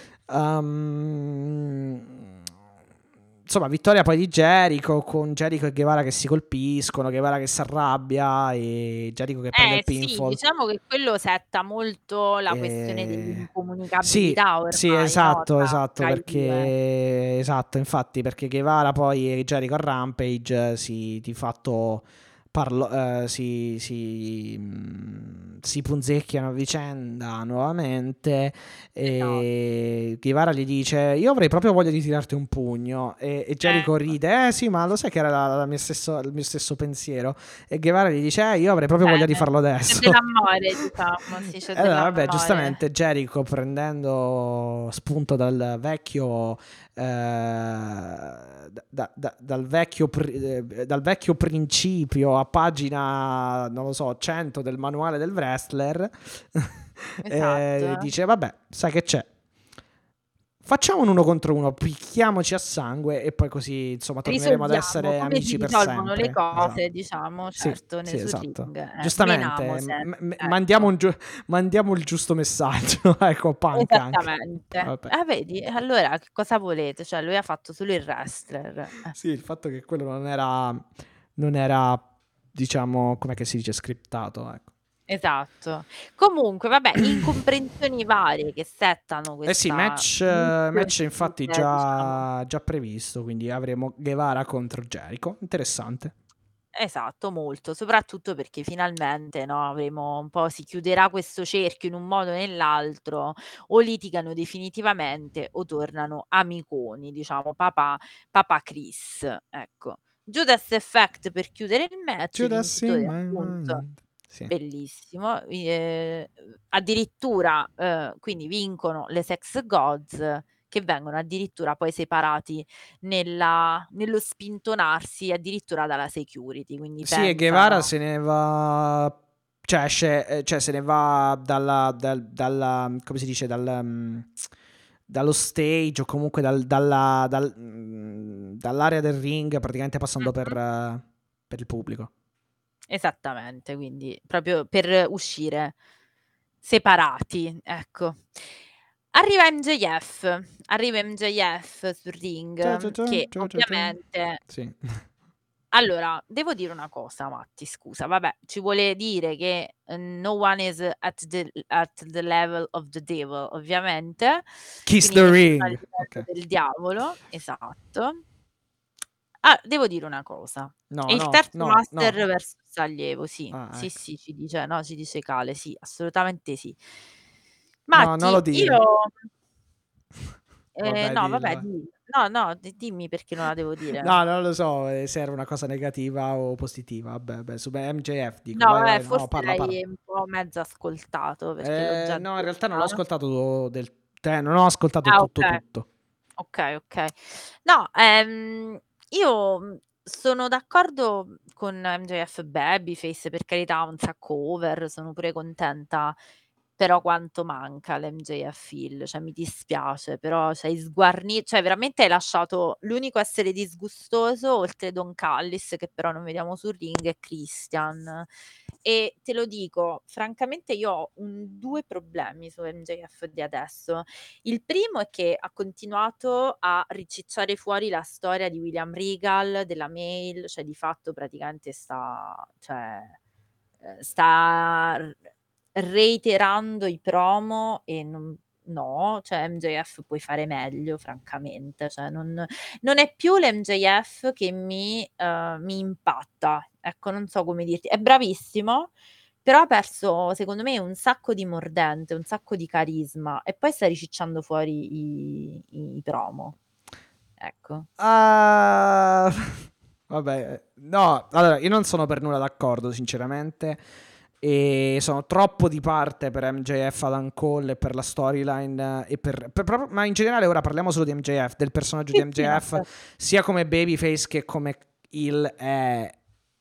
C: Um, insomma, vittoria poi di Jericho, con Jericho e Guevara che si colpiscono, Guevara che si arrabbia e Jericho che prende
D: Eh
C: il
D: sì,
C: pinfall.
D: diciamo che quello setta molto la questione
C: E... Sì,
D: dell'incomunicabilità
C: sì,
D: ormai, no,
C: esatto,
D: tra,
C: esatto,
D: tra i due.
C: perché esatto, infatti, perché Guevara poi e Jericho a Rampage si di fatto parlo- eh, si, si, mh, si punzecchiano a vicenda nuovamente e Guevara gli dice io avrei proprio voglia di tirarti un pugno e, e Jericho
D: Ecco.
C: ride eh sì ma lo sai che era la- la mia stesso- il mio stesso pensiero e Guevara gli dice eh, io avrei proprio voglia di
D: Bene.
C: farlo
D: C'è
C: adesso.
D: dell'amore, diciamo, sì, c'è
C: Allora, vabbè,
D: dell'amore.
C: giustamente Jericho prendendo spunto dal vecchio eh, da- da- dal vecchio pri- eh, dal vecchio principio a pagina non lo so cento del manuale del wrestler eh,
D: Esatto.
C: dice vabbè sai che c'è, facciamo un uno contro uno, picchiamoci a sangue e poi così insomma torneremo ad
D: Risolviamo
C: essere
D: come si
C: amici per
D: risolvono le
C: sempre.
D: cose,
C: Esatto.
D: diciamo,
C: Sì,
D: certo,
C: sì,
D: nel sul
C: esatto.
D: ring. Eh,
C: Giustamente,
D: menamose,
C: m- m-
D: ecco.
C: mandiamo, un giu- mandiamo il giusto messaggio, ecco, a Punk anche.
D: Esattamente.
C: Vabbè.
D: Ah, vedi? Allora che cosa volete? Cioè, lui ha fatto solo il wrestler. Eh,
C: Sì, il fatto che quello non era, non era, diciamo, come che si dice, scriptato, ecco.
D: Esatto. Comunque, vabbè, incomprensioni varie che settano
C: Eh sì,
D: questa
C: match,
D: inizio
C: match
D: di
C: infatti
D: feud, diciamo.
C: già, già previsto, quindi avremo Guevara contro Jericho, interessante.
D: Esatto, molto, soprattutto perché finalmente, no, avremo un po' si chiuderà questo cerchio in un modo o nell'altro, o litigano definitivamente o tornano amiconi, diciamo papà papà Chris, ecco. Judas Effect per chiudere il match, i
C: Judas in
D: vincitori
C: my
D: appunto
C: mind. Sì.
D: bellissimo, i ehm, addirittura, uhm, quindi vincono le Sex Gods che vengono addirittura poi separati nella nello spintonarsi addirittura dalla security, quindi
C: Sì, e Guevara
D: pensa
C: se ne va, cioè, esce, eh, cioè se ne va dalla, dal, dalla- come si dice, dal, mm, dallo stage o comunque dal- dalla, dal- mm, dall'area del ring, praticamente passando per,
D: mh-mh,
C: eh, per il pubblico.
D: esattamente, quindi proprio per uscire separati, ecco. Arriva M J F, arriva M J F sul
C: Già, già,
D: ring
C: già,
D: che
C: già, già, già.
D: ovviamente
C: Sì.
D: allora, devo dire una cosa Matti, scusa, vabbè, ci vuole dire che, ehm, no one is at the at the level of the devil, ovviamente,
C: Kiss
D: quindi
C: the
D: nessuno a
C: ring.
D: livello
C: Ok.
D: del diavolo, esatto. Ah, devo dire una cosa, è
C: No,
D: il
C: no,
D: terzo
C: no,
D: master
C: no.
D: versus allievo, sì,
C: Ah,
D: sì,
C: ecco.
D: sì, ci dice no, ci dice Cale, sì, assolutamente sì.
C: No, non lo
D: Matti,
C: dire.
D: io ehm,
C: Vabbè,
D: no
C: dillo,
D: vabbè
C: vai.
D: di no, no, di dimmi perché non la devo dire.
C: No, non lo so eh, se era una cosa negativa o positiva. Vabbè, vabbè, su M J F dico,
D: No,
C: vai,
D: vabbè,
C: vai, no,
D: forse
C: parla, parla.
D: l'hai un po' mezzo ascoltato perché l'ho
C: Eh,
D: già
C: no, in realtà non l'ho
D: detta.
C: ascoltato del te, non ho ascoltato
D: Ah,
C: tutto
D: okay.
C: tutto.
D: Okay, okay. No, ehm, io, mhmm, sono d'accordo con M J F Babyface, per carità, un sacco over, sono pure contenta, però quanto manca l'M J F heel, cioè mi dispiace, però cioè hai sguarni cioè veramente hai lasciato l'unico essere disgustoso, oltre Don Callis, che però non vediamo sul ring, è Christian. E te lo dico, francamente io ho un due problemi su M J F di adesso. Il primo è che ha continuato a ricicciare fuori la storia di William Regal, della mail, cioè di fatto praticamente sta cioè, ehm, sta r reiterando i promo e non no, cioè M J F puoi fare meglio francamente, cioè non non è più l'M J F che mi ehm, mi impatta, ecco, non so come dirti. È bravissimo, però ha perso secondo me un sacco di mordente, un sacco di carisma e poi sta ricicciando fuori i i i promo. Ecco.
C: Ah, vabbè, no, allora io non sono per nulla d'accordo, sinceramente. E sono troppo di parte per M J F, Adam Cole e per la storyline e per, per proprio- ma in generale ora parliamo solo di M J F, del personaggio di
D: Sì, sì, no,
C: M J F,
D: certo.
C: sia come babyface che come heel è,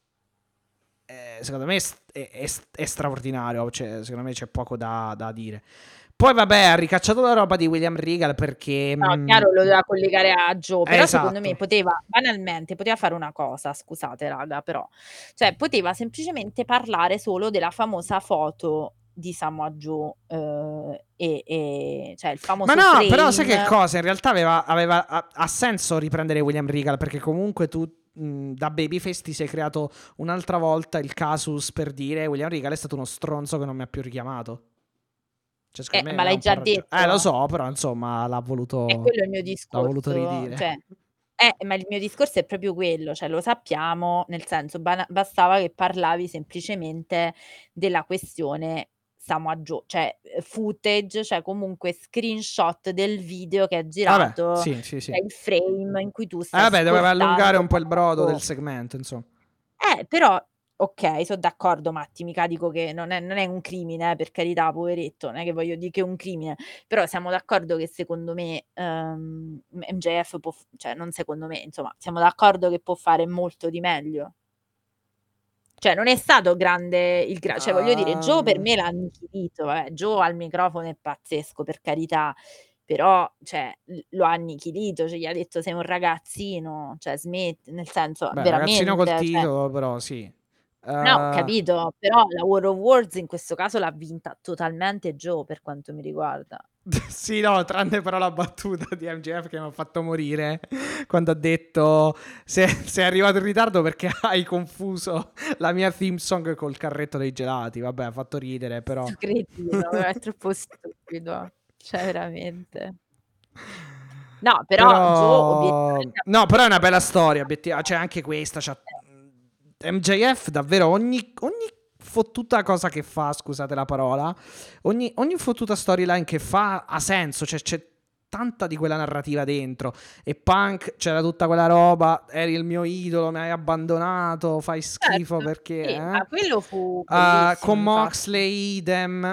C: è- secondo me è, è- è- è straordinario, cioè, secondo me c'è poco da, da dire. Poi vabbè, ha ricacciato la roba di William Regal perché
D: No,
C: mh,
D: chiaro lo doveva collegare a Joe,
C: eh,
D: però secondo me
C: esatto.
D: poteva banalmente, poteva fare una cosa, scusate raga, però, cioè poteva semplicemente parlare solo della famosa foto di Samoa Joe, uhm, e e cioè il
C: Ma
D: famoso
C: no, però sai che
D: frame.
C: cosa? In realtà aveva, aveva- ha, ha senso riprendere William Regal perché comunque tu mh, da babyface ti sei creato un'altra volta il casus per dire William Regal è stato uno stronzo che non mi ha più richiamato. Cioè,
D: Eh,
C: secondo me
D: ma
C: ha
D: l'hai
C: un po'
D: già
C: ragione. Eh, lo
D: detto.
C: so, però insomma l'ha
D: È
C: voluto,
D: quello il mio
C: l'ha voluto
D: discorso,
C: ridire.
D: cioè Eh, ma il mio discorso è proprio quello, cioè lo sappiamo, nel senso bana bastava che parlavi semplicemente della questione Samoa Joe, cioè, ehm, footage, cioè comunque screenshot del video che è
C: Vabbè,
D: girato,
C: sì, sì, sì.
D: cioè il frame in cui tu
C: Eh
D: stai
C: vabbè, doveva allungare
D: ascoltando
C: un po' il
D: Samoa
C: brodo
D: Joe.
C: del segmento, insomma.
D: Eh, però okay, so' d'accordo Matti, mica dico che non è non è un crimine, eh, per carità, poveretto, non è che voglio di che è un crimine, però siamo d'accordo che secondo me, ehm, M MJF può f cioè non secondo me, insomma, siamo d'accordo che può fare molto di meglio. Cioè non è stato grande il gra cioè voglio dire, Joe per
C: Uhm,
D: me l'ha annichilito, eh. Joe al microfono è pazzesco, per carità, però cioè l lo ha annichilito, cioè gli ha detto: "Sei un ragazzino, cioè smetti", nel senso
C: beh, ragazzino col
D: veramente, cioè
C: titolo però sì.
D: no, ho
C: Uhm,
D: capito, però la War of Words in questo caso l'ha vinta totalmente Joe per quanto mi riguarda.
C: sì, no, tranne però la battuta di M J F che m'ha fatto morire quando ha detto: "Se sei arrivato in ritardo perché hai confuso la mia theme song col carretto dei gelati". Vabbè, ha fatto ridere però.
D: 'Sto cretino, è troppo stupido, cioè veramente. No, però Joe
C: Però
D: obiettivamente ha
C: no,
D: fatto
C: però è
D: il
C: una
D: suo
C: bella storia,
D: mestiere.
C: obiettiva cioè anche questa c'ha
D: Eh.
C: mhmm, M J F davvero ogni ogni fottuta cosa che fa, scusate la parola, ogni ogni fottuta storyline che fa ha senso, cioè c'è tanta di quella narrativa dentro. E Punk c'era tutta quella roba, eri il mio idolo, mi hai abbandonato, fai schifo
D: Certo,
C: perché
D: sì,
C: eh?
D: ma quello fu
C: Uh,
D: bellissimo
C: con
D: infatti.
C: Moxley idem.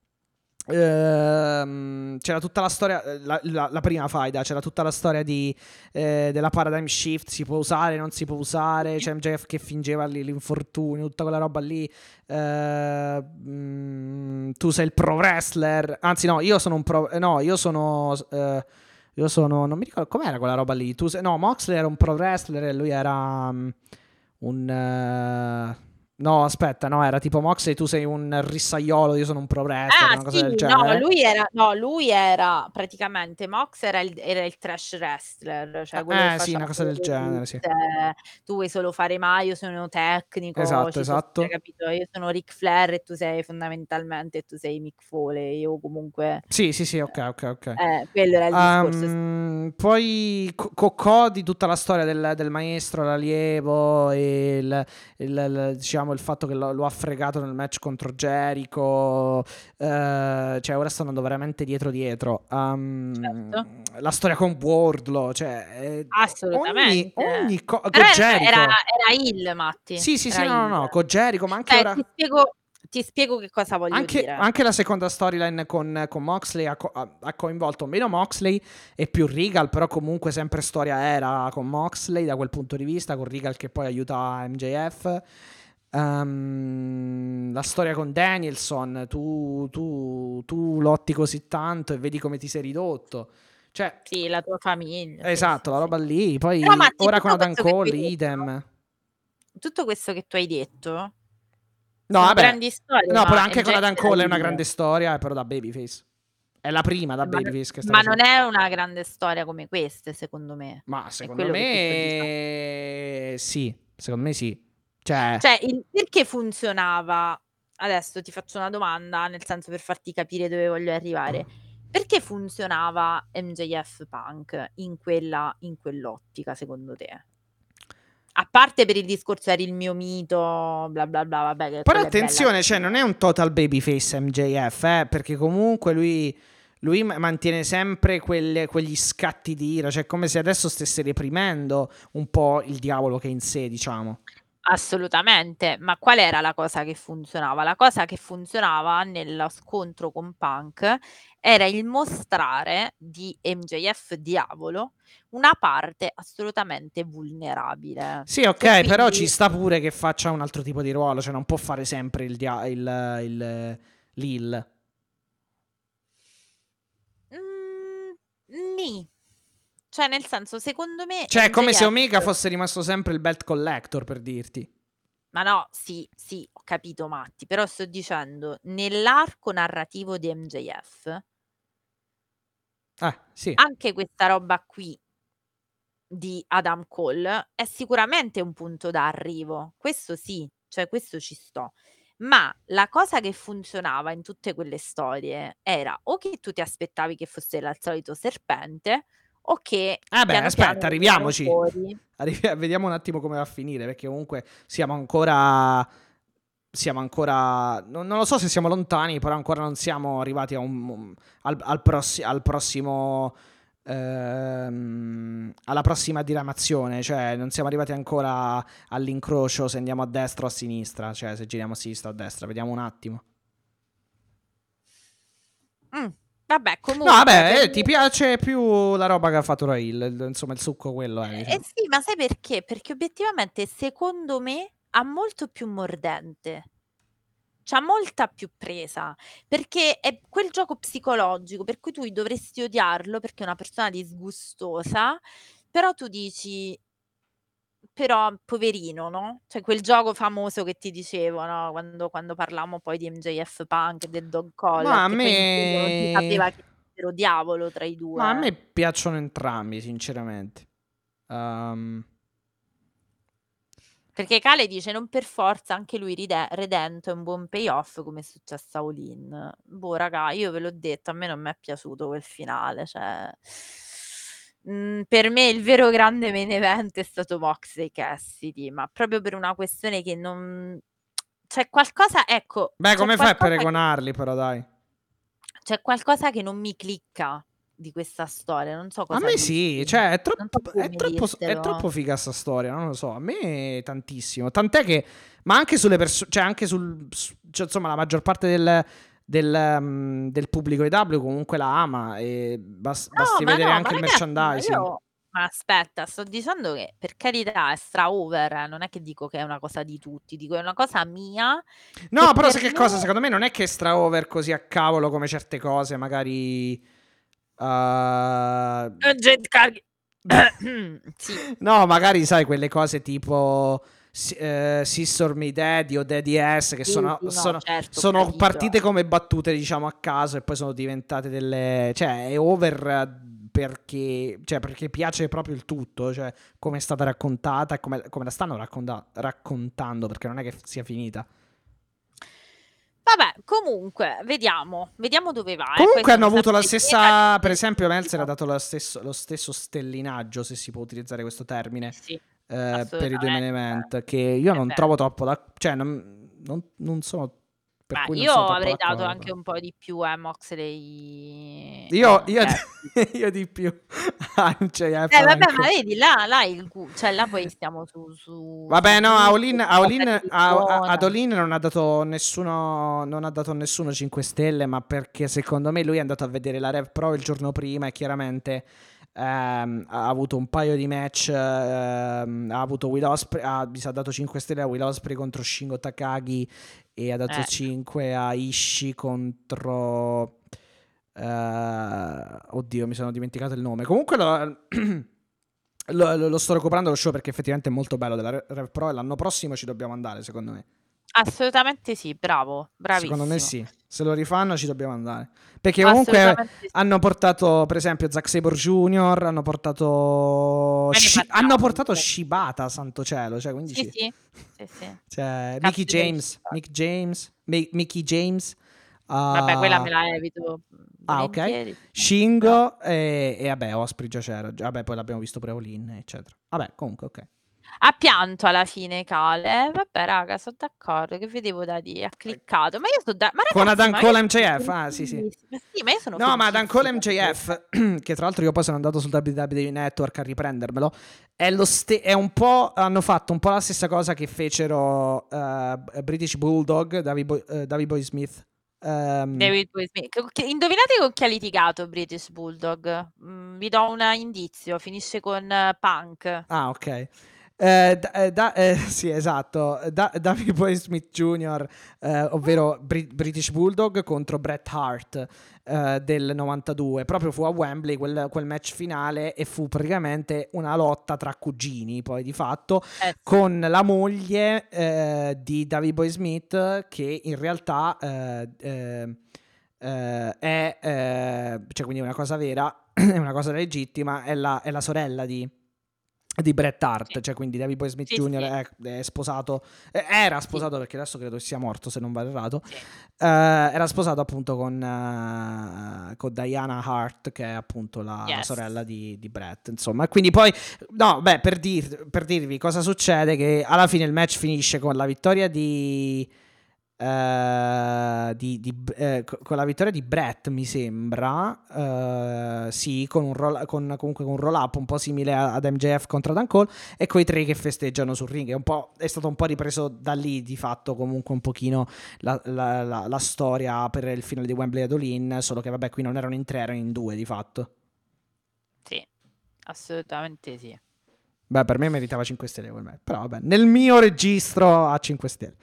C: Ehm, c'era tutta la storia, eh, la, la- la prima faida, c'era tutta la storia di, eh, della paradigm shift, si può usare, non si può usare,
D: Sì.
C: c'è M J F che fingeva lì l'infortunio, tutta quella roba lì. Eh, mm, tu sei il pro wrestler, anzi no, io sono un pro, eh, no, io sono, eh, io sono, non mi ricordo com'era quella roba lì, tu sei, no, Moxley era un pro wrestler e lui era mm, un... eh, no, aspetta, no, era tipo Moxley, tu sei un rissaiolo, io sono un pro wrestler,
D: Ah
C: una cosa
D: sì,
C: del
D: no,
C: genere.
D: lui era no, lui era praticamente Mox era il era il trash wrestler, cioè quello che
C: Eh sì,
D: faceva
C: una cosa
D: solo
C: del
D: le
C: genere, sì.
D: russe. Tu vuoi solo fare mai, io sono tecnico,
C: Esatto,
D: ci so cioè
C: esatto.
D: capito, io sono Ric Flair e tu sei fondamentalmente tu sei Mick Foley o comunque
C: Sì, sì, sì, ok, ok, ok.
D: eh, quello era il discorso. S
C: Um, poi Co- Cocò di tutta la storia del, del maestro, l'allievo e il, il- il- diciamo, il fatto che lo, lo ha fregato nel match contro Jericho. Eh, cioè, ora sto andando veramente dietro dietro.
D: certo.
C: Um, la storia con Wardlow, cioè, eh, ogni,
D: Assolutamente.
C: ogni co-
D: Però
C: con
D: era era
C: Jericho.
D: era heel Matti,
C: Sì, sì, sì,
D: era
C: no, no,
D: heel.
C: no, con Jericho, ma anche
D: Cioè
C: ora.
D: ti spiego ti spiego che cosa voglio
C: Anche,
D: dire.
C: anche la seconda storyline con, con Moxley ha, co- ha- ha coinvolto meno Moxley e più Regal, però comunque sempre storia era con Moxley da quel punto di vista, con Regal che poi aiuta M J F. Ehm, la storia con Danielson, tu, tu, tu lotti così tanto e vedi come ti sei ridotto. Cioè,
D: Sì, la tua famiglia, sì,
C: esatto,
D: sì,
C: la
D: sì.
C: roba lì.
D: Però
C: Poi
D: Matti,
C: ora con
D: tutto
C: Adam
D: questo che tu hai
C: Cole,
D: detto
C: idem.
D: tutto questo che tu hai detto
C: No,
D: sono
C: vabbè.
D: grandi storie,
C: No, però
D: ma
C: anche con
D: M J F
C: Adam
D: era
C: Cole è una
D: heel.
C: grande storia, però da babyface. È la prima da
D: Ma non
C: babyface che sta
D: ma non
C: facendo.
D: è una grande storia come queste, secondo me.
C: Ma
D: È
C: secondo
D: quello che ti sto dice
C: me sì, secondo me sì. Cioè,
D: cioè, il perché funzionava adesso ti faccio una domanda, nel senso per farti capire dove voglio arrivare. Perché funzionava M J F Punk in quella in quell'ottica secondo te? A parte per il discorso eri il mio mito, bla bla bla, vabbè che
C: però
D: quella è bella
C: attenzione, cioè
D: così,
C: non
D: eh.
C: è un total babyface M J F, eh, perché comunque lui, lui ma- mantiene sempre quelle- quegli scatti di ira, cioè come se adesso stesse reprimendo un po' il diavolo che è in sé, diciamo.
D: Assolutamente, ma qual era la cosa che funzionava? La cosa che funzionava nello scontro con Punk era il mostrare di M J F diavolo una parte assolutamente vulnerabile,
C: Sì,
D: che
C: ok, però ci
D: quindi
C: sta pure che faccia un altro tipo di ruolo, cioè non può fare sempre il, dia- il, il, l'Hill.
D: mhmm, nì. Cioè nel senso, secondo me
C: Cioè è come se
D: M J F
C: Omega fosse rimasto sempre il belt collector, per dirti.
D: ma no, sì, sì, ho capito Matti, però sto dicendo nell'arco narrativo di M J F,
C: Eh, sì.
D: anche questa roba qui di Adam Cole è sicuramente un punto d'arrivo, questo sì, cioè questo ci sto. Ma la cosa che funzionava in tutte quelle storie era o che tu ti aspettavi che fosse la il solito serpente, o che
C: Eh beh,
D: piano
C: aspetta,
D: piano venivano
C: arriviamoci.
D: fuori.
C: Arri- Vediamo un attimo come va a finire, perché comunque siamo ancora. Siamo ancora. Non, non lo so se siamo lontani, però ancora non siamo arrivati a un, al, al prossi- al prossimo. ehm, alla prossima diramazione. Cioè, non siamo arrivati ancora all'incrocio se andiamo a destra o a sinistra. Cioè, se giriamo a sinistra o a destra. Vediamo un attimo.
D: Mm, Vabbè,
C: No,
D: comunque
C: vabbè,
D: per
C: eh, ti
D: me-
C: piace più la roba che ha fatto Rail. il- Insomma, il succo quello è,
D: Eh
C: diciamo.
D: sì, ma sai perché? Perché obiettivamente secondo me ha molto più mordente. C'ha molta più presa, perché è quel gioco psicologico per cui tu dovresti odiarlo perché è una persona disgustosa, però tu dici, però poverino, no? Cioè quel gioco famoso che ti dicevo, no? Quando, quando parlavamo poi di M J F Punk e del dog
C: Ma
D: collar,
C: a
D: che poi in fondo non si sapeva
C: me.
D: che fossero diavolo tra i
C: Ma a me
D: due.
C: piacciono entrambi, sinceramente. Ehm,
D: Perché Kale dice non per forza anche lui ride- redento è un buon payoff come è successo a All-In. Boh, raga, io ve l'ho detto, a me non mi è piaciuto quel finale. Cioè, mm, per me il vero grande main event è stato Moxley Cassidy, ma proprio per una questione che non. C'è qualcosa, ecco,
C: Beh,
D: c'è
C: come fai a
D: qualcosa che,
C: paragonarli, però, dai.
D: c'è qualcosa che non mi clicca di questa storia, non so
C: A
D: cosa
C: me sì,
D: dirti,
C: cioè è
D: non
C: troppo,
D: so
C: è
D: come
C: troppo, è
D: dirtelo.
C: troppo figa sta storia, non lo so, a me tantissimo. Tant'è che, ma anche sulle persone, cioè anche sul, su- cioè, insomma, la maggior parte del, del, um, del pubblico I W comunque la ama e bas-
D: No,
C: basti
D: ma
C: vedere
D: no, ma
C: anche il
D: ragazzi, ma
C: merchandising.
D: io ma aspetta, sto dicendo che per carità è stra over, eh, non è che dico che è una cosa di tutti, dico è una cosa mia che
C: No, però sai
D: per
C: che
D: me
C: cosa? Secondo me non è che è stra over così a cavolo come certe cose, magari. uh,
D: Eh, Jade Carg- Sì,
C: No, magari sai quelle cose tipo si- eh, Sister Me Daddy o Daddy S che
D: sì,
C: sono,
D: sì, no,
C: sono,
D: certo, ho
C: sono
D: capito.
C: partite come battute, diciamo, a caso e poi sono diventate delle. Cioè, è over eh, perché, cioè, perché piace proprio il tutto, cioè, come è stata raccontata e come, come la stanno racconta- raccontando, perché non è che sia finita.
D: Vabbè, comunque, vediamo, vediamo dove va, eh. Poi
C: Comunque hanno
D: sono
C: avuto la
D: sempre lieta di
C: stessa, per
D: vedere
C: esempio, Meltzer ha
D: subito.
C: dato lo stesso, lo stesso stellinaggio, se si può utilizzare questo termine,
D: Sì,
C: eh, per i due main
D: assolutamente.
C: event, che io
D: Eh
C: non
D: beh.
C: trovo troppo da. Cioè, non, non- non sono. Per
D: Ma
C: cui non
D: io
C: sono troppo
D: avrei dato
C: d'accordo.
D: anche un po' di più a Moxley
C: Io,
D: eh,
C: io,
D: Cassidy.
C: io di più a M J F
D: Eh vabbè, ma
C: ancora.
D: vedi, là, là il gu- cioè là poi stiamo su, su, su
C: Vabbè, no, a
D: gusto,
C: Olin,
D: su
C: a
D: cosa
C: Olin-
D: ti
C: a- a- ad
D: risuona.
C: Olin non ha dato nessuno, non ha dato nessuno cinque stelle, ma perché secondo me lui è andato a vedere la Rev Pro il giorno prima e chiaramente ehm, ha avuto un paio di match, ehm, ha avuto Will Ospreay, ha, mi sa dato cinque stelle a Will Ospreay contro Shingo Takagi e ha dato
D: Eh,
C: cinque a Ishii contro. eh, oddio, mi sono dimenticato il nome. Comunque lo, lo, lo- lo sto recuperando lo show perché effettivamente è molto bello della Re- Rev Pro e l'anno prossimo ci dobbiamo andare, secondo me.
D: assolutamente sì, bravo,
C: Secondo me
D: bravissimo.
C: sì. Se lo rifanno ci dobbiamo andare. Perché comunque
D: Assolutamente sì.
C: hanno portato, per esempio, Zack Sabre Junior, hanno portato.
D: Poi ne
C: Shi- hanno
D: parliamo.
C: portato Shibata, santo cielo. Cioè, quindi
D: Sì,
C: sì.
D: sì, sì, sì.
C: Cioè,
D: Cazzo
C: Mickey
D: di
C: James.
D: velocità.
C: Mick James. Mi- Mickey James.
D: Vabbè, quella me
C: ah,
D: la evito
C: ah, ok.
D: volentieri. Però.
C: Shingo e, e vabbè, Osprey già c'era. Già- Vabbè, poi l'abbiamo visto pure Olin, eccetera. Vabbè, comunque, ok.
D: Ha pianto alla fine Cale. Eh, vabbè, raga, sono d'accordo. Che vedevo da dire? Ha cliccato. Ma io sono da. Ma
C: Con
D: ragazzi,
C: Adam
D: ma
C: Cole
D: io sono
C: M J F. Ah, sì, sì.
D: felicissima. Sì, ma io sono
C: No, ma Adam Cole
D: felicissima
C: M
D: di
C: J
D: questo.
C: F, che tra l'altro io poi sono andato sul W W E Network a riprendermelo, è, lo ste- è un po', hanno fatto un po' la stessa cosa che fecero eh, British Bulldog, Davy Boy, eh, Davy Boy Smith. Ehm,
D: David Boy Smith. Che- che- Indovinate con chi ha litigato British Bulldog? Mm, vi do un indizio. Finisce con eh, Punk.
C: ah, ok. Eh, da- eh, da- eh, sì, esatto. Da- Davy Boy Smith Junior, eh, ovvero Bri- British Bulldog contro Bret Hart eh, del novantadue. Proprio fu a Wembley quel, quel match finale e fu praticamente una lotta tra cugini, poi di fatto,
D: Eh sì.
C: con la moglie eh, di Davy Boy Smith che in realtà eh, eh, eh, è, eh, cioè quindi è una cosa vera, è una cosa legittima, è la, è la sorella di di Bret Hart,
D: Sì.
C: cioè quindi Davey Boy Smith
D: Sì,
C: Junior
D: sì.
C: è, è sposato, eh, era
D: Sì.
C: sposato perché adesso credo sia morto se non vado errato,
D: Sì.
C: eh, era sposato appunto con, eh, con Diana Hart, che è appunto la, la
D: Yes.
C: sorella di, di Bret, insomma. E quindi poi, no, beh, per, dir- per dirvi cosa succede, che alla fine il match finisce con la vittoria di... eh, di, di- eh, co- con la vittoria di Bret, mi sembra, eh, sì, con un roll, con, comunque con un roll up un po' simile a- ad M J F contro Dan Cole, e quei tre che festeggiano sul ring. È, un po', è stato un po' ripreso da lì, di fatto, comunque un pochino la, la- la- la storia per il finale di Wembley ad All-In, solo che vabbè, qui non erano in tre, erano in due di fatto.
D: Sì, assolutamente sì.
C: Beh, per me meritava cinque stelle quel match, però vabbè, nel mio registro a cinque stelle.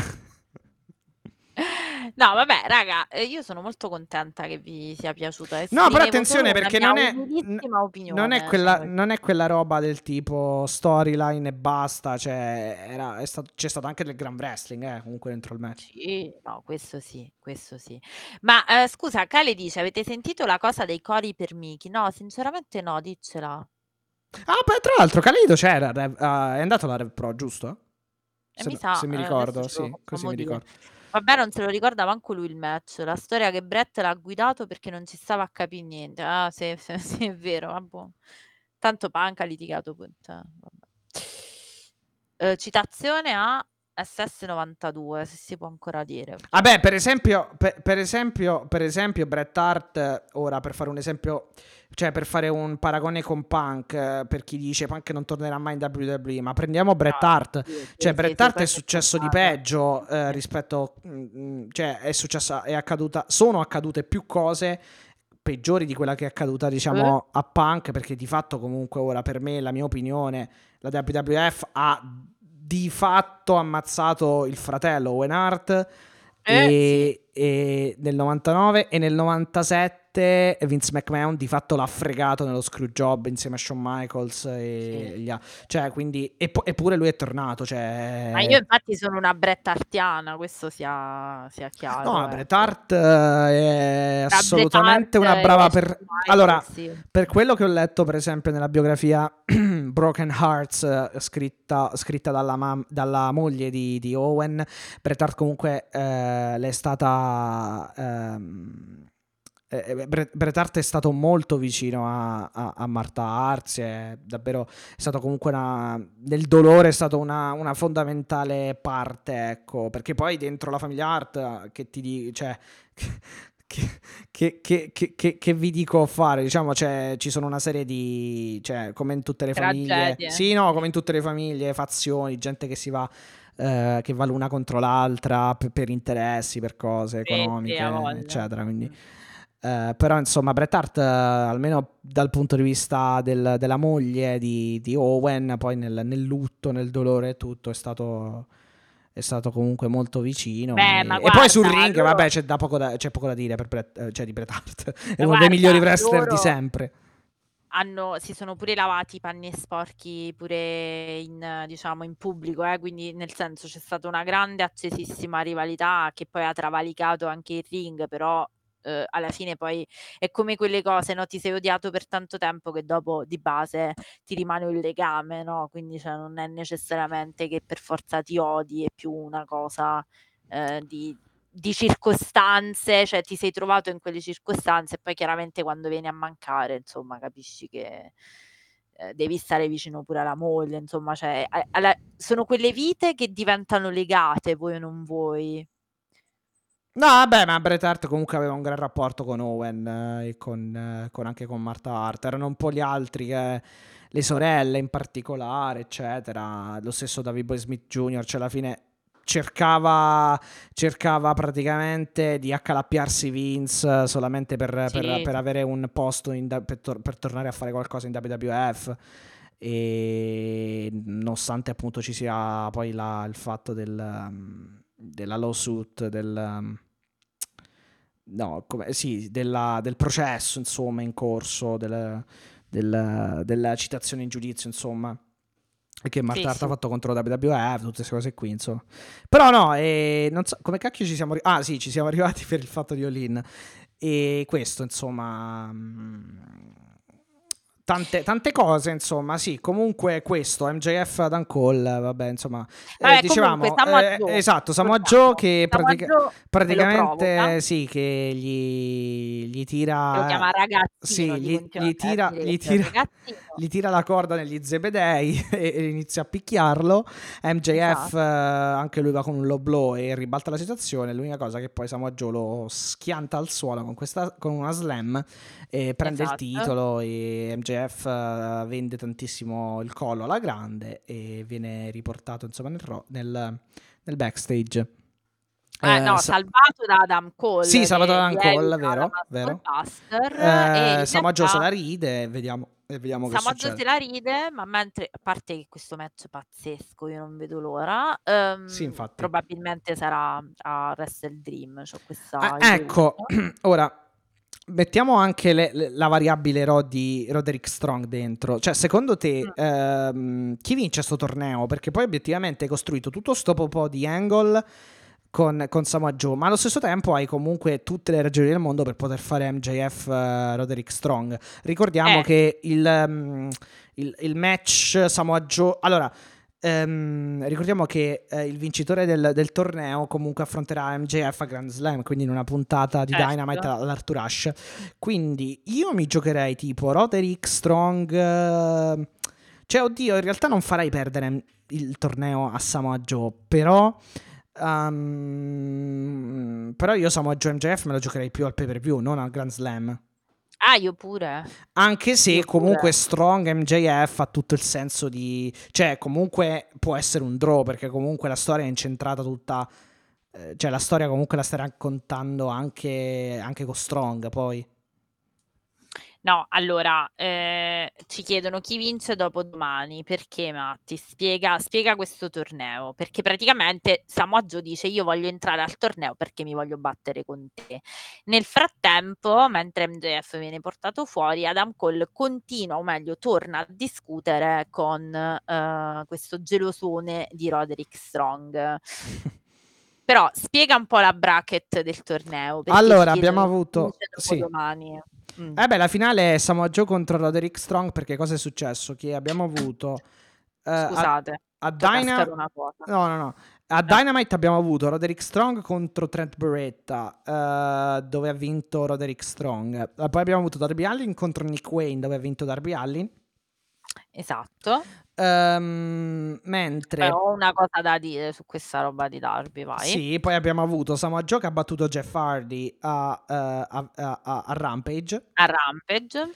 D: No, vabbè, raga, eh, io sono molto contenta che vi sia piaciuta.
C: No, però
D: Esprimevo
C: attenzione,
D: solo una
C: perché
D: mia
C: non è, n-
D: umilissima
C: non è
D: opinione,
C: quella,
D: cioè,
C: non è quella roba del tipo storyline e basta. Cioè, era, è stato, c'è stato anche del gran wrestling, eh, comunque dentro il match.
D: sì, no, questo sì, questo sì. Ma eh, scusa, Kale dice, avete sentito la cosa dei cori per Miki? No, sinceramente no, diccela.
C: Ah, poi tra l'altro, Kalido c'era, Rev- ah, è andato alla Rev Pro, giusto?
D: E
C: Se,
D: mi
C: no-
D: sa,
C: se mi
D: eh, adesso
C: ricordo,
D: ce lo
C: sì, così
D: facciamo
C: mi
D: dire.
C: ricordo.
D: Vabbè, non se lo ricorda manco lui il match. La storia che Brett l'ha guidato perché non ci stava a capire niente. Ah, sì, sì, sì, è vero. Vabbè. Tanto Punk ha litigato con te. Vabbè. Eh, citazione a S S novantadue, se si può ancora dire.
C: Vabbè, per esempio, per, per esempio, per esempio, Bret Hart, eh, ora per fare un esempio, cioè per fare un paragone con Punk, eh, per chi dice Punk non tornerà mai in W W E, ma prendiamo Bret
D: No,
C: Hart,
D: sì, sì,
C: cioè
D: sì,
C: Bret
D: sì,
C: Hart è
D: questa è
C: successo di
D: scontata.
C: peggio eh,
D: Sì.
C: rispetto, mm, mm, cioè è successa, è accaduta, sono accadute più cose peggiori di quella che è accaduta,
D: Eh?
C: diciamo, a Punk, perché di fatto comunque ora, per me, la mia opinione, la W W F ha di fatto ammazzato il fratello Owen Hart,
D: Eh, sì.
C: e, e nel novantanove, e nel novantasette Vince McMahon di fatto l'ha fregato nello screw job insieme a Shawn Michaels e
D: Sì.
C: gli altri. Cioè, quindi, e po- eppure lui è tornato,
D: Ma io
C: cioè...
D: infatti sono una Bret Hartiana, questo sia, sia
C: No,
D: chiaro,
C: Bret
D: ecco.
C: Hart eh, è
D: Tra Bret
C: assolutamente
D: Hart
C: una
D: e
C: brava
D: Shawn
C: per... Allora,
D: Michaels, sì.
C: per quello che ho letto, per esempio, nella biografia Broken Hearts, eh, scritta, scritta dalla, mam- dalla moglie di, di Owen, Bret Hart comunque eh, le è stata... ehm, eh, Bret, Bret Hart è stato molto vicino a, a, a Martha Hart, si è davvero, è stato comunque una, nel dolore è stato una, una fondamentale parte, ecco, perché poi dentro la famiglia Hart, che ti di, cioè, che, che, che, che, che, che vi dico fare, diciamo, cioè, ci sono una serie di, cioè, come in tutte le famiglie,
D: Tragedie.
C: sì, no, come in tutte le famiglie, fazioni, gente che si va... eh, che va l'una contro l'altra per, per interessi, per cose
D: Sì, sì, a
C: economiche,
D: voglia.
C: eccetera. Quindi,
D: Mm.
C: eh, però, insomma, Bret Hart, eh, almeno dal punto di vista del- della moglie di, di Owen, poi nel, nel lutto, nel dolore e tutto, è stato, è stato comunque molto vicino.
D: Beh, ma
C: E, e poi sul
D: guarda,
C: ring,
D: loro,
C: vabbè, c'è, da poco da, c'è poco da dire per Bret, eh, cioè di Bret Hart. È
D: ma
C: uno dei migliori
D: guarda,
C: wrestler di
D: loro
C: sempre.
D: hanno, si sono pure lavati i panni sporchi pure in, diciamo, in pubblico, eh? Quindi nel senso c'è stata una grande, accesissima rivalità che poi ha travalicato anche il ring, però eh, alla fine poi è come quelle cose, no? Ti sei odiato per tanto tempo che dopo di base ti rimane un legame, no? Quindi cioè, non è necessariamente che per forza ti odi, è più una cosa eh, di di circostanze, cioè ti sei trovato in quelle circostanze e poi chiaramente quando vieni a mancare, insomma, capisci che eh, devi stare vicino pure alla moglie, insomma, cioè, a- alla- sono quelle vite che diventano legate, vuoi o non vuoi.
C: No, vabbè, ma Bret Hart comunque aveva un gran rapporto con Owen eh, e con, eh, con- anche con Martha Hart. Erano un po' gli altri, che, le sorelle in particolare, eccetera. Lo stesso Davey Boy Smith Junior, cioè alla fine cercava, cercava praticamente di accalappiarsi Vince eh, solamente per, per-
D: Sì,
C: per avere un posto in da- per, tor- per tornare a fare qualcosa in W W F. E nonostante appunto ci sia poi la- il fatto del, um, della lawsuit, del... um, no, come, sì, della- del processo, insomma, in corso, del- del- della citazione in giudizio, insomma, che
D: sì,
C: Marta Hart ha
D: sì.
C: fatto contro la W W F, tutte queste cose qui, insomma. Però no, eh, non so come cacchio ci siamo arrivati. Ah, sì, ci siamo arrivati per il fatto di All-In. E questo, insomma, mh, Tante, tante cose, insomma, sì, comunque questo, M J F Adam Cole, vabbè, insomma, eh,
D: Vabbè,
C: dicevamo,
D: comunque Samoa
C: eh,
D: Joe,
C: esatto, Samoa
D: ricordiamo,
C: Joe che
D: Samoa
C: pratica-
D: Joe che lo
C: praticamente,
D: provoca,
C: sì, che gli, gli
D: che lo
C: tira,
D: chiama ragazzino,
C: sì,
D: gli
C: gli,
D: continua
C: gli
D: a
C: tira,
D: dire
C: gli
D: che è un
C: tira,
D: ragazzino,
C: gli tira la corda negli zebedei e, e inizia a picchiarlo. M J F,
D: esatto,
C: eh, anche lui va con un low blow e ribalta la situazione, l'unica cosa che poi Samoa Joe lo schianta al suolo con, questa, con una slam e prende il
D: esatto.
C: titolo e M J F uh, vende tantissimo il collo alla grande e viene riportato insomma nel, ro- nel, nel backstage.
D: Eh,
C: Eh,
D: no,
C: sa-
D: salvato da Adam
C: sì,
D: Cole
C: salvato
D: che
C: da
D: gli
C: Cole,
D: evita la
C: vero,
D: Muscle
C: vero.
D: Buster e
C: Eh,
D: in
C: Samoa Joe se
D: realtà
C: la ride e vediamo, e vediamo che
D: Samoa Joe
C: succede.
D: se la ride, ma mentre, a parte che questo match è pazzesco, io non vedo l'ora,
C: Sì,
D: ehm,
C: infatti.
D: probabilmente sarà a Wrestle Dream, c'ho
C: Ah,
D: questa idea.
C: ecco, ora mettiamo anche le- le- la variabile Roddy, Roderick Strong dentro. Cioè, secondo te,
D: Mm.
C: ehm, chi vince sto torneo? Perché poi obiettivamente hai costruito tutto sto po' di angle con, con Samoa Joe, ma allo stesso tempo hai comunque tutte le ragioni del mondo per poter fare M J F eh, Roderick Strong. Ricordiamo
D: Eh,
C: che il, ehm, il, il match Samoa Joe... Allora, ehm, ricordiamo che eh, il vincitore del, del torneo comunque affronterà M J F a Grand Slam, quindi in una puntata di Dynamite
D: certo.
C: all'Arthur Ashe. Quindi io mi giocherei tipo Roderick Strong... eh, cioè, oddio, in realtà non farei perdere il torneo a Samoa Joe, però... Um, però io Samoa Joe M J F me lo giocherei più al pay per view, non al Grand Slam.
D: Ah, io pure.
C: Anche se
D: Io
C: comunque
D: pure.
C: Strong M J F ha tutto il senso di... Cioè comunque può essere un draw perché comunque la storia è incentrata tutta... eh, cioè la storia comunque la stai raccontando anche, anche con Strong poi.
D: No, allora, eh, ci chiedono chi vince dopo domani, perché Matti? Spiega, spiega questo torneo, perché praticamente Samoa Joe dice io voglio entrare al torneo perché mi voglio battere con te. Nel frattempo, mentre M J F viene portato fuori, Adam Cole continua, o meglio, torna a discutere con eh, questo gelosone di Roderick Strong. Però spiega un po' la bracket del torneo, perché
C: Allora
D: ci
C: abbiamo
D: chiedono chi
C: avuto...
D: vince dopo
C: Sì.
D: domani. Mm.
C: Eh beh, la finale è Samoa Joe contro Roderick Strong perché cosa è successo? Che abbiamo avuto eh, a,
D: Scusate,
C: a
D: devo cascare
C: Dyna...
D: una cosa.
C: No, no, no. A
D: Eh,
C: Dynamite abbiamo avuto Roderick Strong contro Trent Beretta, eh, dove ha vinto Roderick Strong. Eh, Poi abbiamo avuto Darby Allin contro Nick Wayne, dove ha vinto Darby Allin.
D: esatto.
C: Ehm,
D: Eh,
C: mentre
D: ho una cosa da dire su questa roba di Darby, vai.
C: sì, poi abbiamo avuto Samoa Joe che ha battuto Jeff Hardy a, eh, a- a- a- a Rampage.
D: A Rampage.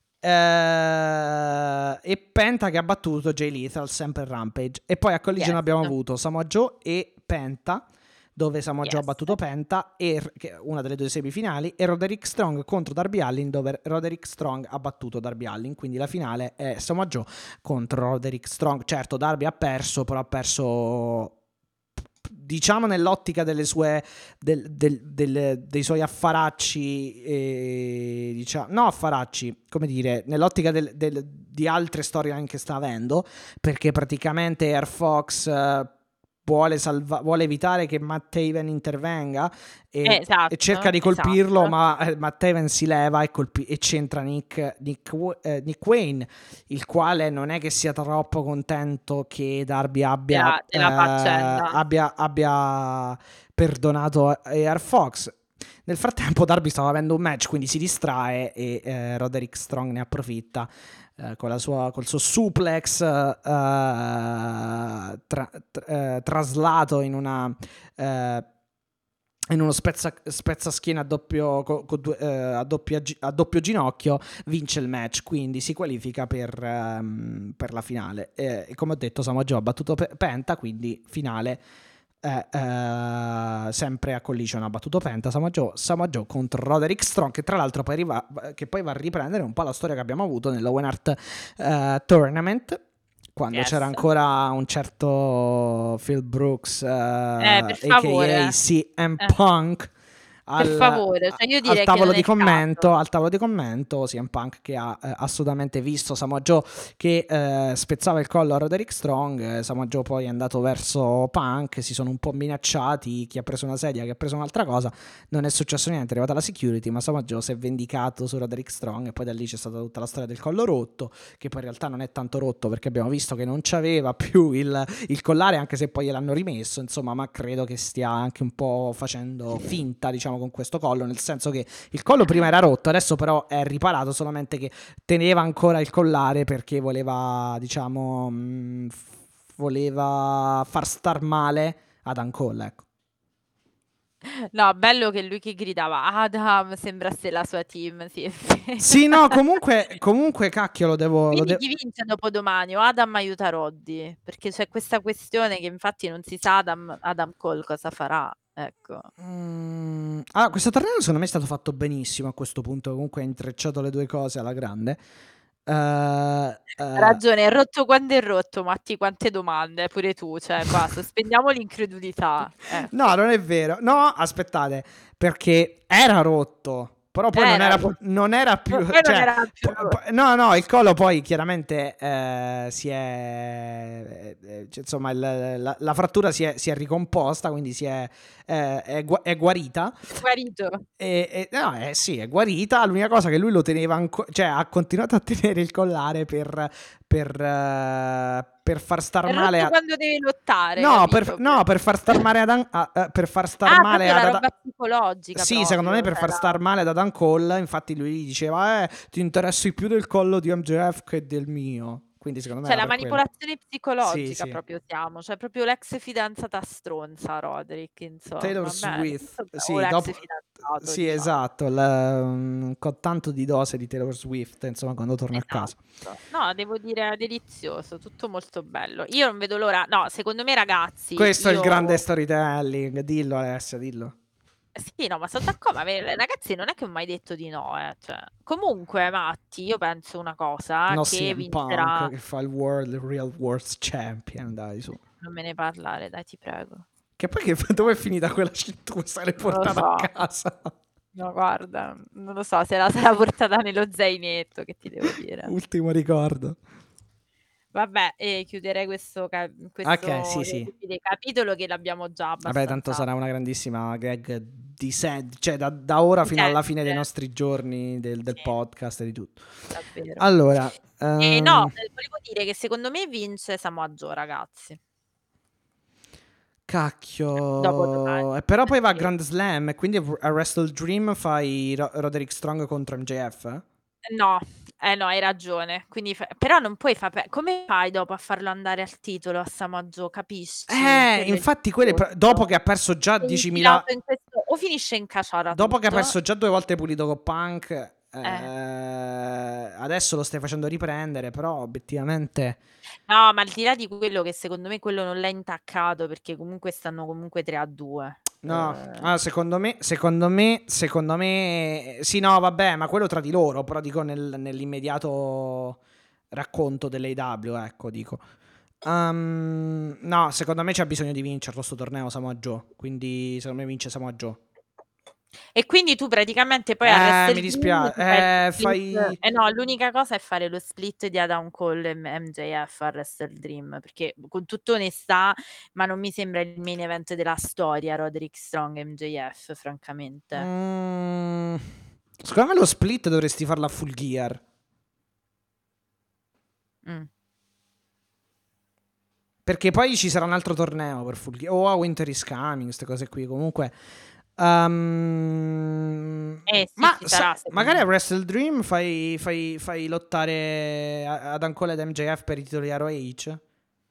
C: Eh, e Penta che ha battuto Jay Lethal sempre a Rampage. E poi a Collision
D: Yes.
C: abbiamo avuto Samoa Joe e Penta, dove Samoa Joe ha
D: Yes.
C: battuto Penta, e, che è una delle due semifinali, e Roderick Strong contro Darby Allin, dove Roderick Strong ha battuto Darby Allin. Quindi la finale è Samoa Joe contro Roderick Strong. Certo, Darby ha perso, però ha perso, diciamo, nell'ottica delle sue del, del, del, dei suoi affaracci e, diciamo, no affaracci, come dire, nell'ottica del, del, di altre storyline che sta avendo, perché praticamente Air Fox uh, vuole, salva- vuole evitare che Matt Taven intervenga e,
D: Esatto,
C: e cerca di colpirlo,
D: esatto.
C: ma eh, Matt Taven si leva e, colpi- e c'entra Nick, Nick, eh, Nick Wayne, il quale non è che sia troppo contento che Darby abbia,
D: Della, della
C: eh,
D: faccenda.
C: abbia, abbia perdonato Air Fox. Nel frattempo Darby stava avendo un match, quindi si distrae e eh, Roderick Strong ne approfitta eh, con la sua, col suo suplex eh, tra, tra, eh, traslato in una eh, in uno spezza, spezzaschena a doppio, co, co, eh, a, doppia, a doppio ginocchio, vince il match, quindi si qualifica per, um, per la finale. E, e come ho detto, Samoa Joe ha battuto Penta, quindi finale eh, eh, sempre a Collision ha battuto Penta, Samoa Joe, Samoa Joe contro Roderick Strong, che tra l'altro poi, arriva, che poi va a riprendere un po' la storia che abbiamo avuto nell'Owen Hart uh, Tournament, quando
D: Yes.
C: c'era ancora un certo Phil Brooks, uh,
D: Eh, per
C: a k a.
D: favore.
C: C M
D: Eh.
C: Punk, al,
D: Per favore, cioè io
C: al
D: direi che
C: tavolo
D: non
C: di
D: è il caso.
C: commento, al tavolo di commento C M Punk che ha eh, assolutamente visto Samoa Joe che eh, spezzava il collo a Roderick Strong. eh, Samoa Joe poi è andato verso Punk, si sono un po' minacciati, chi ha preso una sedia, chi ha preso un'altra cosa, non è successo niente, è arrivata la security, ma Samoa Joe si è vendicato su Roderick Strong e poi da lì c'è stata tutta la storia del collo rotto, che poi in realtà non è tanto rotto perché abbiamo visto che non c'aveva più il, il collare, anche se poi gliel'hanno rimesso, insomma, ma credo che stia anche un po' facendo finta, diciamo, con questo collo, nel senso che il collo prima era rotto, adesso però è riparato, solamente che teneva ancora il collare perché voleva, diciamo, mh, f- voleva far star male ad Adam Cole, ecco.
D: No, bello che lui che gridava Adam sembrasse la sua team, sì.
C: Sì, no, comunque, comunque cacchio, lo devo... Lo
D: Quindi
C: de-
D: chi vince dopodomani? O Adam aiuta Roddy? Perché c'è questa questione che infatti non si sa Adam, Adam Cole cosa farà, ecco.
C: Mm, ah, questo torneo secondo me è stato fatto benissimo a questo punto, comunque ha intrecciato le due cose alla grande. Eh,
D: Ha
C: eh,
D: ragione, è rotto quando è rotto, Matti, quante domande, pure tu, cioè qua sospendiamo l'incredulità. Ecco.
C: No, non è vero. No, aspettate, perché era rotto. Però poi non
D: Era
C: era,
D: rotto.
C: non era più...
D: Poi non
C: Cioè,
D: era più
C: po-
D: rotto.
C: po- no, no, il collo poi chiaramente eh, si è... eh, cioè, insomma, il- la, la frattura si è, si è ricomposta, quindi si è, eh, è, gua- è guarita.
D: Guarito.
C: E, e- no, eh, sì, è guarita. L'unica cosa che lui lo teneva ancora, cioè ha continuato a tenere il collare per, per, eh, per far star
D: È
C: male
D: rotto
C: a...
D: quando deve lottare,
C: No,
D: capito?
C: per, no, per far star male ad An- a- a- per far star
D: Ah,
C: male
D: proprio
C: ad
D: la
C: Adam-
D: roba psicologica
C: Sì, secondo me
D: proprio,
C: per
D: cioè
C: far
D: la
C: star male ad Adam Cole, infatti lui gli diceva "Eh, ti interessi più del collo di M J F che del mio". Quindi secondo me
D: cioè
C: era
D: la
C: per quello.
D: manipolazione
C: Sì,
D: psicologica
C: sì.
D: proprio siamo, cioè proprio l'ex fidanzata stronza Roderick,
C: Taylor
D: insomma, bene,
C: Swift,
D: molto be o
C: sì,
D: l'ex
C: dopo
D: fidanzato,
C: sì,
D: diciamo.
C: esatto, la- mm, con tanto di dose di Taylor Swift, insomma, quando torna a casa.
D: Esatto. No, devo dire delizioso, tutto molto bello. Io non vedo l'ora. No, secondo me ragazzi,
C: Questo è il
D: io
C: grande storytelling, dillo Alessia, dillo.
D: sì, no, ma sono d'accordo, ma ve- ragazzi, non è che ho mai detto di no, eh. Cioè, comunque, Matti, io penso una cosa
C: No,
D: che
C: C M Punk
D: vincerà.
C: che fa il World, il Real World Champion, dai, su.
D: Non me ne parlare, dai, ti prego.
C: Che poi che, dove è finita quella cintura? Se l'hai
D: Non lo
C: portata
D: so.
C: a casa.
D: No, guarda, non lo so, se la sarà portata nello zainetto, che ti devo dire.
C: Ultimo ricordo.
D: Vabbè, e chiuderei questo, ca-
C: Ok,
D: questo
C: sì, sì.
D: terribile capitolo che l'abbiamo già
C: Vabbè, tanto
D: abbastanza
C: sarà una grandissima gag di sé, cioè da, da ora
D: di
C: fino alla fine dei
D: sempre.
C: nostri giorni del, del
D: Sì,
C: podcast e di tutto.
D: davvero.
C: Allora,
D: E no,
C: ehm,
D: eh, volevo dire che secondo me vince Samoa Joe, ragazzi. Dopo
C: cacchio.
D: domani.
C: E però poi va a
D: Sì.
C: Grand Slam e quindi a Wrestle Dream fai Ro- Roderick Strong contro M J F? eh?
D: No, eh no, hai ragione. Quindi fa- però non puoi fare. Come fai dopo a farlo andare al titolo a Samoa Joe, capisci?
C: Eh,
D: Quello è il
C: infatti, quelli,
D: punto.
C: dopo che ha perso già
D: È
C: diecimila...
D: infilato in questo. O finisce in caciara
C: Dopo che ha
D: tutto.
C: perso già due volte pulito con Punk, eh,
D: Eh.
C: adesso lo stai facendo riprendere, però obiettivamente...
D: No, ma al di là di quello che secondo me quello non l'ha intaccato perché comunque stanno comunque tre a due.
C: No,
D: Eh,
C: ah, secondo me, secondo me, secondo me... Sì, no, vabbè, ma quello tra di loro, però dico nel- nell'immediato racconto dell'A E W, ecco, dico. Um, no, secondo me c'è bisogno di vincerlo sto torneo Samoa Joe, quindi secondo me vince Samoa Joe.
D: E quindi tu praticamente poi a
C: Eh,
D: Wrestle
C: mi
D: Dream
C: dispiace,
D: ti fai
C: eh,
D: lo split.
C: fai...
D: Eh no, l'unica cosa è fare lo split di Adam Cole e M J F a Wrestle Dream, perché con tutta onestà, ma non mi sembra il main event della storia Roderick Strong e M J F, francamente.
C: Mm, secondo me lo split dovresti farlo a Full Gear.
D: Mm.
C: Perché poi ci sarà un altro torneo per Full Gear. O a Winter is Coming, queste cose qui. Comunque... Um,
D: Eh sì,
C: ma
D: ci
C: sa-
D: sarà, secondo
C: magari a
D: me.
C: Wrestle Dream fai, fai, fai lottare a- ad Cole ed M J F per i titoli R O H?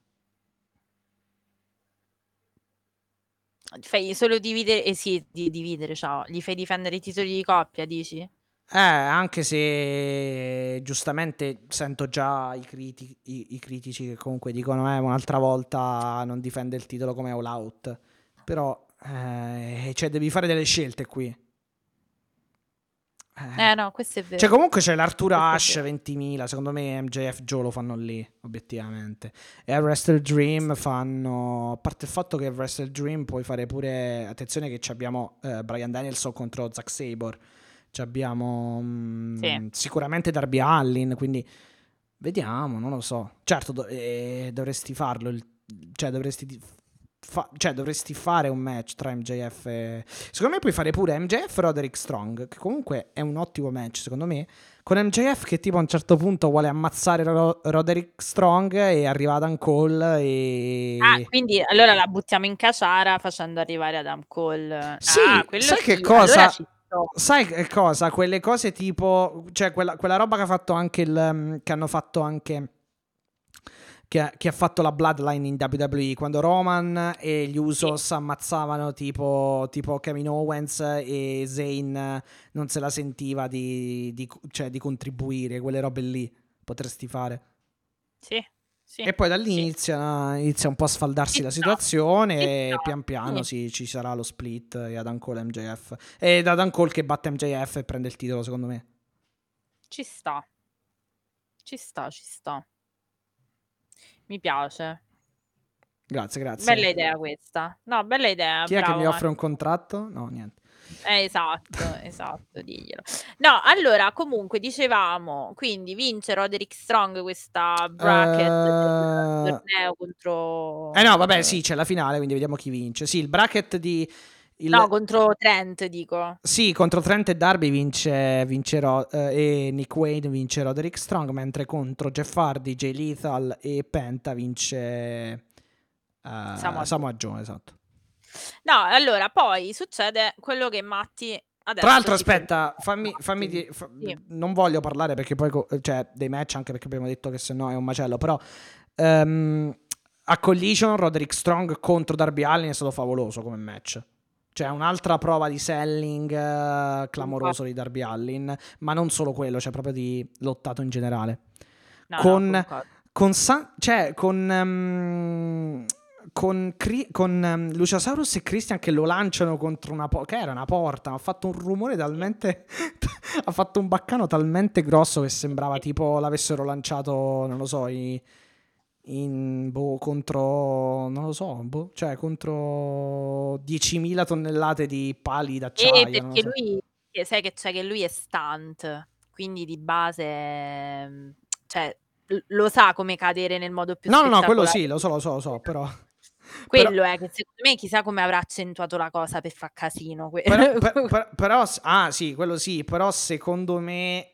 D: Fai solo dividere, eh sì, di dividere, ciao. Gli fai difendere i titoli di coppia, dici?
C: Eh, anche se giustamente sento già i, criti- i- i critici che comunque dicono eh, un'altra volta non difende il titolo come All Out. Però, eh, cioè, devi fare delle scelte qui. Eh.
D: Eh no, questo è vero.
C: Cioè, comunque c'è l'Arthur
D: Questo è
C: Ashe
D: vero.
C: ventimila. Secondo me M J F Joe lo fanno lì, obiettivamente. E a Wrestle Dream fanno. A parte il fatto che a Wrestle Dream puoi fare pure. Attenzione, che ci abbiamo eh, Bryan Danielson contro Zack Sabre. Ci abbiamo mm,
D: Sì.
C: sicuramente Darby Allin. Quindi vediamo, non lo so. Certo, do- eh, dovresti farlo. il- cioè, dovresti. di- fa- cioè, dovresti fare un match tra M J F e. Secondo me puoi fare pure M J F Roderick Strong, che comunque è un ottimo match, secondo me. Con M J F che tipo a un certo punto vuole ammazzare Ro- Roderick Strong e arriva Adam Cole
D: Ah,
C: e.
D: quindi allora la buttiamo in caciara facendo arrivare Adam Cole.
C: Sì,
D: Ah, quello
C: sai che
D: sì, allora
C: cosa?
D: ci sto.
C: Sai che cosa? Quelle cose tipo. Cioè, quella, quella roba che ha fatto anche il. um, Che hanno fatto anche. Che ha, che ha fatto la Bloodline in W W E quando Roman e gli Usos ammazzavano tipo, tipo Kevin Owens e Zayn non se la sentiva di, di- cioè, di contribuire, quelle robe lì potresti fare.
D: Sì, sì,
C: E poi da lì
D: sì.
C: inizia, inizia un po' a sfaldarsi
D: Ci
C: la
D: sta,
C: situazione
D: ci
C: e
D: sta,
C: pian piano
D: sì.
C: si- ci sarà lo split e Adam Cole e M J F. Ed Adam Cole che batte M J F e prende il titolo, secondo me.
D: Ci sta. Ci sta, ci sta. Mi piace.
C: Grazie, grazie.
D: Bella idea questa. No, bella idea,
C: Chi è che mi
D: bravo
C: offre un
D: Massimo.
C: contratto? No, niente.
D: Eh, esatto, esatto, diglielo. No, allora, comunque dicevamo, quindi vince Roderick Strong questa bracket del
C: Eh,
D: torneo
C: eh no,
D: contro
C: vabbè,
D: eh,
C: sì, c'è la finale, quindi vediamo chi vince. Sì, il bracket di.
D: no,
C: Il,
D: contro Trent, dico.
C: sì, contro Trent e Darby vince, vince Ro- eh, e Nick Wayne vince Roderick Strong, mentre contro Jeff Hardy, Jay Lethal e Penta vince eh,
D: Samoa Joe.
C: Samoa Joe, esatto.
D: No, allora, poi succede quello che Matti adesso
C: Tra l'altro,
D: ci ferma
C: aspetta,
D: un
C: fammi, fammi
D: attimo.
C: dire, fa-
D: Sì.
C: non voglio parlare perché poi, co- cioè, dei match, anche perché abbiamo detto che sennò è un macello, però ehm, a Collision Roderick Strong contro Darby Allin è stato favoloso come match. Cioè, un'altra prova di selling eh, clamoroso di Darby Allin, ma non solo quello, cioè proprio di lottato in generale.
D: No, no,
C: Con,
D: concordo.
C: con, Sa- cioè, con, ehm, con, Cri- con ehm, Luciasaurus e Christian che lo lanciano contro una porta, che era una porta, ha fatto un rumore talmente, ha fatto un baccano talmente grosso che sembrava tipo l'avessero lanciato, non lo so, i- in, boh, contro, non lo so, boh, cioè contro diecimila tonnellate di pali
D: E
C: d'acciaio, non lo
D: perché
C: so.
D: lui che sai che c'è che lui è stunt, quindi di base, mhmm, cioè l lo sa come cadere nel modo più
C: No, no, no, quello
D: spettacolare
C: sì, lo so, lo so, lo so,
D: possibile.
C: però. però
D: Quello è che secondo me chissà come avrà accentuato la cosa per fa' casino que
C: Però, per- per- però, ah sì, quello sì, però secondo me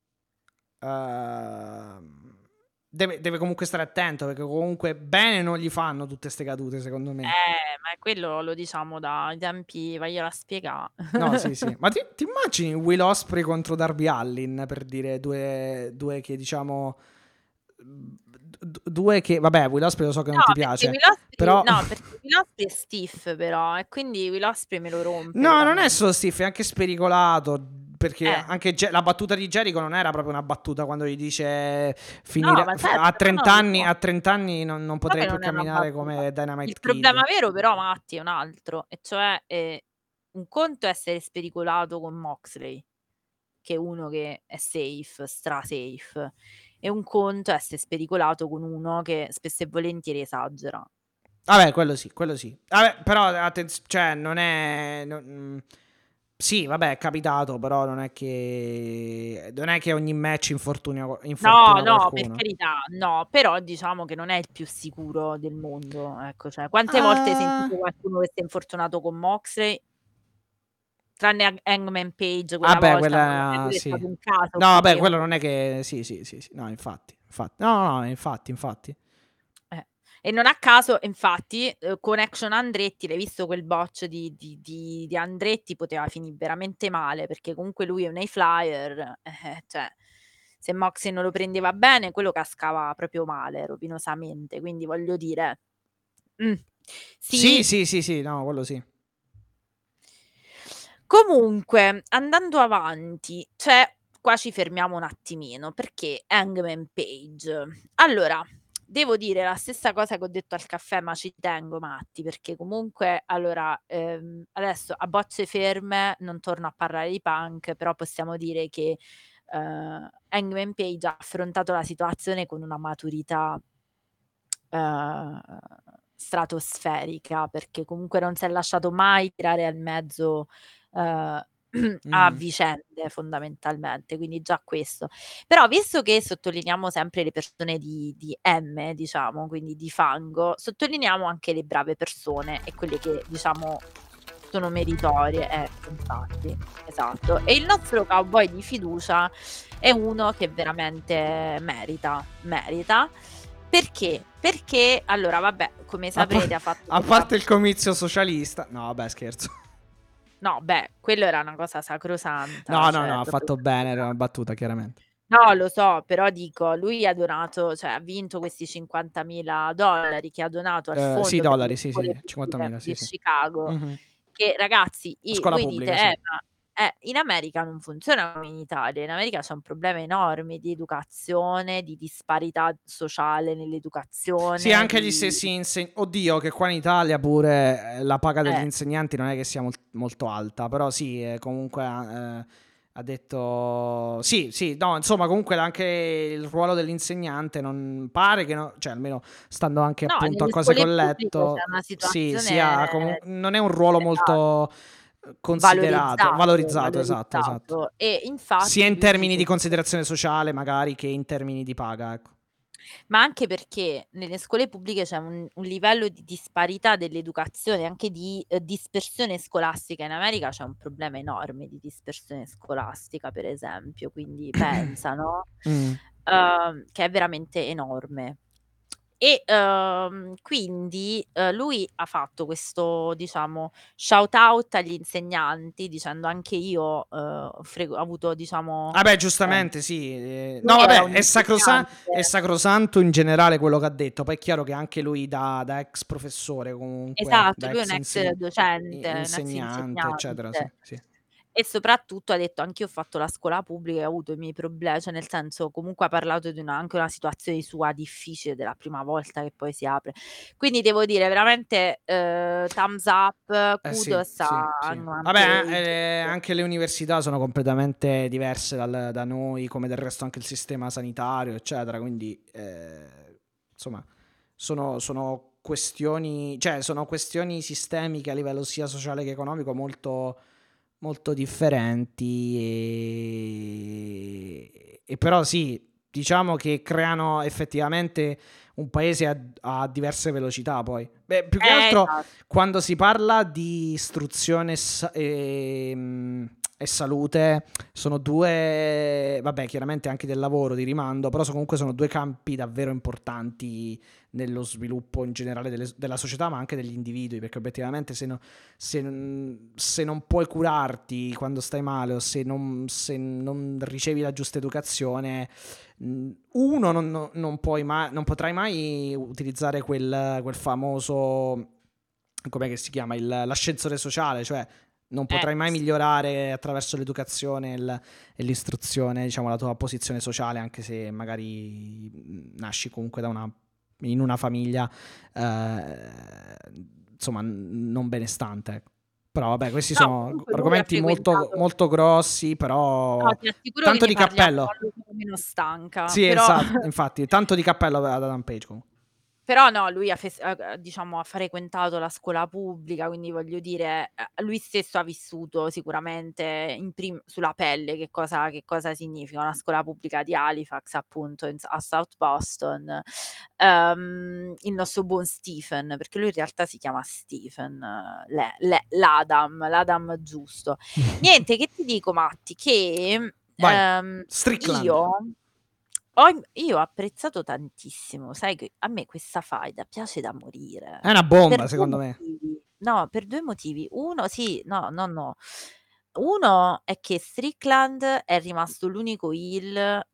C: ehm, deve, deve comunque stare attento perché comunque bene non gli fanno tutte ste cadute, secondo me.
D: Eh, ma quello lo diciamo dai tempi vaglielo a spiegà.
C: No, sì, sì. Ma ti, ti immagini Will Ospreay contro Darby Allin, per dire due, due che diciamo. d- Due che. Vabbè, Will Ospreay lo so che non
D: No,
C: ti
D: perché
C: piace,
D: Will Ospreay
C: però.
D: no, perché Will Ospreay è stiff però, e quindi Will Ospreay me lo rompe
C: No, non è
D: totalmente.
C: solo Steve, è anche spericolato. Perché
D: Eh.
C: anche Ge- la battuta di Jericho non era proprio una battuta quando gli dice
D: No,
C: finire
D: ma
C: f- a
D: certo, no,
C: trenta
D: no, lo
C: anni,
D: so.
C: a trenta anni non, non
D: So
C: potrei
D: che
C: più
D: non è una
C: camminare
D: battuta.
C: come Dynamite
D: Il problema
C: Kid.
D: vero però, Matti, è un altro, e cioè, ehm, un conto è essere spericolato con Moxley, che è uno che è safe, stra safe, e un conto è essere spericolato con uno che spesso e volentieri esagera.
C: Vabbè, quello sì, quello sì. Vabbè, però attenzione, cioè non è non- mm, sì, vabbè, è capitato, però non è che non è che ogni match infortunia,
D: No,
C: infortuna
D: no, per
C: qualcuno.
D: carità, no, però diciamo che non è il più sicuro del mondo, ecco, cioè quante volte hai
C: Ah,
D: sentito qualcuno che si è infortunato con Moxley? Tranne Hang Hangman Page quella
C: vabbè,
D: volta, ma vabbè,
C: quella
D: quello è
C: sì.
D: stato un caso
C: No, vabbè, quello
D: amichevole.
C: non è che sì, sì, sì, sì. No, infatti, infatti. No, no, no, infatti, infatti.
D: Eh. E non a caso, infatti, uhm, con Action Andretti, l'hai visto quel botch di di di di Andretti, poteva finì veramente male, perché comunque lui è un high flyer, eh, cioè se Moxley non lo prendeva bene, quello cascava proprio male, rovinosamente. Quindi voglio dire, mh,
C: Sì,
D: sì.
C: sì, sì, sì, no, quello sì.
D: Comunque, andando avanti, cioè qua ci fermiamo un attimino, perché Hangman Page. Allora, devo dire la stessa cosa che ho detto al caffè, ma ci tengo Matti, perché comunque allora, ehm, adesso a bocce ferme non torno a parlare di Punk, però possiamo dire che, ehm, Hangman Page ha affrontato la situazione con una maturità ehm, stratosferica, perché comunque non s'è lasciato mai tirare al mezzo, ehm, a
C: Mh.
D: vicende fondamentalmente, quindi già questo. Però visto che sottolineiamo sempre le persone di di M, diciamo, quindi di fango, sottolineiamo anche le brave persone e quelle che diciamo sono meritorie, ecco infatti, esatto. E il nostro cowboy di fiducia è uno che veramente merita, merita. Perché? Perché allora vabbè, come
C: A pa
D: saprete ha fatto
C: a
D: questa
C: parte il comizio socialista no vabbè scherzo.
D: no, beh, quello era una cosa sacrosanta,
C: No, no,
D: cioè
C: no, ha
D: proprio
C: fatto bene, era una
D: sacrosanta.
C: battuta chiaramente.
D: No, lo so, però dico, lui ha donato cioè ha vinto questi cinquantamila dollari che ha donato al
C: Ehm, sì,
D: fondo per le
C: dollari, sì,
D: scuole
C: sì,
D: pubbliche
C: cinquantamila, sì,
D: di
C: sì.
D: Chicago,
C: Mh-mh.
D: che ragazzi, i
C: Scuola
D: voi dite:
C: pubblica, sì.
D: "Eh, ma eh, in America non funziona come in Italia, in America c'è un problema enorme di educazione, di disparità sociale
C: Sì,
D: nell'educazione,
C: anche gli
D: di"
C: stessi inse oddio che qua in Italia pure, ehm, la paga degli
D: eh.
C: insegnanti non è che sia mol molto alta, però sì, ehm, comunque ha ehm, ha detto sì, sì, no, insomma comunque anche il ruolo dell'insegnante non pare che no cioè almeno stando anche
D: No,
C: appunto a
D: nelle
C: cose che
D: scuole
C: ho
D: pubbliche c'è
C: letto,
D: una
C: sì,
D: situazione
C: sia comu non è un ruolo molto,
D: esatto,
C: uhm, considerato,
D: valorizzato,
C: valorizzato, esatto, esatto.
D: valorizzato. E
C: Sia
D: infatti
C: in
D: quindi
C: termini di
D: comunque
C: considerazione sociale magari che in termini di paga, ecco.
D: ma anche perché nelle scuole pubbliche c'è un un livello di disparità dell'educazione, anche di, ehm, dispersione scolastica. In America c'è un problema enorme di dispersione scolastica, per esempio, quindi pensa, no,
C: Mh.
D: uhm, che è veramente enorme. E, uhm, quindi, uhm, lui ha fatto questo, diciamo, shout out agli insegnanti dicendo: "Anche io, uhm, ho frego ho avuto diciamo"
C: Ah beh,
D: ehm,
C: giustamente sì, ehm, no
D: lui era
C: vabbè,
D: un
C: è sacrosa è
D: insegnante
C: sacrosanto in generale quello che ha detto, poi è chiaro che anche lui da da ex professore comunque,
D: esatto,
C: da
D: lui è un
C: ex
D: ex
C: insegn i
D: docente, un ex
C: insegnante, eccetera, sì,
D: insegnante.
C: sì.
D: E soprattutto ha detto: "Anch'io ho fatto la scuola pubblica e ho avuto i miei proble" cioè nel senso comunque ha parlato di una anche una situazione sua difficile della prima volta che poi si apre. Quindi devo dire veramente, uhm, thumbs up,
C: Eh sì,
D: kudos a
C: sì, sì.
D: Hangman
C: Vabbè,
D: Page.
C: ehm, anche le università sono completamente diverse dal da noi, come del resto anche il sistema sanitario, eccetera, quindi, ehm, insomma sono sono questioni cioè sono questioni sistemiche a livello sia sociale che economico molto molto differenti, e e però sì, diciamo che creano effettivamente un paese a a diverse velocità poi. Beh, più che
D: Eh,
C: altro
D: esatto.
C: quando si parla di istruzione e sa ehm, e salute sono due vabbè chiaramente anche del lavoro di rimando, però so comunque sono due campi davvero importanti nello sviluppo in generale delle s della società, ma anche degli individui, perché obiettivamente se no se n se non puoi curarti quando stai male o se non se non ricevi la giusta educazione, mhmm, uno non no non puoi ma non potrai mai utilizzare quel quel famoso com'è che si chiama, il l'ascensore sociale, cioè non
D: Eh,
C: potrai mai
D: sì.
C: migliorare attraverso l'educazione e il e l'istruzione, diciamo, la tua posizione sociale, anche se magari, mhmm, nasci comunque da una in una famiglia, ehm, insomma, n non benestante, ecco. Però vabbè, questi
D: No,
C: sono g
D: comunque lui ha
C: argomenti molto
D: frequentato
C: molto grossi,
D: no,
C: però
D: ti assicuro che
C: tanto
D: ne
C: di
D: parliamo
C: cappello.
D: quando sono meno stanca,
C: Sì,
D: però
C: esa infatti, tanto di cappello ad Adam Page comunque.
D: Però no, lui ha fes ha g diciamo ha frequentato la scuola pubblica, quindi voglio dire, ehm, lui stesso ha vissuto sicuramente in prim sulla pelle che cosa che cosa significa una scuola pubblica di Halifax, appunto in s a South Boston. Ehm, il nostro buon Stephen, perché lui in realtà si chiama Stephen, le le l'Adam, l'Adam giusto. Niente, che ti dico Matti, che,
C: Vai,
D: ehm,
C: Strickland.
D: io ho im io ho apprezzato tantissimo, sai che a me questa faida piace da morire,
C: È una
D: per
C: bomba
D: due
C: secondo me.
D: motivi. No, per due motivi. Uno sì, no, no, no. Uno è che Strickland è rimasto l'unico heel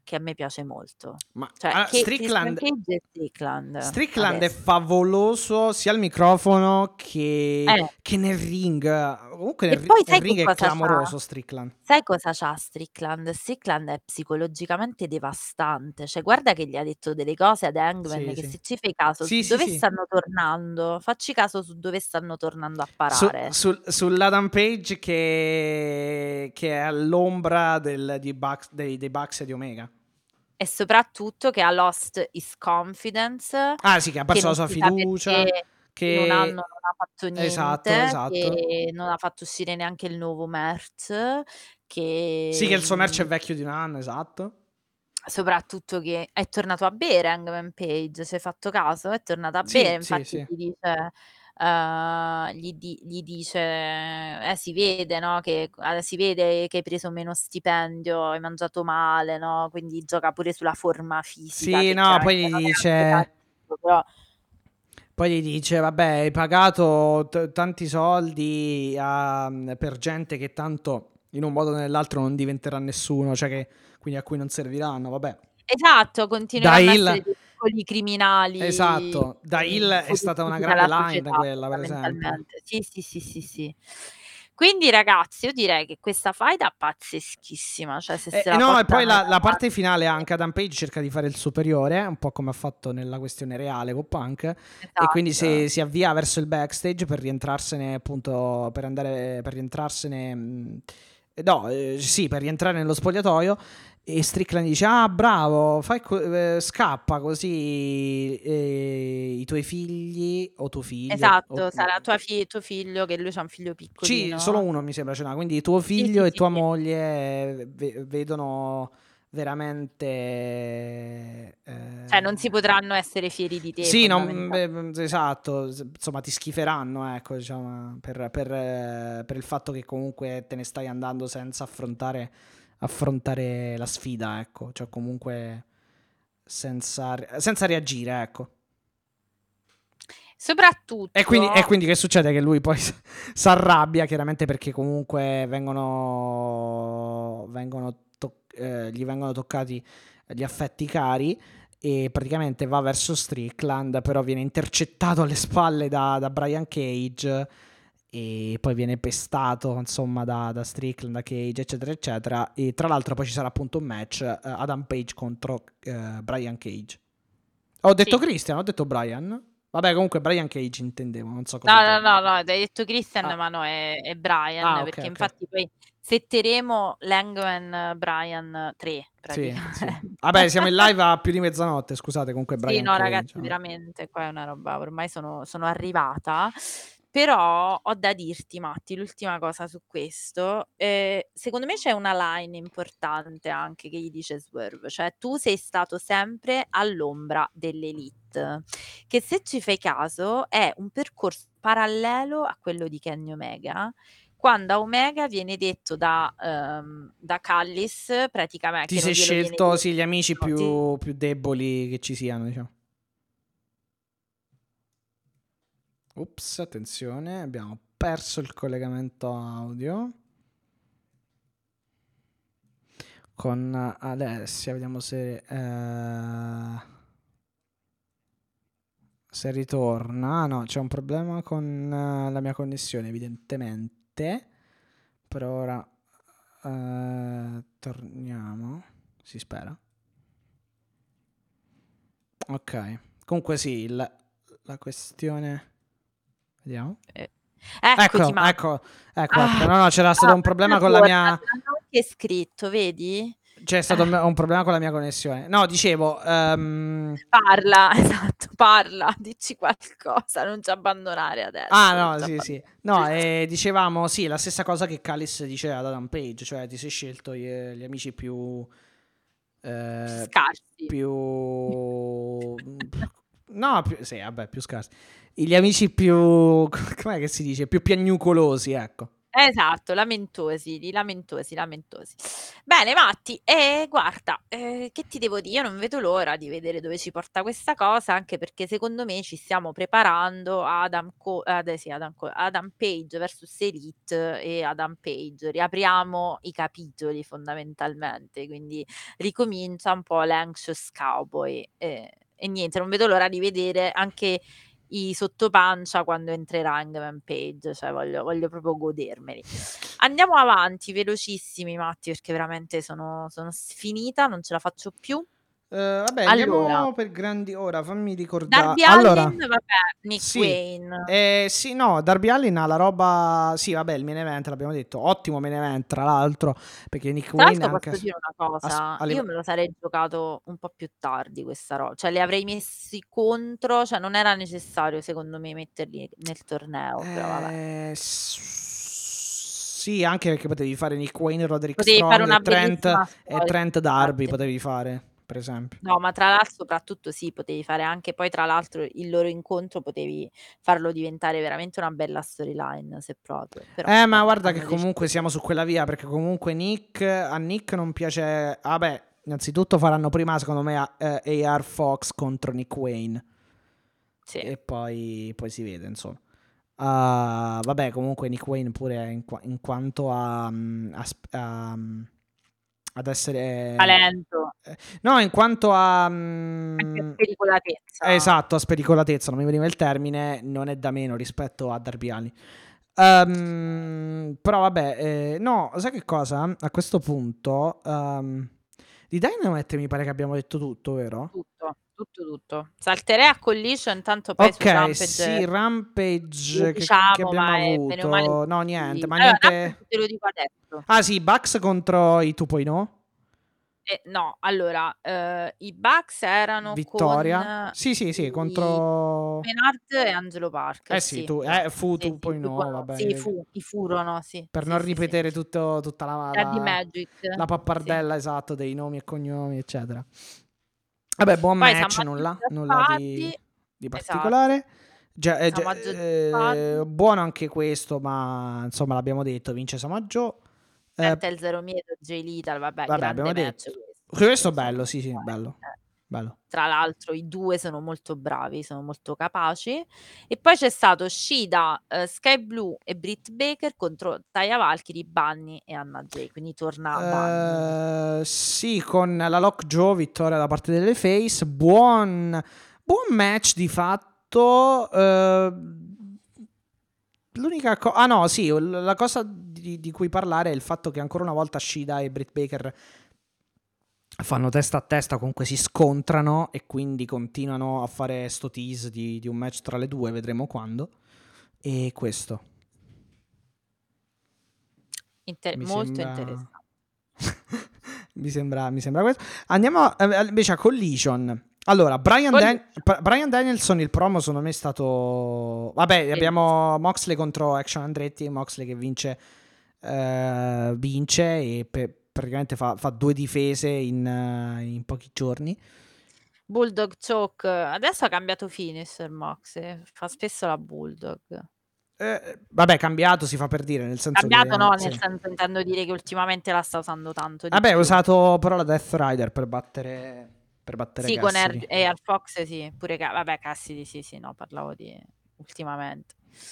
D: che a me piace molto.
C: Ma
D: Cioè,
C: allora,
D: che Christian
C: Strickland,
D: Cage è Strickland
C: Strickland è
D: adesso.
C: favoloso sia al microfono che,
D: Eh.
C: che nel ring. Comunque
D: E
C: nel, ri-
D: poi
C: nel
D: sai che
C: ring è
D: cosa c'ha?
C: clamoroso Strickland.
D: Sai cosa c'ha Strickland? Strickland è psicologicamente devastante. Cioè, guarda che gli ha detto delle cose ad Hangman
C: Sì,
D: che
C: sì.
D: se ci fai caso,
C: Sì,
D: su
C: sì,
D: dove
C: sì.
D: stanno tornando, facci caso su dove stanno tornando a
C: Su,
D: parare.
C: sul, sull'Adam Page che, che è all'ombra del, di Bucks- dei, dei Bucks e di Omega.
D: E soprattutto che ha lost his confidence,
C: Ah sì, che ha
D: che
C: perso la
D: non
C: sua
D: si sa
C: fiducia,
D: perché in un anno
C: che...
D: non ha fatto
C: Esatto,
D: niente,
C: esatto.
D: che non ha fatto uscire neanche il nuovo merch,
C: Sì, che
D: che
C: il suo merch è
D: mh,
C: vecchio di un anno, esatto.
D: soprattutto che è tornato a bere Hangman Page, ci hai fatto caso? È tornato a bere,
C: Sì, sì,
D: infatti
C: sì.
D: gli dice, ehm, gli, di- gli dice, eh, si vede, no? Che eh, si vede che hai preso meno stipendio, hai mangiato male, no? Quindi gioca pure sulla forma fisica,
C: Sì,
D: che
C: no, poi
D: chiaramente
C: gli
D: non è anche
C: dice...
D: tanto, però
C: Poi gli dice, vabbè, hai pagato t- tanti soldi a- per gente che tanto in un modo o nell'altro non diventerà nessuno, cioè che quindi a cui non serviranno, vabbè.
D: esatto,
C: Da
D: continueranno a essere
C: Hill,
D: dei piccoli criminali
C: esatto, da Hill è stata una
D: fottuti
C: grande
D: dalla
C: line
D: società
C: quella, per esempio.
D: fondamentalmente. Sì, sì, sì, sì, sì. Quindi ragazzi, io direi che questa faida è pazzeschissima, cioè se
C: E,
D: se
C: e
D: la
C: no, e poi
D: portano
C: la,
D: avanti.
C: la parte finale anche Adam Page cerca di fare il superiore, un po' come ha fatto nella questione reale con Punk, e quindi si,
D: Esatto.
C: si avvia verso il backstage per rientrarsene, appunto, per andare, per rientrarsene, mh, eh, no, eh, sì, per rientrare nello spogliatoio. E Strickland dice, ah bravo, fai co- eh, scappa così eh, i tuoi figli o tuo figlio, o-
D: Esatto, sarà tua fi tuo figlio, che lui c'ha un figlio
C: sì, solo
D: piccolino.
C: uno mi sembra ce n'ha, quindi tuo
D: Sì,
C: figlio
D: sì,
C: e
D: sì,
C: tua
D: sì.
C: moglie ve- vedono veramente...
D: Cioè non si
C: eh,
D: potranno essere fieri di te
C: sì, non- beh,
D: fondamentalmente.
C: esatto, s- insomma ti schiferanno, ecco, diciamo, per, per, eh, per il fatto che comunque te ne stai andando senza affrontare, affrontare la sfida, ecco, cioè comunque senza, senza reagire, ecco. E quindi, e
D: Soprattutto
C: quindi che succede? Che lui poi si arrabbia, chiaramente perché comunque vengono, vengono to- eh, gli vengono toccati gli affetti cari e praticamente va verso Strickland, però viene intercettato alle spalle da, da Brian Cage e poi viene pestato insomma da, da Strickland, da Cage, eccetera, eccetera. E tra l'altro poi ci sarà appunto un match, eh, Adam Page contro eh, Brian Cage. Ho detto
D: sì.
C: Christian, ho detto Brian. Vabbè, comunque Brian Cage intendevo, non so cosa ho
D: No, no,
C: detto.
D: no, no, hai detto Christian,
C: Ah,
D: ma no, è, è Brian,
C: ah, ok,
D: perché
C: ok.
D: infatti poi setteremo l'Hangman Brian tre,
C: Sì, sì.
D: praticamente.
C: Vabbè, siamo in live a più di mezzanotte, scusate, comunque
D: Sì,
C: Brian
D: no,
C: Cage.
D: ragazzi,
C: Vabbè.
D: veramente, qua è una roba, ormai sono, sono arrivata. Però ho da dirti, Matti, l'ultima cosa su questo. Eh, secondo me c'è una line importante anche che gli dice Swerve, cioè tu sei stato sempre all'ombra dell'elite, che se ci fai caso è un percorso parallelo a quello di Kenny Omega, quando a Omega viene detto da, ehm, da Callis, praticamente,
C: Ti
D: che non
C: sei
D: glielo viene
C: scelto, sì, gli amici
D: detto, ti-
C: più, più deboli che ci siano, diciamo. Ups, attenzione, abbiamo perso il collegamento audio con Alessia, vediamo se, eh, se ritorna. Ah, no, c'è un problema con eh, la mia connessione, evidentemente. Per ora eh, torniamo, si spera. Ok, comunque sì, il- la questione... Vediamo.
D: eh, Eccoti,
C: Ecco,
D: Matti.
C: ecco, ecco, ecco.
D: Ah,
C: No, no, c'era stato
D: ah,
C: un problema
D: guarda,
C: con la
D: torna,
C: mia...
D: te l'hanno anche scritto, vedi?
C: C'è stato un
D: Eh,
C: un problema con la mia connessione. No, dicevo... ehm,
D: parla, esatto, parla, dici qualcosa, non ci abbandonare
C: Ah,
D: adesso, non
C: no,
D: ci
C: sì, sì.
D: abbandonare.
C: No, eh, dicevamo, sì, la stessa cosa che Callis dice ad Adam Page, cioè ti sei scelto gli, gli amici più... eh,
D: Scarsi.
C: più... No, più, sì, vabbè, più scarsi. Gli amici più... Com'è che si dice? Più piagnucolosi, ecco.
D: Esatto, lamentosi, di lamentosi, lamentosi. Bene Matti, e guarda, ehm, che ti devo dire, io non vedo l'ora di vedere dove ci porta questa cosa, anche perché secondo me ci stiamo preparando a Adam Co ad sì, Adam Co Adam Page versus Elite e Adam Page. Riapriamo i capitoli fondamentalmente, quindi ricomincia un po' l'Anxious Cowboy, e e niente, non vedo l'ora di vedere anche i sottopancia quando entrerà Hangman Page, cioè voglio voglio proprio godermeli. Andiamo avanti velocissimi Matti, perché veramente sono sono sfinita, non ce la faccio più.
C: Eh, vabbè,
D: Allora,
C: andiamo per grandi ora, fammi ricordare.
D: Darby
C: Allora,
D: Allin, vabbè, Nick
C: sì,
D: Wayne.
C: eh, sì, no, Darby Allin ha la roba, sì, vabbè, il main event, l'abbiamo detto, ottimo main event, tra l'altro, perché Nick
D: Tra
C: Wayne
D: l'altro
C: anche
D: posso dire una
C: a-
D: cosa,
C: a
D: io
C: live-
D: me lo sarei giocato un po' più tardi questa roba, cioè li avrei messi contro, cioè non era necessario secondo me metterli nel torneo, però vabbè.
C: eh, s- sì, anche perché potevi fare Nick Wayne, Roderick
D: Potevi fare
C: Strong
D: una
C: e Trent,
D: bellissima
C: e
D: storia,
C: Trent Darby
D: infatti.
C: potevi fare, per esempio.
D: No, ma tra l'altro soprattutto sì, potevi fare anche poi tra l'altro il loro incontro potevi farlo diventare veramente una bella storyline, se proprio, però
C: Eh, ma
D: vabbè,
C: guarda che
D: hanno deciso
C: comunque siamo
D: così.
C: su quella via, perché comunque Nick, a Nick non piace. Vabbè, innanzitutto faranno prima, secondo me, a- eh, A R Fox contro Nick Wayne.
D: Sì.
C: E poi, poi si vede, insomma. Ah, vabbè, comunque Nick Wayne pure in, qua- in quanto a, mm, a sp- a, mm, ad essere.
D: Talento,
C: eh, No, in quanto a.
D: anche
C: mm,
D: spericolatezza.
C: esatto, a spericolatezza, non mi veniva il termine, non è da meno rispetto a Darby Allin. Ehm, però vabbè, eh, no, sai che cosa? A questo punto, ehm, di Dynamite mi pare che abbiamo detto tutto, vero?
D: Tutto, tutto, tutto. Salterei a Collision, intanto poi su
C: Ok,
D: Rampage
C: sì,
D: lo
C: Rampage che, che
D: diciamo,
C: abbiamo
D: ma è bene o male
C: avuto. No, niente,
D: tutti.
C: ma
D: Allora, Rampage
C: niente.
D: te lo dico adesso.
C: Ah sì, Bucks contro i due punto oh.
D: Eh, no, allora, eh, i Bucks erano con
C: Vittoria. Sì, sì, sì,
D: i
C: contro.
D: Menard e Angelo
C: Eh
D: Parker,
C: sì,
D: sì,
C: tu, eh,
D: esatto.
C: fu
D: Sì, sì,
C: due punto oh,
D: furono, sì,
C: vabbè.
D: fu, i furono, sì,
C: Per
D: sì,
C: non
D: sì, sì.
C: ripetere tutto, tutta la,
D: Daddy
C: la,
D: Magic,
C: la
D: sì.
C: pappardella esatto dei nomi e cognomi, eccetera. Vabbè, buon
D: Poi
C: match,
D: Samaggio
C: nulla,
D: Jeff
C: nulla di,
D: Hardy,
C: di
D: esatto.
C: particolare. Già- eh, già-
D: Samaggio Jeff
C: eh,
D: Hardy,
C: buono anche questo, ma insomma l'abbiamo detto, vince Samaggio. Eh,
D: Pentel Zero Miedo, Jay Lethal, vabbè,
C: vabbè, abbiamo
D: grande match
C: detto.
D: questo, perché
C: Questo bello,
D: insomma,
C: sì, sì,
D: dai,
C: bello,
D: eh.
C: bello.
D: Tra l'altro i due sono molto bravi, sono molto capaci. E poi c'è stato Shida, eh, Sky Blue e Britt Baker contro Taya Valkyrie, Bunny e Anna Jay, quindi torna Bunny.
C: Eh, sì, con la Lockjaw vittoria da parte delle Face. Buon, buon match di fatto. eh, l'unica cosa. Ah, no, sì, l- la cosa di, di cui parlare è il fatto che ancora una volta Shida e Britt Baker fanno testa a testa, comunque si scontrano e quindi continuano a fare sto tease di, di un match tra le due. Vedremo quando. E questo
D: Inter-
C: mi
D: molto
C: sembra.
D: interessante.
C: mi, sembra, mi sembra questo. Andiamo eh, invece a Collision. Allora, Brian, Dan-
D: Collision,
C: P- Brian Danielson, il promo secondo me è stato. Vabbè,
D: bellissimo.
C: abbiamo Moxley contro Action Andretti. Moxley che vince, eh, vince e pe- praticamente fa, fa due difese in, eh, in pochi giorni.
D: Bulldog Choke, adesso ha cambiato finisher Mox, eh, fa spesso la Bulldog.
C: Eh, vabbè, cambiato si fa per dire, nel senso
D: Cambiato
C: che.
D: no,
C: Sì.
D: nel senso intendo dire che ultimamente la sta usando tanto di
C: Vabbè, ha
D: più.
C: usato però la Death Rider per battere, per battere
D: Sì, con Air,
C: Cassidy.
D: Air Fox sì, pure Ca- vabbè Cassidy sì, sì, no, parlavo di ultimamente.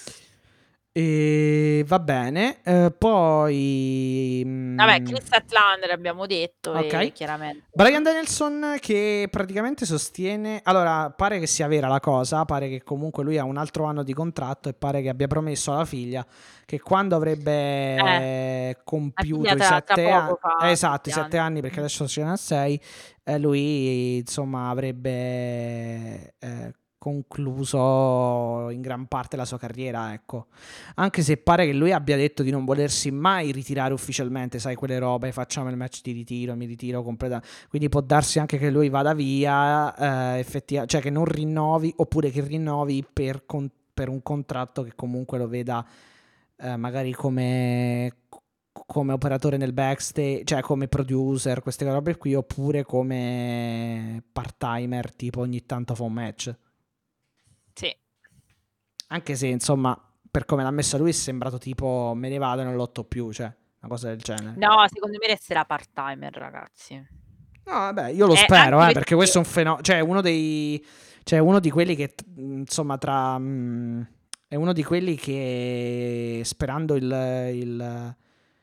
C: E va bene. eh, poi.
D: Vabbè,
C: mm,
D: Chris Statlander abbiamo detto e
C: ok.
D: chiaramente
C: Brian Danielson che praticamente sostiene. Allora, pare che sia vera la cosa. Pare che comunque lui ha un altro anno di contratto e pare che abbia promesso alla figlia che quando
D: eh,
C: avrebbe
D: la
C: compiuto
D: figlia
C: i
D: tra, tra
C: sette anni.
D: poco fa
C: Esatto, i
D: sette
C: sette
D: anni.
C: anni perché
D: Mm.
C: adesso ce ne ha sei. eh, lui insomma avrebbe eh, concluso in gran parte la sua carriera, ecco. Anche se pare che lui abbia detto di non volersi mai ritirare ufficialmente, sai, quelle robe, facciamo il match di ritiro, mi ritiro completamente. Quindi può darsi anche che lui vada via, eh, effettivamente, cioè che non rinnovi, oppure che rinnovi per, con- per un contratto che comunque lo veda eh, magari come, come operatore nel backstage, cioè come producer, queste robe qui, oppure come part-timer, tipo ogni tanto fa un match.
D: Sì.
C: Anche se, insomma, per come l'ha messa lui è sembrato tipo me ne vado e non lotto più, cioè una cosa del genere.
D: No, secondo me resterà part-timer, ragazzi.
C: No, vabbè, io lo
D: Eh,
C: spero,
D: anche
C: eh, perché questo è un
D: perché-
C: fenomeno, cioè uno dei, cioè uno di quelli che, t- insomma, tra, mm, è uno di quelli che sperando il, il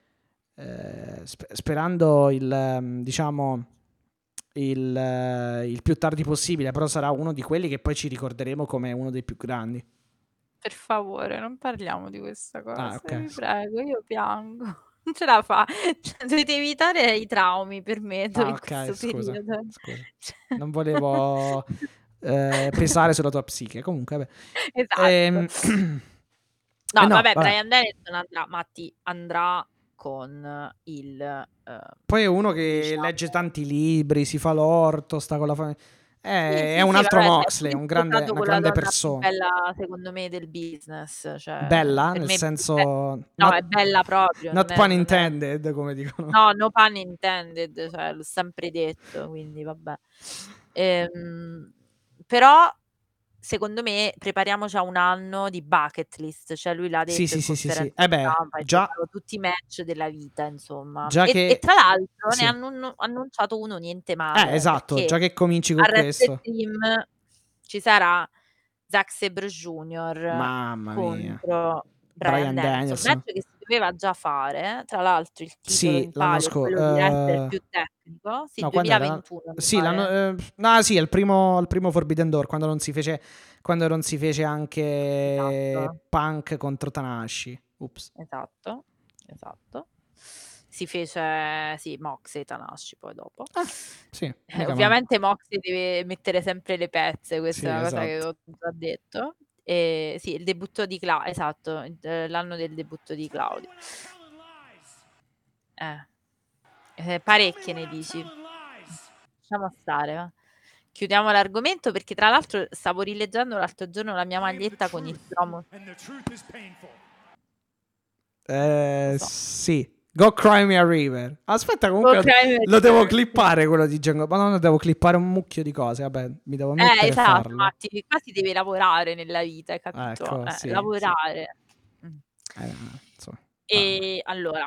C: eh, sp- sperando il, mm, diciamo, il, eh, il più tardi possibile, però sarà uno di quelli che poi ci ricorderemo come uno dei più grandi.
D: Per favore, non parliamo di questa cosa,
C: Ah, ok.
D: vi prego, io piango. Non ce la fa. Cioè, dovete evitare i traumi per me do-
C: Ah,
D: in
C: ok,
D: questo
C: scusa,
D: periodo.
C: scusa.
D: Cioè-
C: Non volevo eh, pesare sulla tua psiche. Comunque, vabbè.
D: Esatto.
C: Ehm,
D: No,
C: eh, no,
D: vabbè,
C: vabbè.
D: Bryan Danielson andrà, Matti, andrà con il... eh,
C: Poi è uno che
D: diciamo...
C: legge tanti libri, si fa l'orto, sta con la famiglia.
D: Sì,
C: È, è
D: sì,
C: un
D: sì,
C: altro
D: vabbè, cioè, è
C: Moxley,
D: pure
C: un grande,
D: sposato
C: una
D: con la
C: grande
D: donna più
C: persona.
D: bella, secondo me, del business. Cioè,
C: Bella,
D: per
C: nel
D: me,
C: senso...
D: eh, no,
C: not,
D: è bella proprio.
C: not
D: Non è,
C: pun
D: non è...
C: intended, come dicono.
D: No, no pun intended, cioè, l'ho sempre detto, quindi vabbè. Ehm, però, secondo me, prepariamoci a un anno di bucket list, cioè lui l'ha
C: Sì,
D: detto
C: sì,
D: in
C: sì, sì, sì.
D: conferenza
C: Eh beh,
D: stampa, e
C: già,
D: giocano tutti i match della vita, insomma.
C: già
D: E, e
C: che...
D: tra l'altro ne
C: Sì.
D: hanno annunciato uno niente
C: Eh,
D: male,
C: esatto,
D: perché
C: già che cominci con
D: al Wrestle
C: questo.
D: Dream ci sarà Zack Sabre Junior
C: Mamma mia.
D: contro
C: Bryan
D: Bryan Danielson,
C: Danielson.
D: match che si doveva già fare, tra l'altro il titolo
C: Sì,
D: in
C: l'anno
D: palio è
C: scorso.
D: quello di wrestler più tecnico, sì,
C: No, quando era?
D: duemilaventuno mi
C: Sì, l'anno,
D: pare.
C: eh, no, sì, il primo, il primo Forbidden Door, quando non si fece, quando non si fece anche
D: Esatto,
C: Punk contro Tanahashi. Ups.
D: esatto, esatto. Si fece, sì, Moxley e Tanahashi poi dopo.
C: Ah, sì,
D: Eh,
C: mica male.
D: ovviamente Moxley deve mettere sempre le pezze, questa
C: Sì,
D: è una cosa che
C: esatto.
D: ho già detto. E sì, il debutto di Claudio, esatto, eh, l'anno del debutto di Claudio. Eh, eh, parecchie ne dici. Lasciamo stare, va. Chiudiamo l'argomento perché tra l'altro stavo rileggendo l'altro giorno la mia maglietta con il promo.
C: Eh,
D: Lo so.
C: sì. Go Cry Me a River. Aspetta, comunque
D: Go Cry Me a
C: lo devo
D: River.
C: clippare quello di Django. Ma non devo clippare un mucchio di cose. Vabbè, mi devo mettere
D: Eh,
C: e
D: esatto,
C: farlo.
D: Matti, qua si deve lavorare nella vita, hai capito?
C: Ecco,
D: Eh,
C: sì, sì.
D: lavorare. Mm.
C: Eh, insomma, vabbè.
D: E allora,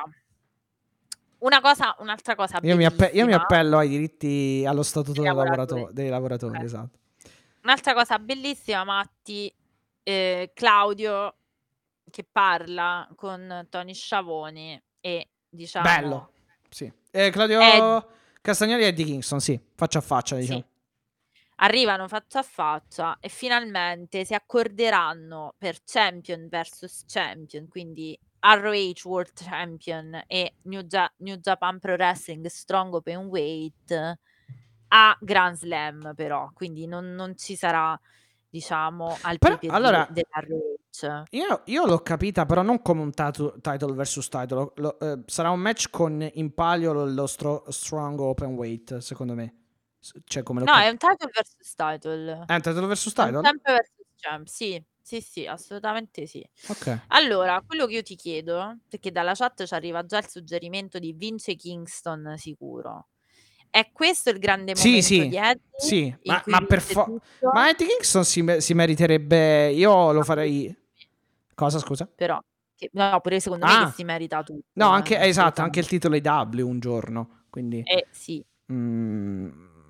D: una cosa, un'altra cosa
C: Io mi, appe- io mi
D: bellissima
C: appello ai diritti allo statuto
D: dei
C: dei
D: lavoratori.
C: lavoratori, dei lavoratori,
D: Ok.
C: esatto.
D: Un'altra cosa bellissima, Matti, eh, Claudio che parla con Tony Schiavone e diciamo
C: Bello. Sì. Eh, Claudio
D: Ed-
C: Castagnoli e Eddie Kingston, sì, faccia a faccia, diciamo.
D: sì, arrivano faccia a faccia e finalmente si accorderanno per Champion versus Champion, quindi R O H World Champion e New, Ja- New Japan Pro Wrestling Strong Openweight a Grand Slam, però, quindi non, non ci sarà, diciamo, al
C: Però,
D: pay per view
C: allora,
D: dell'R O H.
C: Io, io l'ho capita, però non come un tatu- title versus title. Lo- eh, sarà un match con in palio lo, lo stro- strong open weight, secondo me. S- Cioè, come l'ho
D: No, è
C: capito.
D: un title versus title.
C: È un title versus
D: È un
C: title?
D: champ versus champ, sì, sì, sì, assolutamente sì.
C: Ok.
D: Allora, quello che io ti chiedo, perché dalla chat ci arriva già il suggerimento di vince Kingston sicuro. È questo il grande
C: Sì,
D: momento
C: sì,
D: di Eddie
C: sì,
D: in
C: ma,
D: cui
C: ma per
D: vince
C: forza.
D: tutto?
C: Ma Eddie Kingston si, me- si meriterebbe. Io lo farei. Cosa, scusa?
D: Però, che, no, pure secondo me che
C: Ah,
D: si merita tutto.
C: no,
D: eh,
C: anche, esatto, anche il
D: assolutamente.
C: titolo I W un giorno. Quindi.
D: Eh sì,
C: Mm,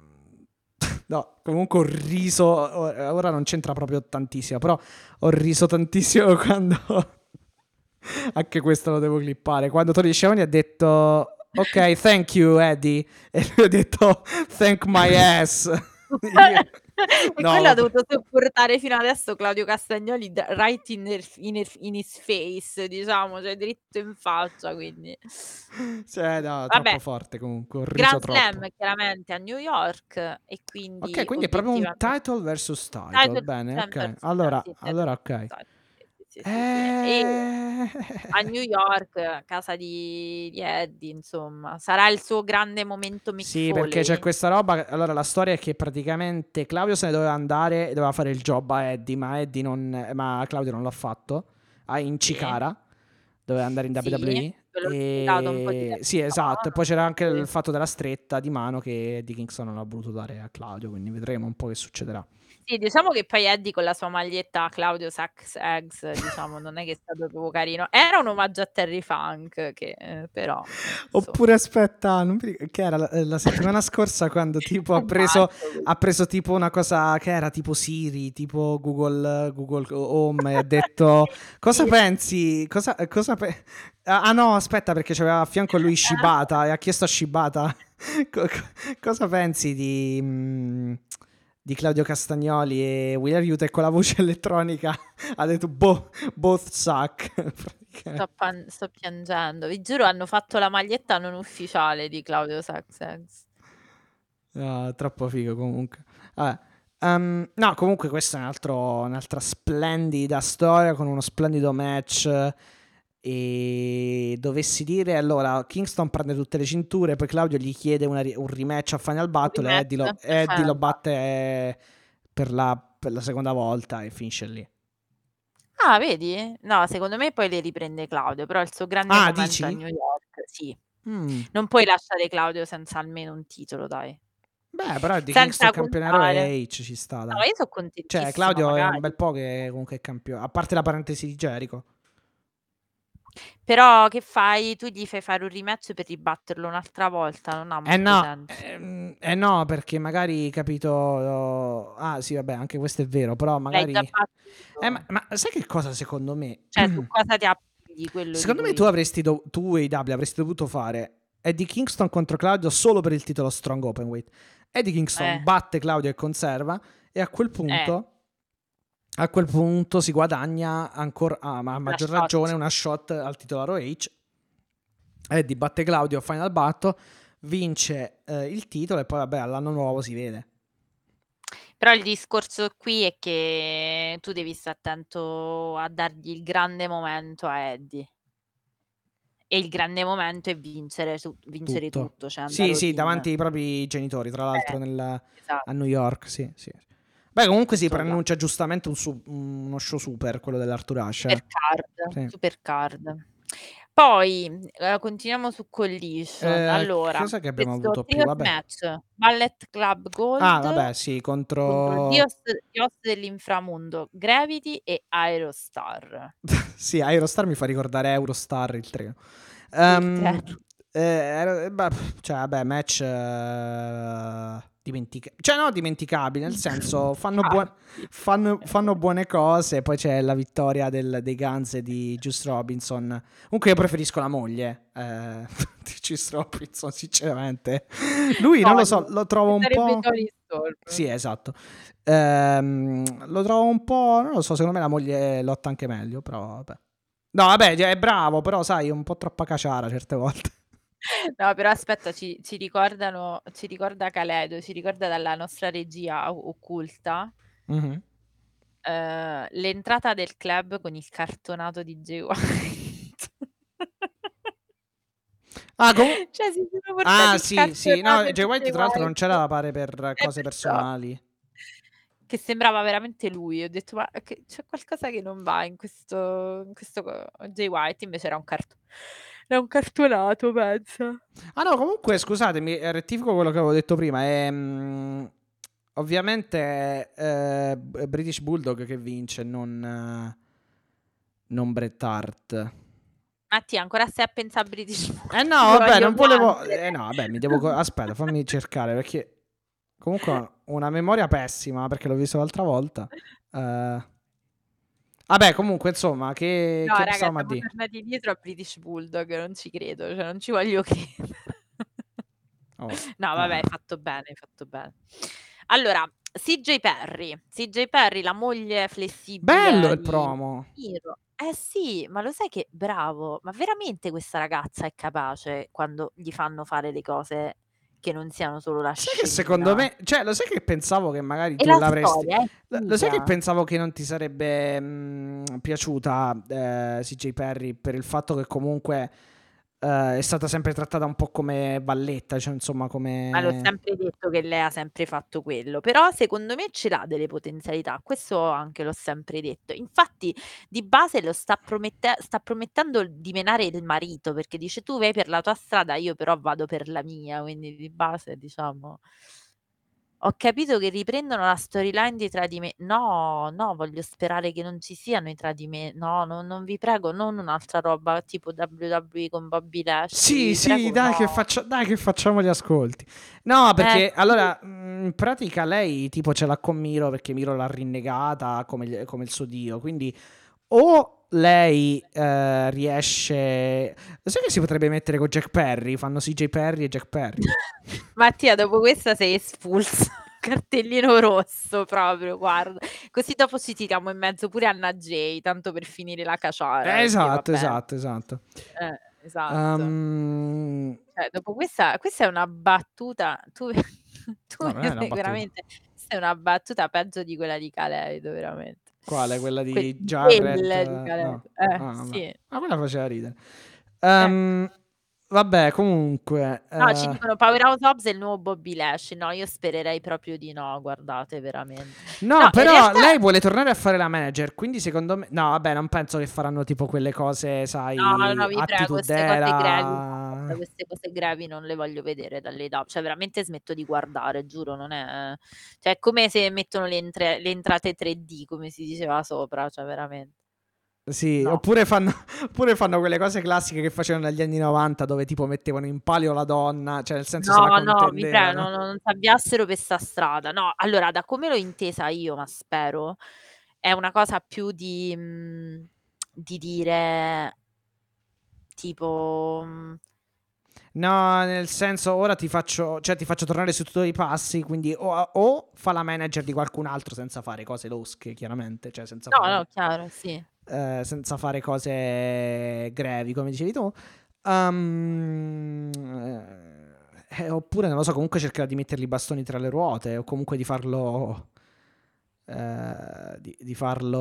C: no, comunque ho riso. o- Ora non c'entra proprio tantissimo, però ho riso tantissimo quando. Anche questo lo devo clippare. Quando Tony Schiavone ha detto ok, thank you Eddie. E lui ha detto thank my ass. Io-
D: e
C: No,
D: quello ha
C: vabbè.
D: dovuto sopportare fino adesso Claudio Castagnoli d- right in, her- in, her- in his face, diciamo, cioè dritto in faccia, quindi
C: Cioè, no,
D: vabbè.
C: troppo forte comunque. Ho riso
D: Grand Slam
C: troppo.
D: chiaramente a New York e quindi
C: Ok, quindi è proprio un
D: obiettivamente
C: title versus title.
D: title
C: Bene,
D: Slam
C: ok.
D: versus
C: Allora,
D: sì, title
C: allora
D: versus
C: ok.
D: title. Sì, sì, sì, sì. E
C: Eh...
D: a New York, casa di, di Eddie, insomma, sarà il suo grande momento Mick
C: Sì, perché c'è
D: Foley.
C: questa roba. Allora, la storia è che praticamente Claudio se ne doveva andare e doveva fare il job a Eddie, ma Eddie non. Ma Claudio non l'ha fatto. Ah, in
D: Sì,
C: Cicara. Doveva andare in
D: sì,
C: W W E.
D: ve l'ho spiegato un po' di
C: E...
D: tempo
C: Sì,
D: fa,
C: esatto. E poi
D: non
C: c'era
D: so
C: anche
D: se-
C: il fatto della stretta di mano che Eddie Kingston non ha voluto dare a Claudio. Quindi vedremo un po' che succederà.
D: Sì, diciamo che poi Eddie con la sua maglietta Claudio Sucks Eggs, diciamo, non è che è stato proprio carino. Era un omaggio a Terry Funk che, ehm, però, insomma.
C: Oppure aspetta, non mi ric che era la la settimana scorsa quando tipo ha preso ha preso tipo una cosa che era tipo Siri, tipo Google Google Home e ha detto: "Cosa
D: Sì.
C: pensi? Cosa cosa pe" ah ah, no, aspetta, perché c'aveva a fianco lui Shibata e ha chiesto a Shibata: "Co co cosa pensi di mhmm, di Claudio Castagnoli e Will Aiuto?" E con la voce elettronica ha detto: "Bo both suck."
D: Sto pan sto piangendo. Vi giuro hanno fatto la maglietta non ufficiale di Claudio Sucks Eggs.
C: No, troppo figo comunque. Vabbè. Ehm, no, comunque questa è un altro un'altra splendida storia con uno splendido match, e dovessi dire allora Kingston prende tutte le cinture, poi Claudio gli chiede una ri un rematch a Final Battle e Eddie lo
D: Rematch per
C: Eddie lo
D: Final
C: batte per la per la seconda volta e finisce lì.
D: Ah, vedi? No, secondo me poi le riprende Claudio, però il suo grande
C: Ah,
D: momento a
C: dici?
D: New York sì.
C: Mh.
D: Non puoi lasciare Claudio senza almeno un titolo, dai.
C: Beh, però Eddie Kingston
D: Senza
C: campione
D: contare
C: R O H ci sta,
D: no,
C: dai.
D: ma io so'
C: Cioè,
D: contentissima,
C: Claudio è un bel
D: magari.
C: po' che comunque è campio a parte la parentesi di Jericho.
D: Però che fai? Tu gli fai fare un rematch per ribatterlo un'altra volta, non ha
C: Eh
D: molto
C: no,
D: senso.
C: ehm, eh no, perché magari capito ah sì, vabbè, anche questo è vero, però
D: L'hai già
C: magari eh ma
D: battuto.
C: ma sai che cosa secondo me?
D: Cioè, su cosa ti appoggi, quello
C: Secondo
D: dico
C: me tu
D: io.
C: avresti do tu e A E W avreste dovuto fare Eddie Kingston contro Claudio solo per il titolo Strong Openweight. Eddie Kingston
D: Eh,
C: batte Claudio e conserva e a quel
D: eh,
C: punto a quel punto si guadagna ancor a ma a
D: la
C: maggior
D: shot.
C: ragione una shot al titolo R O H. Eddie batte Claudio a Final Battle, vince, ehm, il titolo e poi vabbè all'anno nuovo si vede.
D: Però il discorso qui è che tu devi sta' attento a dargli il grande momento a Eddie. E il grande momento è vincere su vincere
C: Tutto.
D: tutto, cioè andare
C: Sì,
D: all
C: sì,
D: in.
C: davanti ai propri genitori, tra l'altro
D: Eh,
C: nel a
D: esatto,
C: New York, sì, sì. Beh, comunque si
D: tutto là.
C: preannuncia giustamente un su uno show super, quello dell'Arthur Ashe, eh.
D: Supercard,
C: Sì.
D: supercard. Poi, ehm, continuiamo su Collision.
C: Ehm,
D: Allora,
C: cos'è che abbiamo
D: questo
C: avuto più?
D: trios
C: Vabbè.
D: match, Ballet Club
C: Ah,
D: Gold
C: vabbè, sì,
D: contro il
C: contro
D: dios dios dell'inframondo Gravity e Aerostar.
C: sì, Aerostar mi fa ricordare Eurostar il treno.
D: Il
C: Ehm,
D: treno.
C: eh, ero beh, cioè vabbè, match dimentica cioè no dimenticabili, nel senso fanno buon
D: Infatti.
C: fanno fanno buone cose, poi c'è la vittoria del dei Guns e di Juice Robinson. Comunque io preferisco la moglie, ehm, di Juice Robinson sinceramente. Lui non lo
D: Tony,
C: so, lo trovo
D: che
C: un
D: sarebbe
C: po'
D: Tony Storm.
C: sì, esatto. Ehm, lo trovo un po' non lo so, secondo me la moglie lotta anche meglio, però vabbè. No, vabbè, è bravo, però sai, è un po' troppa caciara certe volte.
D: No, però aspetta, ci ci ricordano ci ricorda Caledo, ci ricorda dalla nostra regia o occulta,
C: Mh-mh.
D: ehm, l'entrata del club con il cartonato di Jay White.
C: Ah, comu
D: Cioè si sono portati
C: ah,
D: il
C: sì, sì. No,
D: cartonato
C: Jay
D: di
C: White
D: Jay
C: tra l'altro non
D: White.
C: c'era pare per
D: E
C: cose
D: perciò
C: personali.
D: che sembrava veramente lui. Ho detto: "Ma che c'è qualcosa che non va in questo in questo co Jay White", invece era un cart era un cartonato, pensa.
C: Ah no, comunque scusatemi, ehm, rettifico quello che avevo detto prima, ehm, ovviamente, ehm, B British Bulldog che vince, non non Bret Hart.
D: Mattia, ancora stai a pensà a British
C: Eh no,
D: Bulldog,
C: vabbè,
D: voglio
C: non volevo
D: piangere.
C: eh no, vabbè, mi devo co aspetta, fammi cercare perché comunque ho una memoria pessima perché l'ho visto l'altra volta. Ehm, vabbè comunque insomma che
D: No
C: che
D: raga,
C: stavamo a
D: siamo
C: dì?
D: tornati indietro a British Bulldog, non ci credo, cioè non ci voglio credere.
C: Oh,
D: No vabbè, hai
C: ah.
D: fatto bene, hai fatto bene. Allora, C J Perry, C J Perry, la moglie
C: Bello
D: flessibile
C: il
D: di
C: promo.
D: Miro. Eh sì, ma lo sai che bravo, ma veramente questa ragazza è capace quando gli fanno fare le cose che non siano solo la
C: Sai che secondo
D: scemina?
C: me cioè lo sai che pensavo che magari
D: E
C: tu
D: la
C: l'avresti
D: storia è
C: lo lo sai che
D: figa.
C: pensavo che non ti sarebbe, mhmm, piaciuta, ehm, C J Perry per il fatto che comunque, ehm, è stata sempre trattata un po' come valletta, cioè insomma
D: Ma l'ho
C: come
D: sempre detto che lei ha sempre fatto quello, però secondo me ce l'ha delle potenzialità, questo anche l'ho sempre detto. Infatti di base lo sta promette sta promettendo di menare il marito, perché dice: "Tu vai per la tua strada, io però vado per la mia", quindi di base diciamo Ho capito che riprendono la storyline dei tradime no, no, voglio sperare che non ci siano i tradime no, no, non vi prego, non un'altra roba tipo W W E con Bobby Lashley,
C: Sì,
D: vi
C: sì,
D: prego
C: dai che,
D: no.
C: faccia- dai che facciamo gli ascolti. No,
D: Eh,
C: perché
D: sì.
C: allora, mh, in pratica lei tipo ce l'ha con Miro perché Miro l'ha rinnegata come, gli- come il suo dio, quindi o lei eh, riesce... Sai che si potrebbe mettere con Jack Perry? Fanno C J Perry e Jack Perry.
D: Mattia, dopo questa sei espulso. Cartellino rosso proprio, guarda. Così dopo ci tiriamo in mezzo pure Anna Jay, tanto per finire la caciara,
C: Eh,
D: perché
C: esatto,
D: vabbè.
C: esatto, esatto.
D: Eh, esatto.
C: Um,
D: Cioè, dopo questa, questa è una battuta. Tu, tu
C: no, non è una
D: sei
C: battuta.
D: veramente. Questa è una battuta peggio di quella di Khaled, veramente.
C: Quale? Quella
D: Quel-
C: di Jarrett?
D: quella di
C: eh,
D: Khaled.
C: No.
D: Eh,
C: Ah, vabbè.
D: sì.
C: Ah, quella faceva ridere.
D: Eh.
C: Um, vabbè, comunque...
D: No, ci
C: eh,
D: dicono Powerhouse Hobbs è il nuovo Bobby Lashley. No, io spererei proprio di no, guardate, veramente.
C: No,
D: No, in
C: però
D: realtà.
C: lei vuole tornare a fare la manager, quindi secondo me... No, vabbè, non penso che faranno tipo quelle cose,
D: No,
C: sai,
D: no, vi prego, queste cose grevi, no,
C: attitudera.
D: queste cose grevi non le voglio vedere dalle da cioè veramente smetto di guardare, giuro, non è cioè è come se mettono le, entre- le entrate tre D, come si diceva sopra, cioè veramente.
C: Sì,
D: No.
C: oppure fanno, oppure fanno quelle cose classiche che facevano negli anni novanta dove tipo mettevano in palio la donna, cioè nel senso se la
D: No, no, vi prego,
C: contendevano.
D: no, no, non si avviassero per sta strada. No, allora, da come l'ho intesa io, ma spero, è una cosa più di, mm, di dire tipo. mm,
C: No, nel senso ora ti faccio, cioè ti faccio tornare su tutti i passi, quindi o, o fa la manager di qualcun altro senza fare cose losche, chiaramente, cioè senza
D: No, no,
C: fare,
D: chiaro, sì.
C: eh, senza fare cose grevi, come dicevi tu. Um, eh, eh, oppure, non lo so, comunque cercherà di mettergli i bastoni tra le ruote o comunque di farlo... eh, di, di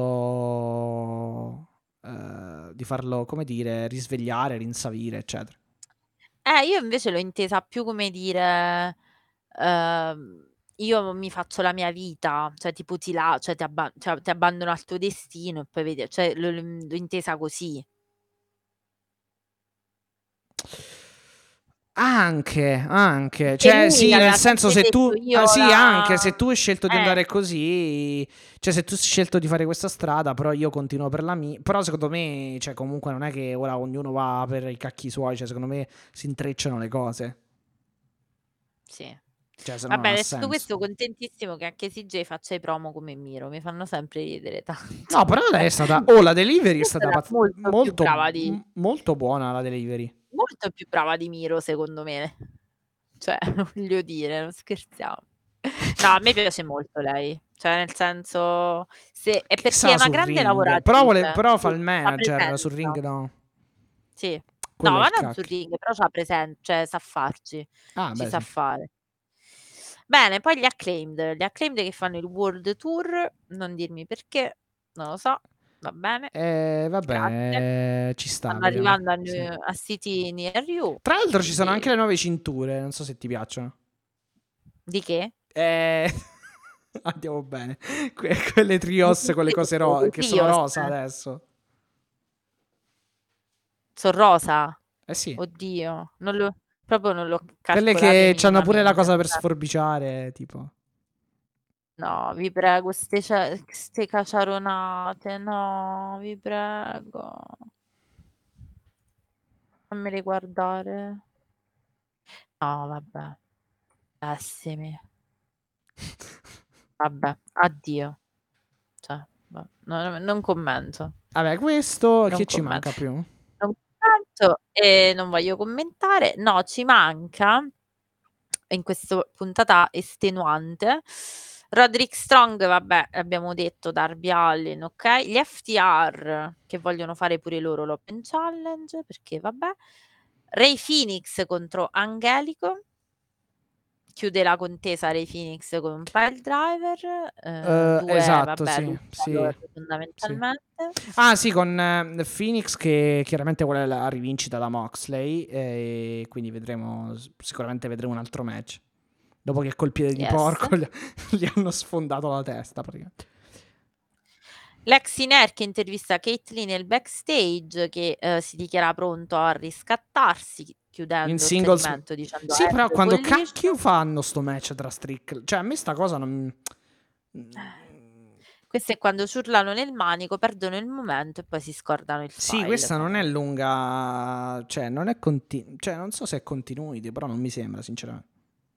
C: farlo... eh, di farlo, come dire, risvegliare, rinsavire, eccetera.
D: Eh, io invece l'ho intesa più come dire, ehm, io mi faccio la mia vita, cioè tipo ti, la, cioè, ti, abba- cioè, ti abbandono al tuo destino e poi vedi, cioè l'ho, l'ho intesa così.
C: Anche, anche,
D: Che
C: cioè
D: lui
C: sì, nel
D: aveva
C: senso
D: sempre
C: se
D: detto
C: tu,
D: io
C: ah, sì, anche
D: la.
C: se tu hai scelto di
D: Eh,
C: andare così, cioè se tu hai scelto di fare questa strada, però io continuo per la mia, però secondo me, cioè comunque non è che ora ognuno va per i cacchi suoi, cioè secondo me si intrecciano le cose,
D: sì.
C: cioè se no non
D: Vabbè,
C: ha
D: detto
C: senso.
D: questo, contentissimo che anche C J faccia i promo come Miro, mi fanno sempre ridere tanto.
C: No, però lei è stata, oh la delivery è
D: Questa
C: stata
D: era
C: pazz-
D: molto più
C: molto,
D: brava di.
C: m- molto buona la delivery.
D: Molto più brava di Miro, secondo me. Cioè, voglio dire, non scherziamo. No, a me piace molto lei. Cioè, nel senso, se è
C: Che
D: perché è
C: sa
D: una
C: sul
D: grande
C: ring, però, vuole,
D: lavoratrice.
C: però fa
D: Sì,
C: il
D: la
C: manager, sul
D: presenza.
C: ring no,
D: Sì. No,
C: quello è
D: ma
C: il
D: non sul
C: cacchio.
D: ring, però c'ha presenza, cioè sa farci.
C: Ah
D: Ci
C: beh
D: sa
C: sì.
D: fare. Bene, poi gli Acclaimed. Gli Acclaimed che fanno il World Tour, non dirmi perché, non lo so. Va bene.
C: Eh,
D: Grazie.
C: vabbè, ci sta,
D: Stanno
C: vediamo.
D: arrivando a,
C: Sì.
D: New- a City Near You.
C: Tra l'altro ci sono
D: Quindi,
C: anche le nuove cinture, non so se ti piacciono.
D: di che?
C: Eh, andiamo bene. Que- quelle trios con le cose ro-
D: Le
C: che sono
D: Trios.
C: rosa adesso.
D: Sono rosa.
C: Eh sì.
D: Oddio, non lo, proprio non l'ho
C: Quelle
D: calcolate
C: che hanno pure la
D: minimamente.
C: cosa per
D: Cioè,
C: sforbiciare, tipo.
D: no, vi prego, ste, cia- ste caciaronate, no, vi prego. Fammele guardare. No, vabbè, pessimi. Vabbè, addio. Cioè, va- no, non commento.
C: Vabbè, questo
D: Non
C: che ci
D: commento.
C: manca più?
D: Non commento e non voglio commentare. No, ci manca in questa puntata estenuante. Roderick Strong, vabbè, abbiamo detto Darby Allin, ok? Gli F T R che vogliono fare pure loro l'Open Challenge, perché vabbè. Ray Phoenix contro Angelico. Chiude la contesa Ray Phoenix con un pile driver. eh,
C: Eh,
D: due,
C: esatto,
D: vabbè,
C: sì,
D: Luke
C: sì,
D: Taylor
C: sì.
D: fondamentalmente.
C: Ah, sì, con eh, Phoenix che chiaramente vuole la rivincita da Moxley e quindi vedremo, sicuramente vedremo un altro match. Dopo che col piede di
D: Yes.
C: porco gli, gli hanno sfondato la testa, praticamente.
D: Lexi Nair che intervista Caitlyn nel backstage che eh, si dichiara pronto a riscattarsi. chiudendo
C: In
D: il
C: singles.
D: segmento dicendo
C: Sì, però
D: End
C: quando
D: Collision.
C: cacchio fanno sto match tra Strickland? Cioè, a me sta cosa non.
D: Questo è quando ci urlano nel manico, perdono il momento e poi si scordano il
C: Sì,
D: file.
C: questa non è
D: comunque.
C: lunga. Cioè, non è continu. Cioè, non so se è continuity, però non mi sembra, sinceramente.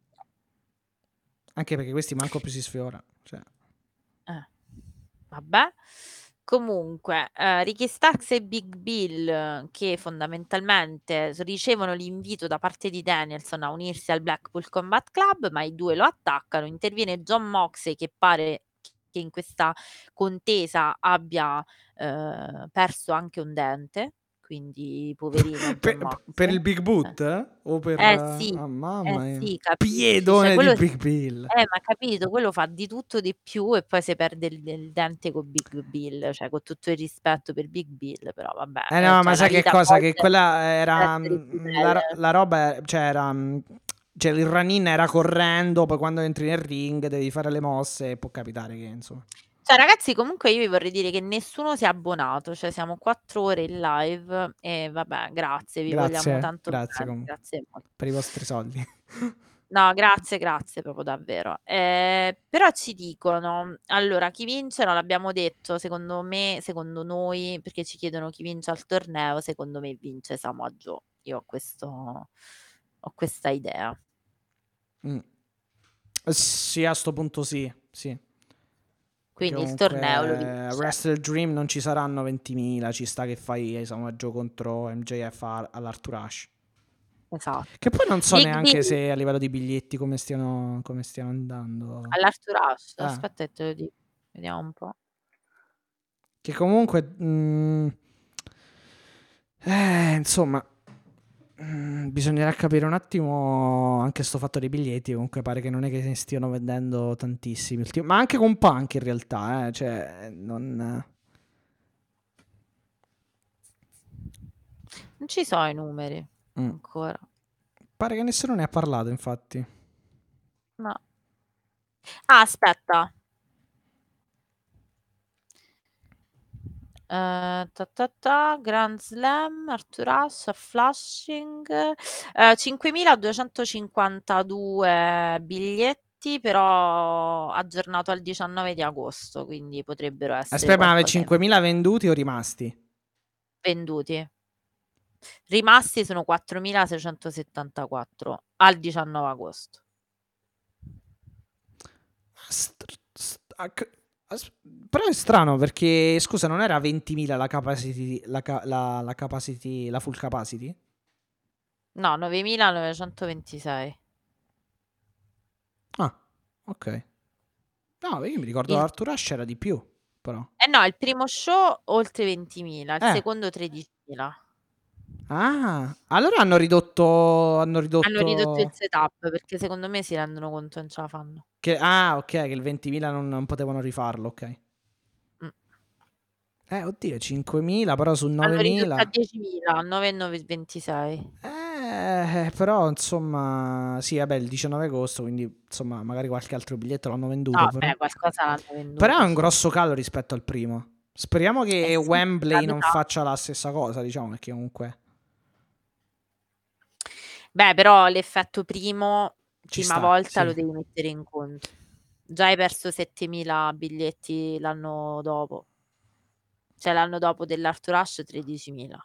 C: Anche perché questi manco più si sfiora. Cioè.
D: Eh, vabbè. Comunque, eh, Ricky Starks e Big Bill, eh, che fondamentalmente s- ricevono l'invito da parte di Danielson a unirsi al Blackpool Combat Club, ma i due lo attaccano. Interviene John Moxley, che pare che in questa contesa abbia eh, perso anche un dente, quindi poverino
C: Per,
D: John
C: per il
D: Moxley.
C: Big Boot? Eh? O per.
D: Eh sì,
C: Ah,
D: eh
C: mamma mia.
D: sì, capisci, cioè
C: Piedone di
D: quello
C: Big Bill.
D: eh, ma capito, quello fa di tutto di più e poi si perde il, il dente con Big Bill, cioè con tutto il rispetto per Big Bill, però vabbè,
C: Eh
D: eh,
C: no,
D: cioè
C: ma
D: la
C: sai che
D: vita a
C: cosa? Che
D: volte
C: quella
D: può
C: era.
D: essere più
C: mm, La,
D: bella.
C: la roba. Cioè, era. mm, Cioè, il run-in era correndo, poi quando entri nel ring devi fare le mosse e può capitare che, insomma.
D: Cioè ragazzi, comunque io vi vorrei dire che nessuno si è abbonato, cioè siamo quattro ore in live e vabbè, grazie, vi vogliamo
C: Grazie,
D: tanto
C: grazie
D: bene,
C: comunque
D: grazie molto.
C: per i vostri soldi.
D: No, grazie, grazie proprio davvero. Eh, però ci dicono, allora, chi vince non l'abbiamo detto, secondo me, secondo noi, perché ci chiedono chi vince al torneo, secondo me vince Samoa Joe. Io ho questo, ho questa idea.
C: Mm. Sì, a sto punto sì, sì. Perché
D: Quindi il torneo lo
C: comunque
D: vince.
C: Wrestle Dream non ci saranno ventimila, ci sta che fai Samoa Joe contro M J F a- all'Arthur Ashe.
D: Esatto.
C: Che poi non so
D: Big
C: neanche
D: Bill
C: se a livello di biglietti come stiano, come stiano andando.
D: all'Arthur Ashe,
C: Eh,
D: aspetta che te lo dico, vediamo un po'.
C: che comunque... mm, eh, insomma... mm, bisognerà capire un attimo anche sto fatto dei biglietti. Comunque pare che non è che ne stiano vendendo tantissimi. ultim- Ma anche con Punk in realtà, eh, cioè, non...
D: Non ci so i numeri
C: mm.
D: ancora.
C: Pare che nessuno ne ha parlato, infatti.
D: No. Ah, aspetta. Eh, ta ta ta, Grand Slam, Arthur Ashe, Flushing, eh, cinquemiladuecentocinquantadue biglietti, però aggiornato al diciannove di agosto, quindi potrebbero essere
C: Aspetta, ma
D: qualcosa in più
C: cinquemila venduti o rimasti?
D: venduti. Rimasti sono quattromilaseicentosettantaquattro al diciannove agosto.
C: Str- st- ac- as- Però è strano perché, scusa, non era ventimila la capacity, la, ca- la- la capacity, la full capacity?
D: No, novemilanovecentoventisei.
C: Ah, ok. No, io mi ricordo
D: Il
C: Arthur Ashe era di più, però.
D: Eh no, il primo show oltre ventimila, il
C: Eh,
D: secondo tredicimila.
C: ah, allora hanno ridotto, hanno
D: Hanno ridotto il
C: ridotto
D: setup perché secondo me si rendono conto che non ce la fanno.
C: che, ah, ok, che il ventimila non, non potevano rifarlo, ok.
D: Mm.
C: Eh, oddio, cinquemila, però su
D: Hanno ridotto a
C: novemila.
D: diecimila, nove virgola novecentoventisei.
C: Eh, però insomma, sì, vabbè, il diciannove agosto, quindi insomma, magari qualche altro biglietto l'hanno venduto,
D: No,
C: però.
D: beh, qualcosa l'hanno
C: Però è
D: venduto,
C: un
D: sì.
C: grosso calo rispetto al primo. Speriamo
D: Eh
C: che
D: sì,
C: Wembley non
D: capita.
C: faccia la stessa cosa, diciamo, perché comunque
D: Beh, però l'effetto primo,
C: ci
D: prima
C: sta,
D: volta lo
C: sì.
D: devi mettere in conto. Già hai perso settemila biglietti l'anno dopo. Cioè l'anno dopo dell'Arthur Ashe tredicimila.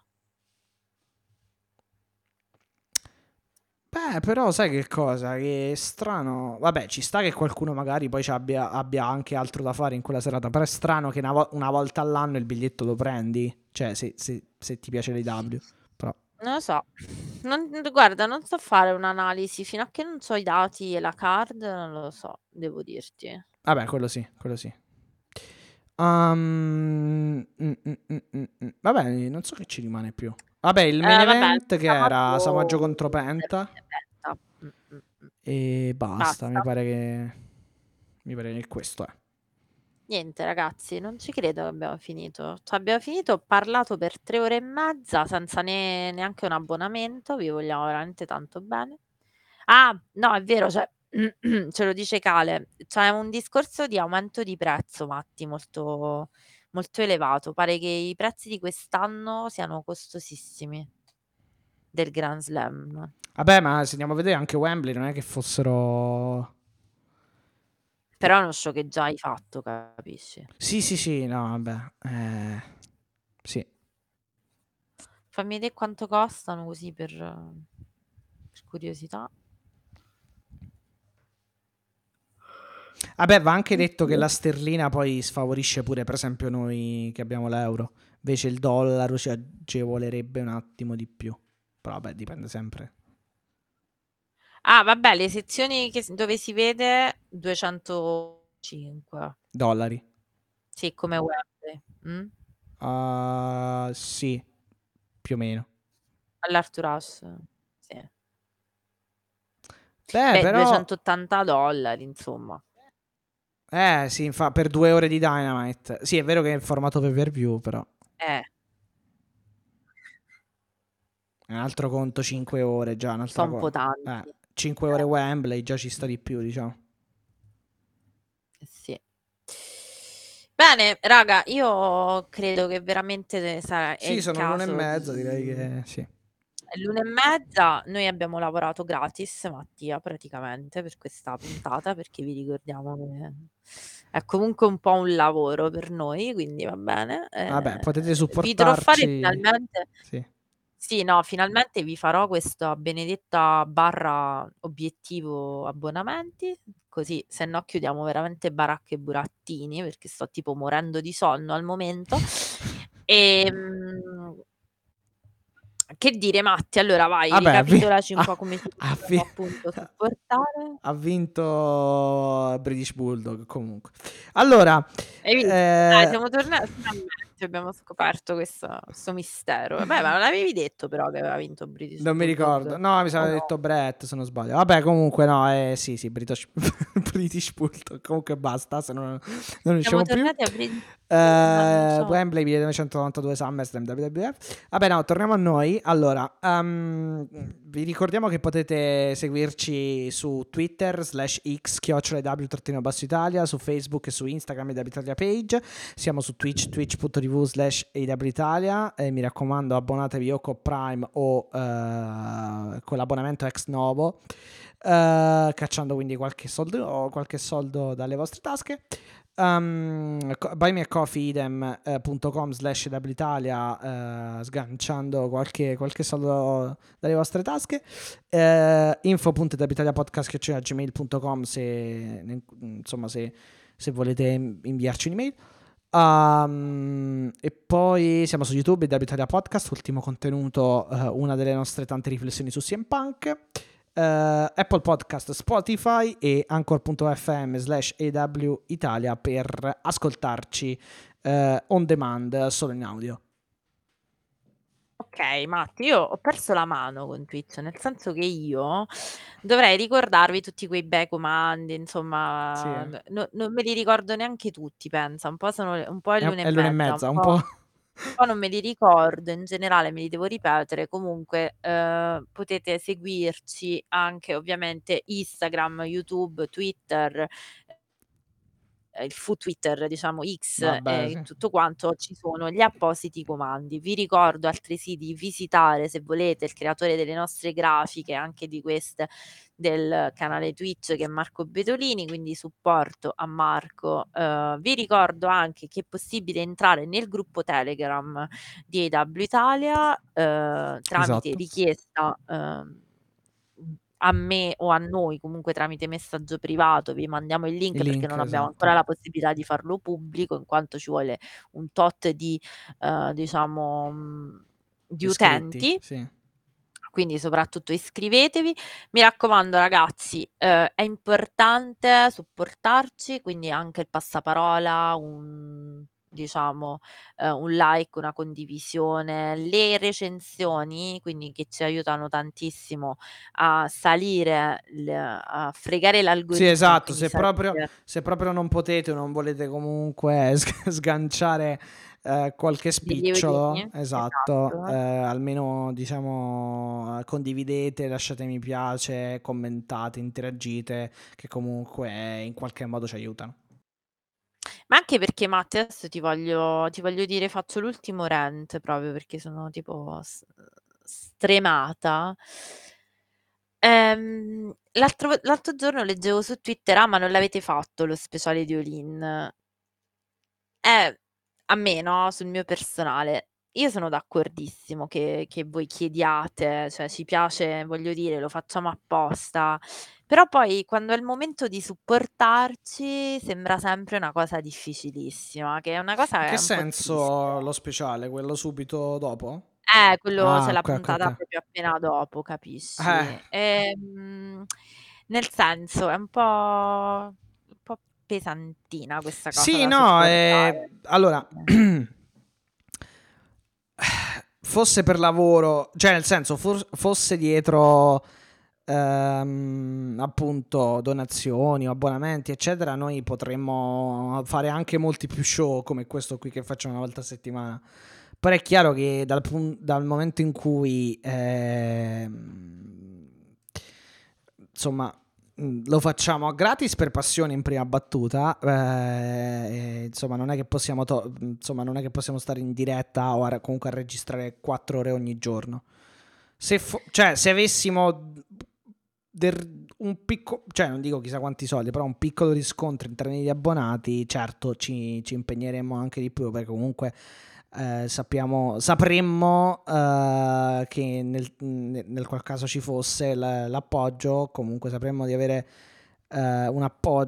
C: Beh, però sai che cosa? Che è strano. Vabbè, ci sta che qualcuno magari poi ci abbia, abbia anche altro da fare in quella serata. Però è strano che una, vo- una volta all'anno il biglietto lo prendi. Cioè, se, se- se ti piace l'A E W. Però.
D: Non lo so. Non, guarda, non so fare un'analisi fino a che non so i dati e la card, non lo so, devo dirti.
C: Vabbè, quello sì, quello sì. Um, mm, mm, mm, mm, mm. Vabbè, non so che ci rimane più. Vabbè, il main
D: Eh, vabbè,
C: event che era Samoa Joe contro
D: Samaggio
C: Penta.
D: Penta. Mm, mm, mm.
C: E basta, mi
D: Basta.
C: pare che. Mi pare che questo è.
D: Niente, ragazzi, non ci credo che abbiamo finito. Cioè, abbiamo finito, ho parlato per tre ore e mezza senza ne- neanche un abbonamento. Vi vogliamo veramente tanto bene. Ah, no, è vero, cioè, ce lo dice Cale. C'è un discorso di aumento di prezzo, Matti, molto, molto elevato. Pare che i prezzi di quest'anno siano costosissimi. del Grand Slam.
C: Vabbè, ma se andiamo a vedere anche Wembley, non è che fossero...
D: Però è uno show che già hai fatto, capisci?
C: Sì, sì, sì, no, vabbè. Eh, sì.
D: Fammi vedere quanto costano così per, per curiosità.
C: Vabbè, va anche detto che la sterlina poi sfavorisce pure, per esempio, noi che abbiamo l'euro. Invece il dollaro ci agevolerebbe un attimo di più. Però vabbè, dipende sempre.
D: Ah, vabbè, le sezioni che, dove si vede duecentocinque.
C: Dollari.
D: Sì, come Wembley. Mm?
C: Uh, sì, più o meno.
D: All'Arthur Ashe. Sì.
C: Beh,
D: Beh,
C: però...
D: duecentottanta dollari, insomma.
C: Eh, sì, infa- per due ore di Dynamite. Sì, è vero che è il formato pay per view, però...
D: Eh,
C: È un altro conto cinque ore già, un'altra
D: sono un po'
C: cosa.
D: tanti.
C: Eh, cinque ore Wembley già ci sta di più, diciamo.
D: Eh, sì. Bene, raga, io credo che veramente sarà, è
C: Sì,
D: il
C: sono l'una e
D: caso
C: mezza,
D: di...
C: direi che sì.
D: È l'una e mezza, noi abbiamo lavorato gratis, Mattia, praticamente, per questa puntata, perché vi ricordiamo che è comunque un po' un lavoro per noi, quindi va bene.
C: Vabbè, potete
D: Eh, vi dovrò fare
C: supportarci.
D: finalmente...
C: Sì.
D: Sì, no, finalmente vi farò questa benedetta barra obiettivo abbonamenti, così se no chiudiamo veramente baracche e burattini, perché sto tipo morendo di sonno al momento. Ehm, che dire, Matti? Allora vai,
C: Vabbè, ha, vi-
D: ricapitolaci un
C: ha-
D: po' come ci
C: ha vi-
D: possiamo appunto supportare.
C: ha vinto British Bulldog comunque. Allora,
D: Hai visto? Dai,
C: eh,
D: siamo tornati finalmente, abbiamo scoperto questo, questo mistero. Vabbè, ma non l'avevi detto però che aveva vinto British
C: non mi ricordo.
D: Bulldog?
C: No, mi sa
D: O
C: che
D: no?
C: detto Brett, se non sbaglio. Vabbè, comunque no, eh, sì, sì, British, British Bulldog. Comunque basta, se non, non
D: Siamo
C: riusciamo più.
D: tornati a British
C: Eh,
D: Bulldog.
C: Wembley millenovecentonovantadue SummerSlam W W F. Vabbè, no, torniamo a noi. Allora, um, vi ricordiamo che potete seguirci su Twitter slash X chiocciola W basso Italia, su Facebook e su Instagram e W Italia Page. Siamo su Twitch, twitch.tv slash AW Italia. E mi raccomando, abbonatevi o con Prime o uh, con l'abbonamento ex novo, uh, cacciando quindi qualche soldo o qualche soldo dalle vostre tasche. Um, buymeacoffeeidem.com slash witalia uh, sganciando qualche, qualche soldo dalle vostre tasche, uh, info.witaliapodcast chiocciola gmail punto com se insomma se, se volete inviarci un'email. Um, e poi siamo su YouTube e Italia Podcast, ultimo contenuto, uh, una delle nostre tante riflessioni su C M Punk. Uh, Apple Podcast, Spotify e Anchor.fm slash AW Italia per ascoltarci uh, on demand solo in audio.
D: Ok, Matti, io ho perso la mano con Twitch, nel senso che io dovrei ricordarvi tutti quei bei comandi, insomma,
C: Sì, eh.
D: n- no- non me li ricordo neanche tutti, pensa, un po' sono un po' è
C: È,
D: l'una e
C: è l'una e
D: mezza,
C: mezza,
D: un
C: un
D: po',
C: po'.
D: un po' non me li ricordo, in generale me li devo ripetere. Comunque eh, potete seguirci anche ovviamente Instagram, YouTube, Twitter, eh, il fu Twitter, diciamo X
C: Vabbè,
D: e
C: sì.
D: tutto quanto, ci sono gli appositi comandi. Vi ricordo altresì di visitare, se volete, il creatore delle nostre grafiche, anche di queste del canale Twitch, che è Marco Betolini, quindi supporto a Marco. Eh, vi ricordo anche che è possibile entrare nel gruppo Telegram di A W Italia eh, tramite
C: Esatto.
D: richiesta eh, a me o a noi, comunque tramite messaggio privato, vi mandiamo il link
C: Il
D: perché
C: link,
D: non abbiamo
C: esatto.
D: ancora la possibilità di farlo pubblico, in quanto ci vuole un tot di, eh, diciamo, mh, di
C: Iscritti,
D: utenti.
C: sì.
D: Quindi soprattutto iscrivetevi. Mi raccomando ragazzi, eh, è importante supportarci, quindi anche il passaparola, un, diciamo, eh, un like, una condivisione, le recensioni, quindi che ci aiutano tantissimo a salire, l- a fregare
C: Sì,
D: l'algoritmo e
C: esatto,
D: quindi
C: se proprio,
D: salire
C: se proprio non potete o non volete comunque sg- sganciare eh, qualche
D: degli
C: spicciolo,
D: euro.
C: esatto, eh,
D: Esatto.
C: almeno diciamo eh, condividete, lasciate mi piace, commentate, interagite, che comunque in qualche modo ci aiutano.
D: Ma anche perché Matte, adesso ti voglio, ti voglio dire, faccio l'ultimo rant proprio perché sono tipo s- stremata. Ehm, l'altro, l'altro giorno leggevo su Twitter, ah ma non l'avete fatto lo speciale di All In? Eh, a me no, sul mio personale. Io sono d'accordissimo che, che voi chiediate, cioè ci piace, voglio dire, lo facciamo apposta, però poi quando è il momento di supportarci sembra sempre una cosa difficilissima, che è una cosa
C: In
D: che
C: che
D: è un po'
C: senso
D: triste.
C: lo speciale? Quello subito dopo?
D: Eh, quello
C: Ah,
D: c'è la
C: ok, ok,
D: puntata
C: ok.
D: proprio appena dopo,
C: Eh,
D: capisci? Ehm, nel senso, è un po', un po' pesantina questa cosa
C: sì,
D: da
C: no, eh,
D: supportare.
C: allora,
D: Eh.
C: fosse per lavoro, cioè nel senso, for- fosse dietro ehm, appunto donazioni o abbonamenti, eccetera, noi potremmo fare anche molti più show come questo qui che facciamo una volta a settimana. Però è chiaro che dal, pun- dal momento in cui ehm, insomma mh, lo facciamo a gratis per passione in prima battuta, eh, e, insomma non è che possiamo to- insomma non è che possiamo stare in diretta o a, comunque a registrare quattro ore ogni giorno. Se fo- cioè se avessimo del- un piccolo, cioè non dico chissà quanti soldi, però un piccolo riscontro in termini di abbonati, certo ci, ci impegneremmo anche di più, perché comunque eh, sappiamo, sapremmo eh, che nel, nel qual caso ci fosse l- l'appoggio, comunque sapremmo di avere eh, un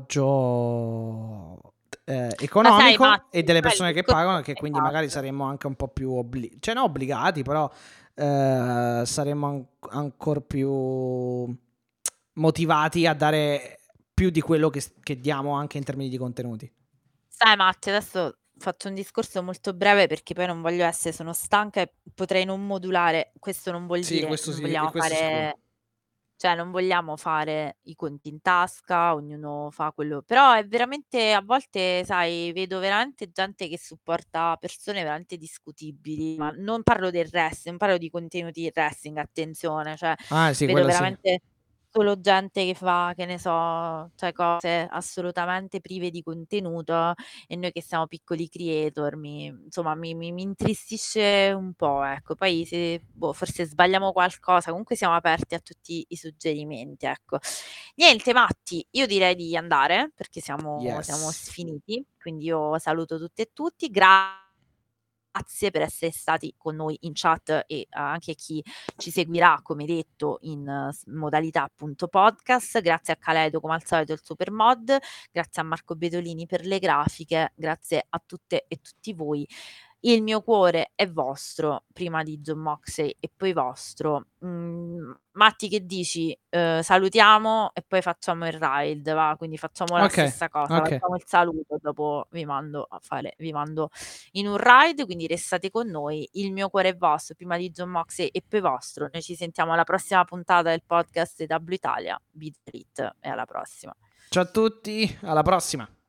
C: appoggio eh,
D: Ma sai,
C: economico e
D: Matti,
C: delle
D: però il
C: persone che
D: discorso
C: pagano, che quindi magari
D: esatto.
C: saremmo anche un po' più obbligati, cioè non obbligati, però eh, saremmo an- ancora più motivati a dare più di quello che, che diamo anche in termini di contenuti.
D: Sai Matti, adesso faccio un discorso molto breve perché poi non voglio essere, sono stanca e potrei non modulare. Questo non vuol
C: Sì,
D: dire,
C: questo
D: non
C: sì, e
D: vogliamo
C: questo è sicuro.
D: fare, cioè non vogliamo fare i conti in tasca, ognuno fa quello, però è veramente, a volte, sai, vedo veramente gente che supporta persone veramente discutibili, ma non parlo del wrestling, non parlo di contenuti di wrestling, attenzione, cioè
C: Ah, sì,
D: vedo
C: quello sì.
D: veramente solo gente che fa, che ne so, cioè cose assolutamente prive di contenuto e noi che siamo piccoli creator, mi, insomma, mi, mi, mi intristisce un po', ecco. Poi se boh, forse sbagliamo qualcosa, comunque siamo aperti a tutti i suggerimenti, ecco. Niente, Matti, io direi di andare perché siamo, siamo
C: Yes.
D: sfiniti, quindi io saluto tutte e tutti, grazie. Grazie per essere stati con noi in chat e anche chi ci seguirà, come detto, in uh, modalità appunto podcast. Grazie a Caledo come al solito il super mod, grazie a Marco Bedolini per le grafiche, grazie a tutte e tutti voi. Il mio cuore è vostro, prima di Jon Moxley e poi vostro. Mm, Matti, che dici? Eh, salutiamo e poi facciamo il ride, va? Quindi facciamo la
C: Ok,
D: stessa cosa,
C: ok.
D: facciamo il saluto, dopo vi mando a fare, vi mando in un ride, quindi restate con noi. Il mio cuore è vostro, prima di Jon Moxley e poi vostro. Noi ci sentiamo alla prossima puntata del podcast di W Italia. Beat It e alla prossima.
C: Ciao a tutti, alla prossima.